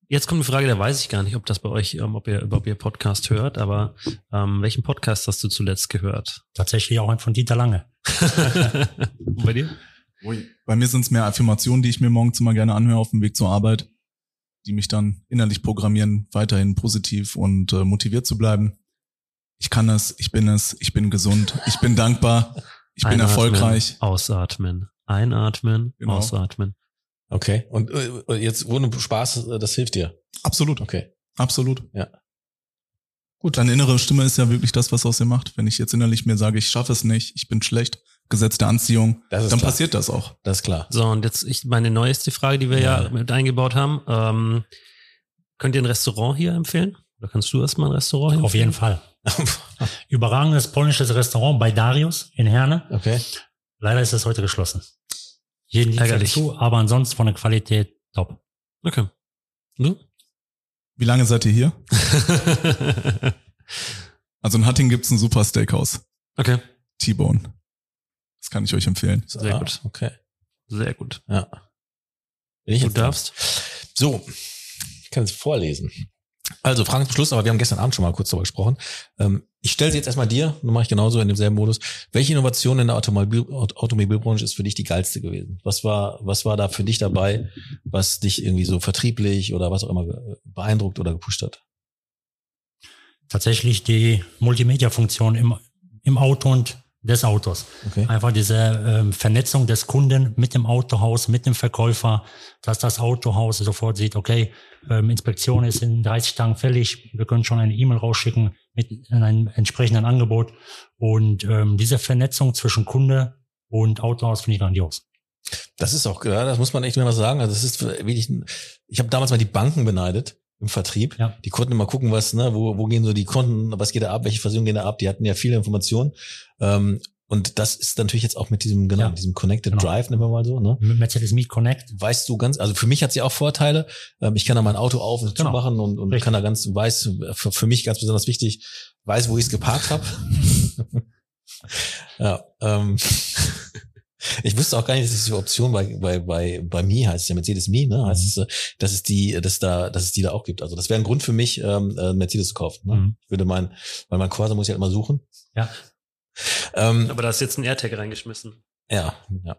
B: Jetzt kommt eine Frage, da weiß ich gar nicht, ob das bei euch, ob ihr Podcast hört, aber welchen Podcast hast du zuletzt gehört?
C: Tatsächlich auch einen von Dieter Lange.
B: Und bei dir?
E: Bei mir sind es mehr Affirmationen, die ich mir morgens immer gerne anhöre auf dem Weg zur Arbeit, die mich dann innerlich programmieren, weiterhin positiv und motiviert zu bleiben. Ich kann es, ich bin gesund, ich bin dankbar, ich bin erfolgreich.
B: Ausatmen, einatmen, genau. Ausatmen.
A: Okay, und jetzt ohne Spaß, das hilft dir?
E: Absolut.
A: Okay.
E: Absolut.
A: Ja.
E: Gut, deine innere Stimme ist ja wirklich das, was aus dir macht. Wenn ich jetzt innerlich mir sage, ich schaffe es nicht, ich bin schlecht, Gesetz der Anziehung, dann klar. Passiert das auch.
A: Das ist klar.
B: So, und jetzt meine neueste Frage, die wir ja mit eingebaut haben. Könnt ihr ein Restaurant hier empfehlen? Oder kannst du erstmal ein Restaurant hier
C: empfehlen? Auf jeden Fall. Überragendes polnisches Restaurant bei Darius in Herne.
A: Okay.
C: Leider ist es heute geschlossen. Jeden Dienstag zu, aber ansonsten von der Qualität top.
B: Okay. Du?
E: Wie lange seid ihr hier? Also in Hattingen gibt's ein super Steakhouse.
B: Okay.
E: T-Bone. Das kann ich euch empfehlen.
B: Sehr gut.
A: Okay.
B: Sehr gut.
A: Ja.
B: Wenn ich jetzt darfst.
A: So. Ich kann es vorlesen. Also Fragen zum Schluss, aber wir haben gestern Abend schon mal kurz darüber gesprochen. Ich stelle sie jetzt erstmal dir, dann mache ich genauso in demselben Modus. Welche Innovation in der Automobilbranche ist für dich die geilste gewesen? Was war da für dich dabei, was dich irgendwie so vertrieblich oder was auch immer beeindruckt oder gepusht hat?
C: Tatsächlich die Multimedia-Funktion im Auto und des Autos. Okay. Einfach diese Vernetzung des Kunden mit dem Autohaus, mit dem Verkäufer, dass das Autohaus sofort sieht, okay, Inspektion ist in 30 Tagen fällig, wir können schon eine E-Mail rausschicken mit einem entsprechenden Angebot. Und diese Vernetzung zwischen Kunde und Autohaus finde ich grandios.
A: Das ist auch, ja, das muss man echt mal sagen. Also das ist wirklich, ich habe damals mal die Banken beneidet im Vertrieb. Ja. Die konnten immer gucken, was, ne, wo gehen so die Konten, was geht da ab, welche Versicherungen gehen da ab. Die hatten ja viele Informationen. Und das ist natürlich jetzt auch mit diesem, mit diesem Connected Drive, nehmen wir mal so, ne?
C: Mit Mercedes Me Connect.
A: Weißt du also für mich hat sie auch Vorteile. Ich kann da mein Auto auf und zu machen und kann da für mich ganz besonders wichtig, weiß, wo ich es geparkt habe. Ja, ich wusste auch gar nicht, dass diese Option bei Me heißt, der Mercedes Me, ne? Heißt es, dass es die da auch gibt. Also das wäre ein Grund für mich, Mercedes zu kaufen. Ne? Ich würde weil mein Corsa muss ich halt immer suchen.
C: Ja.
B: Aber da ist jetzt ein AirTag reingeschmissen.
A: Ja.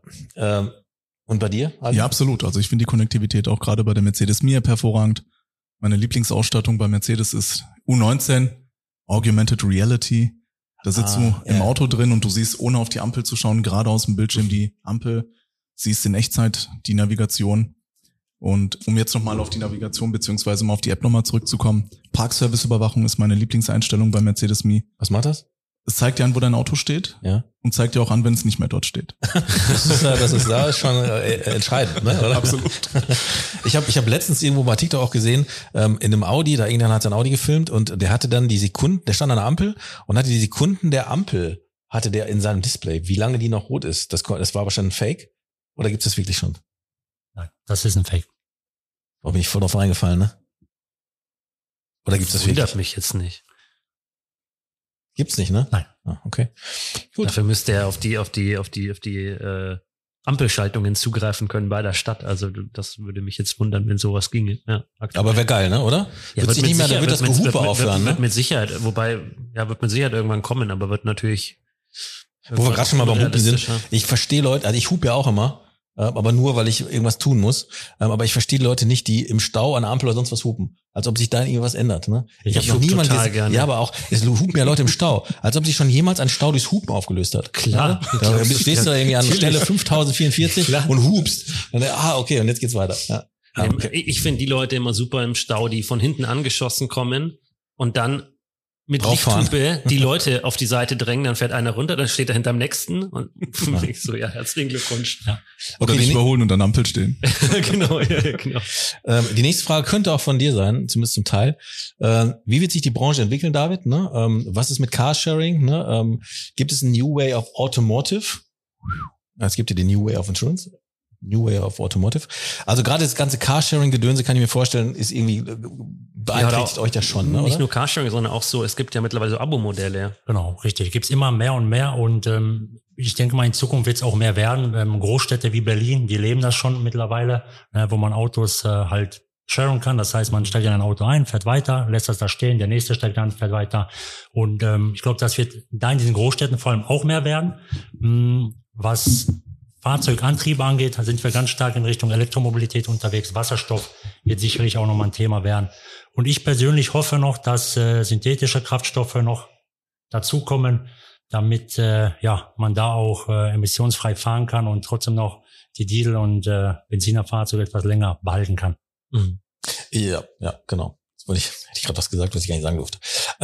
A: Und bei dir?
E: Also? Ja, absolut. Also ich finde die Konnektivität auch gerade bei der Mercedes Me hervorragend. Meine Lieblingsausstattung bei Mercedes ist U19, Augmented Reality. Da sitzt du im Auto drin und du siehst, ohne auf die Ampel zu schauen, gerade aus dem Bildschirm die Ampel, siehst in Echtzeit die Navigation. Und um jetzt nochmal auf die Navigation beziehungsweise mal auf die App nochmal zurückzukommen, Parkservice-Überwachung ist meine Lieblingseinstellung bei Mercedes Me.
A: Was macht das?
E: Es zeigt dir an, wo dein Auto steht, und zeigt dir auch an, wenn es nicht mehr dort steht.
A: Das ist da schon entscheidend, ne? Oder?
E: Absolut.
A: Ich hab letztens irgendwo bei TikTok auch gesehen, in einem Audi, da irgendjemand hat sein Audi gefilmt und der hatte dann die Sekunden, der stand an der Ampel und hatte die Sekunden der Ampel, hatte der in seinem Display, wie lange die noch rot ist. Das war wahrscheinlich ein Fake, oder gibt's das wirklich schon?
C: Nein, das ist ein Fake.
A: Da bin ich voll drauf reingefallen, ne? Oder gibt's das wirklich?
B: Wundert mich jetzt nicht.
A: Gibt's nicht, ne?
C: Nein.
A: Ah, okay.
B: Gut. Dafür müsste er auf die Ampelschaltungen zugreifen können bei der Stadt. Also das würde mich jetzt wundern, wenn sowas ginge. Ja,
A: aber wäre geil, ne? Oder?
B: Ja, wird das Gehupe aufhören, wird mit Sicherheit, wird mit Sicherheit irgendwann kommen, aber wird natürlich.
A: Wo wir gerade schon mal beim Hupen sind. Ich verstehe Leute, also ich hupe ja auch immer. Aber nur, weil ich irgendwas tun muss. Aber ich verstehe die Leute nicht, die im Stau, an der Ampel oder sonst was hupen. Als ob sich da irgendwas ändert. Ne? Ich habe noch niemand gesehen. Ja, aber auch, es hupen ja Leute im Stau. Als ob sich schon jemals ein Stau durchs Hupen aufgelöst hat.
B: Klar.
A: Da stehst du da irgendwie an Stelle 5044 und hupst. Okay, und jetzt geht's weiter. Ja.
B: Okay. Ich finde die Leute immer super im Stau, die von hinten angeschossen kommen und dann mit Lichthupe die Leute auf die Seite drängen, dann fährt einer runter, dann steht er hinterm nächsten und ich so, herzlichen Glückwunsch. Ja.
E: Oder nicht überholen und an der Ampel stehen.
B: Genau.
A: Die nächste Frage könnte auch von dir sein, zumindest zum Teil. Wie wird sich die Branche entwickeln, David? Ne? Was ist mit Carsharing? Ne? Gibt es ein New Way of Automotive? Es gibt ja die New Way of Insurance. New Way of Automotive. Also gerade das ganze Carsharing-Gedönse, kann ich mir vorstellen, ist irgendwie beeinträchtigt euch das schon, ne?
B: Nicht nur Carsharing, sondern auch so, es gibt ja mittlerweile so Abo-Modelle.
C: Genau, richtig. Gibt's immer mehr und mehr und ich denke mal, in Zukunft wird es auch mehr werden. Großstädte wie Berlin, die leben das schon mittlerweile, wo man Autos halt sharen kann. Das heißt, man stellt in ein Auto ein, fährt weiter, lässt das da stehen, der nächste steigt an, fährt weiter. Und ich glaube, das wird da in diesen Großstädten vor allem auch mehr werden. Was Fahrzeugantriebe angeht, sind wir ganz stark in Richtung Elektromobilität unterwegs. Wasserstoff wird sicherlich auch nochmal ein Thema werden. Und ich persönlich hoffe noch, dass synthetische Kraftstoffe noch dazukommen, damit man da auch emissionsfrei fahren kann und trotzdem noch die Diesel- und Benzinerfahrzeuge etwas länger behalten kann.
A: Mhm. Ja, genau. Hätte ich gerade was gesagt, was ich gar nicht sagen durfte.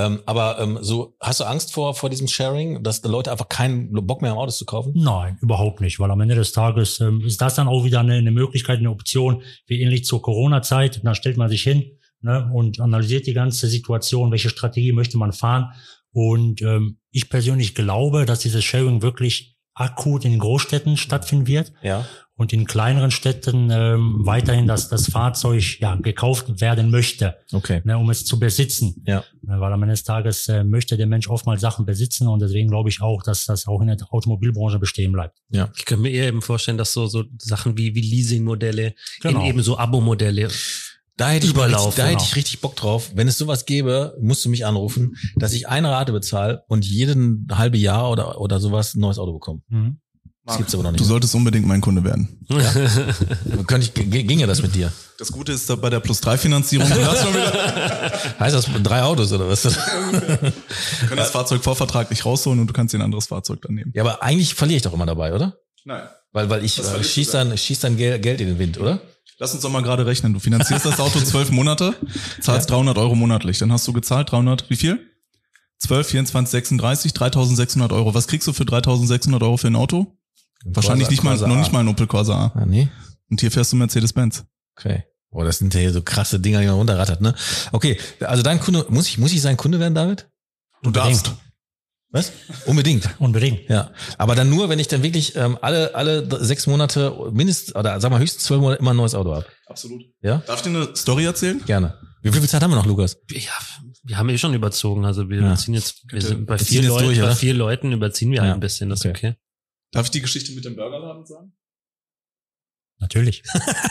A: So, hast du Angst vor diesem Sharing, dass die Leute einfach keinen Bock mehr haben, Autos zu kaufen?
C: Nein, überhaupt nicht, weil am Ende des Tages ist das dann auch wieder eine Möglichkeit, eine Option, wie ähnlich zur Corona-Zeit. Dann stellt man sich hin, ne, und analysiert die ganze Situation, welche Strategie möchte man fahren. Und ich persönlich glaube, dass dieses Sharing wirklich akut in Großstädten stattfinden wird.
A: Ja.
C: Und in kleineren Städten weiterhin das Fahrzeug gekauft werden möchte,
A: okay,
C: ne, um es zu besitzen.
A: Ja.
C: Weil am Ende des Tages möchte der Mensch oftmals Sachen besitzen und deswegen glaube ich auch, dass das auch in der Automobilbranche bestehen bleibt.
B: Ja. Ich könnte mir eher eben vorstellen, dass so Sachen wie Leasing-Modelle, in eben so Abo-Modelle
A: Da hätte ich richtig Bock drauf. Wenn es sowas gäbe, musst du mich anrufen, dass ich eine Rate bezahle und jeden halbe Jahr oder sowas ein neues Auto bekomme.
C: Mhm.
A: Das gibt's aber noch nicht.
E: Du solltest unbedingt mein Kunde werden.
A: Ja. Ginge das mit dir?
E: Das Gute ist, bei der Plus-3-Finanzierung
A: heißt das 3 Autos oder was?
E: Wir können das Fahrzeug vorvertraglich rausholen und du kannst dir ein anderes Fahrzeug dann nehmen.
A: Ja, aber eigentlich verliere ich doch immer dabei, oder?
E: Nein.
A: Weil ich schieß dann Geld in den Wind, oder?
E: Lass uns doch mal gerade rechnen. Du finanzierst das Auto 12 Monate, zahlst 300 Euro monatlich. Dann hast du gezahlt 300, wie viel? 12, 24, 36, 3.600 Euro. Was kriegst du für 3.600 Euro für ein Auto? Wahrscheinlich nicht mal ein Opel Corsa A.
A: Ah, nee.
E: Und hier fährst du Mercedes-Benz.
A: Okay. Oh, das sind ja hier so krasse Dinger, die man runterrattert, ne? Okay, also dein Kunde, muss ich sein Kunde werden, David?
E: Du darfst.
A: Was? Unbedingt. Ja. Aber dann nur, wenn ich dann wirklich alle 6 Monate mindestens, oder sag mal höchstens 12 Monate immer ein neues Auto habe.
E: Absolut.
A: Ja?
E: Darf ich dir eine Story erzählen?
A: Gerne. Wie viel Zeit haben wir noch, Lukas?
B: Ja, wir haben schon überzogen. Also wir sind bei 4
A: Leuten,
B: durch, bei 4 Leuten überziehen wir halt ein bisschen. Das ist okay.
E: Darf ich die Geschichte mit dem Burgerladen sagen?
C: Natürlich.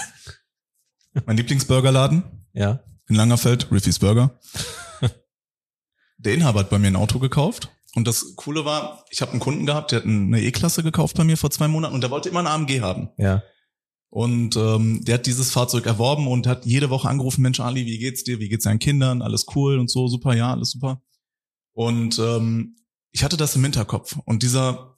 E: Mein Lieblingsburgerladen?
A: Ja.
E: In Langerfeld, Riffy's Burger. Der Inhaber hat bei mir ein Auto gekauft. Und das Coole war, ich habe einen Kunden gehabt, der hat eine E-Klasse gekauft bei mir vor 2 Monaten und der wollte immer einen AMG haben.
A: Ja.
E: Und der hat dieses Fahrzeug erworben und hat jede Woche angerufen, Mensch Ali, wie geht's dir? Wie geht's deinen Kindern? Alles cool und so, super, ja, alles super. Und ich hatte das im Hinterkopf. Und dieser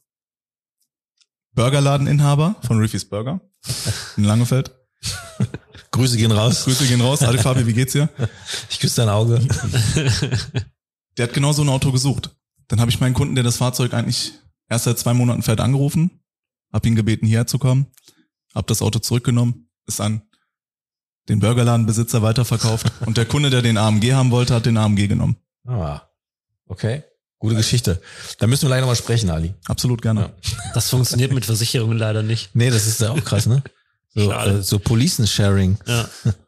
E: Burgerladeninhaber von Riffy's Burger in Langenfeld.
A: Grüße gehen raus.
E: Ali Fabi, wie geht's dir?
A: Ich küsse dein Auge.
E: Der hat genau so ein Auto gesucht. Dann habe ich meinen Kunden, der das Fahrzeug eigentlich erst seit 2 Monaten fährt, angerufen, habe ihn gebeten, hierher zu kommen, habe das Auto zurückgenommen, ist an den Burgerladenbesitzer weiterverkauft und der Kunde, der den AMG haben wollte, hat den AMG genommen.
A: Ah, okay. Gute Geschichte. Da müssen wir gleich nochmal sprechen, Ali.
E: Absolut gerne. Ja.
B: Das funktioniert mit Versicherungen leider nicht.
A: Nee, das ist ja auch krass, ne? So Policen-Sharing.
B: Ja.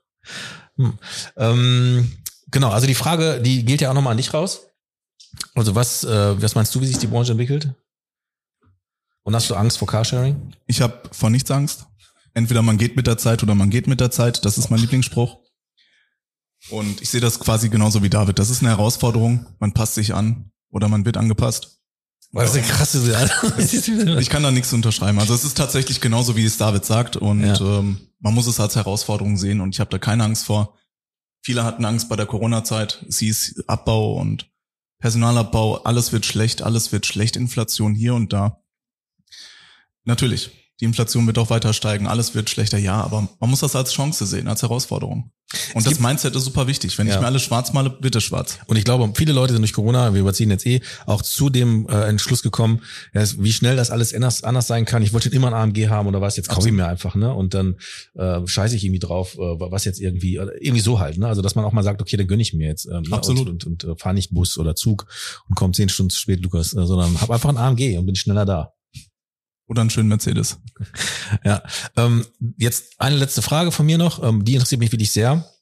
A: Genau, also die Frage, die gilt ja auch nochmal an dich raus. Also was meinst du, wie sich die Branche entwickelt? Und hast du Angst vor Carsharing?
E: Ich habe vor nichts Angst. Entweder man geht mit der Zeit oder man geht mit der Zeit. Das ist mein Lieblingsspruch. Und ich sehe das quasi genauso wie David. Das ist eine Herausforderung. Man passt sich an oder man wird angepasst.
A: Das ist eine krasse Sache.
E: Ich kann da nichts unterschreiben. Also es ist tatsächlich genauso, wie es David sagt. Und man muss es als Herausforderung sehen. Und ich habe da keine Angst vor. Viele hatten Angst bei der Corona-Zeit. Es hieß Abbau und Personalabbau. Alles wird schlecht, Inflation hier und da. Natürlich, die Inflation wird auch weiter steigen. Alles wird schlechter, ja. Aber man muss das als Chance sehen, als Herausforderung. Und das Mindset ist super wichtig. Wenn ich mir alles schwarz male, wird es schwarz.
A: Und ich glaube, viele Leute sind durch Corona, wir überziehen jetzt auch zu dem Entschluss gekommen, wie schnell das alles anders sein kann. Ich wollte immer ein AMG haben oder was, jetzt kaufe ich mir einfach, ne? Und dann scheiße ich irgendwie drauf, was jetzt irgendwie so halt, ne? Also dass man auch mal sagt, okay, dann gönne ich mir jetzt
E: Absolut.
A: und fahre nicht Bus oder Zug und komme 10 Stunden zu spät, Lukas, sondern habe einfach ein AMG und bin schneller da.
E: Oder einen schönen Mercedes.
A: Ja. Jetzt eine letzte Frage von mir noch, die interessiert mich wirklich sehr.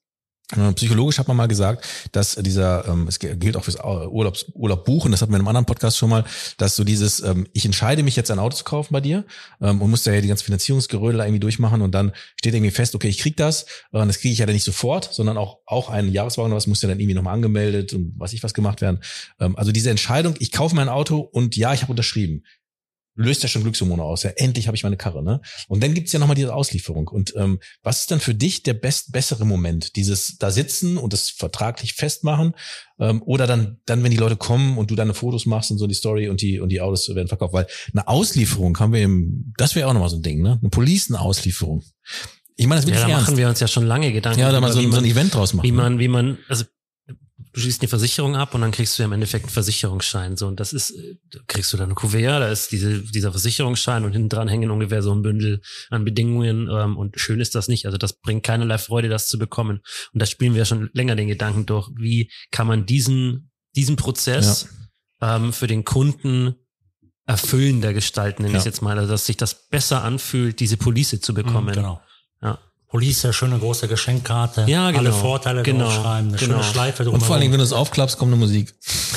A: Psychologisch hat man mal gesagt, dass es gilt auch fürs Urlaub buchen, das hatten wir in einem anderen Podcast schon mal, dass so dieses, ich entscheide mich jetzt ein Auto zu kaufen bei dir und muss da ja die ganze Finanzierungsgerödel irgendwie durchmachen und dann steht irgendwie fest, okay, ich krieg das und das kriege ich ja dann nicht sofort, sondern auch ein Jahreswagen oder was muss ja dann irgendwie nochmal angemeldet und was gemacht werden. Also diese Entscheidung, ich kaufe mir ein Auto und ja, ich habe unterschrieben. Löst ja schon Glückshormone aus. Ja, endlich habe ich meine Karre, ne? Und dann gibt's ja nochmal diese Auslieferung. Und was ist dann für dich der bessere Moment? Dieses da sitzen und das vertraglich festmachen oder dann wenn die Leute kommen und du deine Fotos machst und so die Story und die Autos werden verkauft. Weil eine Auslieferung das wäre auch nochmal so ein Ding, ne? Eine Police-Auslieferung. Ich meine, das wird
B: da machen wir uns ja schon lange Gedanken.
A: Ja, da mal so ein Event draus machen.
B: Wie man, also du schließt eine Versicherung ab und dann kriegst du ja im Endeffekt einen Versicherungsschein. So, und das ist, kriegst du dann ein Kuvert, da ist dieser Versicherungsschein und hinten dran hängen ungefähr so ein Bündel an Bedingungen, und schön ist das nicht. Also das bringt keinerlei Freude, das zu bekommen. Und da spielen wir schon länger den Gedanken durch, wie kann man diesen Prozess für den Kunden erfüllender gestalten, nenne ich jetzt mal, also dass sich das besser anfühlt, diese Police zu bekommen.
C: Genau.
B: Ja.
C: Police, schöne große Geschenkkarte, alle Vorteile draufschreiben, eine schöne Schleife drumherum.
A: Und vor allem, wenn du es aufklappst, kommt eine Musik.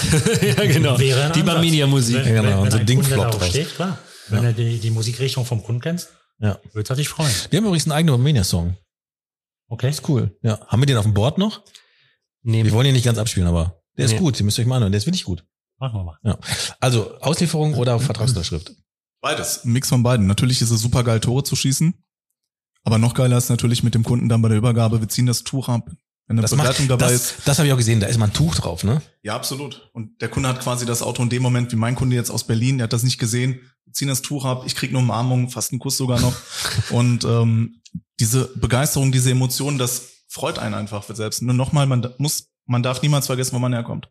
B: Ja, genau. Die Barmenia-Musik.
C: Ja,
A: genau.
C: Wenn
A: so
C: ein
A: Ding
C: Kunde
A: floppt
C: darauf
A: raus.
C: steht, klar. Wenn du die Musikrichtung vom Kunden kennst, würdest du dich freuen.
A: Wir haben übrigens einen eigenen Barmenia-Song.
C: Okay.
A: Ist cool. Ja. Haben wir den auf dem Board noch?
B: Nee.
A: Wir wollen ihn nicht ganz abspielen, aber der ist gut. Den müsst ihr euch mal anhören. Der ist wirklich gut.
C: Machen wir mal.
A: Ja. Also, Auslieferung oder Vertragsunterschrift?
E: Beides. Ein Mix von beiden. Natürlich ist es super geil, Tore zu schießen. Aber noch geiler ist natürlich mit dem Kunden dann bei der Übergabe, wir ziehen das Tuch ab. Wenn eine Bewertung dabei ist.
A: Das habe ich auch gesehen, da ist mal ein Tuch drauf, ne?
E: Ja, absolut. Und der Kunde hat quasi das Auto in dem Moment, wie mein Kunde jetzt aus Berlin, der hat das nicht gesehen, wir ziehen das Tuch ab, ich krieg eine Umarmung, fast einen Kuss sogar noch. Und diese Begeisterung, diese Emotionen, das freut einen einfach für selbst. Nur nochmal, man darf niemals vergessen, wo man herkommt.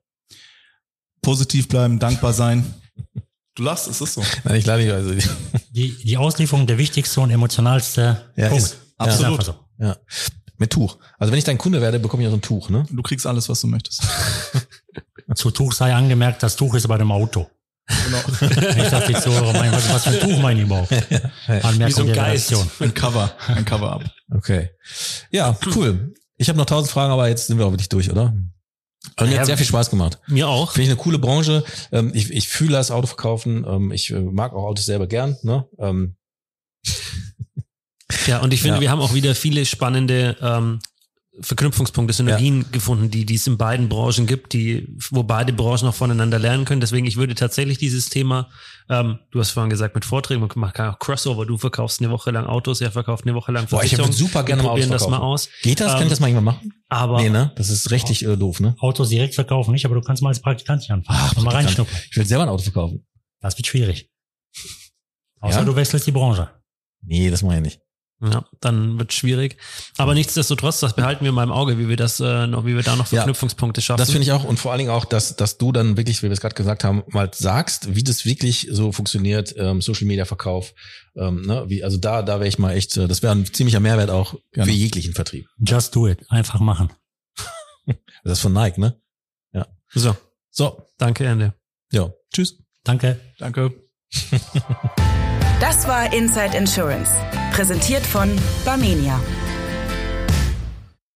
E: Positiv bleiben, dankbar sein. Du lachst, es ist so.
A: Nein, ich lache nicht. Also.
C: Die Auslieferung der wichtigste und emotionalste Punkt.
E: Ist absolut.
C: So.
A: Ja. Mit Tuch. Also wenn ich dein Kunde werde, bekomme ich auch so ein Tuch, ne?
E: Du kriegst alles, was du möchtest.
C: Zu Tuch sei angemerkt, das Tuch ist bei dem Auto.
E: Genau.
C: Ich dachte jetzt so, was für ein Tuch meine ich überhaupt?
B: Wie so ein Geist.
E: Ein Cover-up.
A: Okay. Ja, cool. Ich habe noch 1000 Fragen, aber jetzt sind wir auch wirklich durch, oder? Aber mir hat sehr viel Spaß gemacht.
B: Mir auch.
A: Finde ich eine coole Branche. Ich fühle das Autoverkaufen. Ich mag auch Autos selber gern. Ne?
B: Ja, und ich finde, wir haben auch wieder viele spannende Verknüpfungspunkte, Synergien gefunden, die es in beiden Branchen gibt, wo beide Branchen auch voneinander lernen können. Deswegen, ich würde tatsächlich dieses Thema, du hast vorhin gesagt, mit Vorträgen, man kann auch Crossover, du verkaufst eine Woche lang Autos, er verkauft eine Woche lang Versicherung.
A: Ich würde super gerne mal Autos
B: verkaufen. Das mal aus.
A: Geht das? Kann ich das mal irgendwann machen?
B: Aber
A: nee, ne? Das ist richtig doof, ne?
C: Autos direkt verkaufen nicht, aber du kannst mal als Praktikant hier anfangen.
A: Ach,
C: mal reinschnuppern.
A: Ich will selber ein Auto verkaufen.
C: Das wird schwierig. Außer du wechselst die Branche.
A: Nee, das mache ich nicht.
B: Ja, dann wird schwierig. Aber nichtsdestotrotz, das behalten wir mal im Auge, wie wir da noch Verknüpfungspunkte schaffen.
A: Das finde ich auch und vor allen Dingen auch, dass du dann wirklich, wie wir es gerade gesagt haben, mal sagst, wie das wirklich so funktioniert, Social Media Verkauf, ne, also da wäre ich mal echt, das wäre ein ziemlicher Mehrwert auch für jeglichen Vertrieb.
C: Just do it, einfach machen.
A: Das ist von Nike, ne? Ja. So,
B: danke, Ende.
A: Ja, tschüss.
C: Danke.
D: Das war Inside Insurance, präsentiert von Barmenia.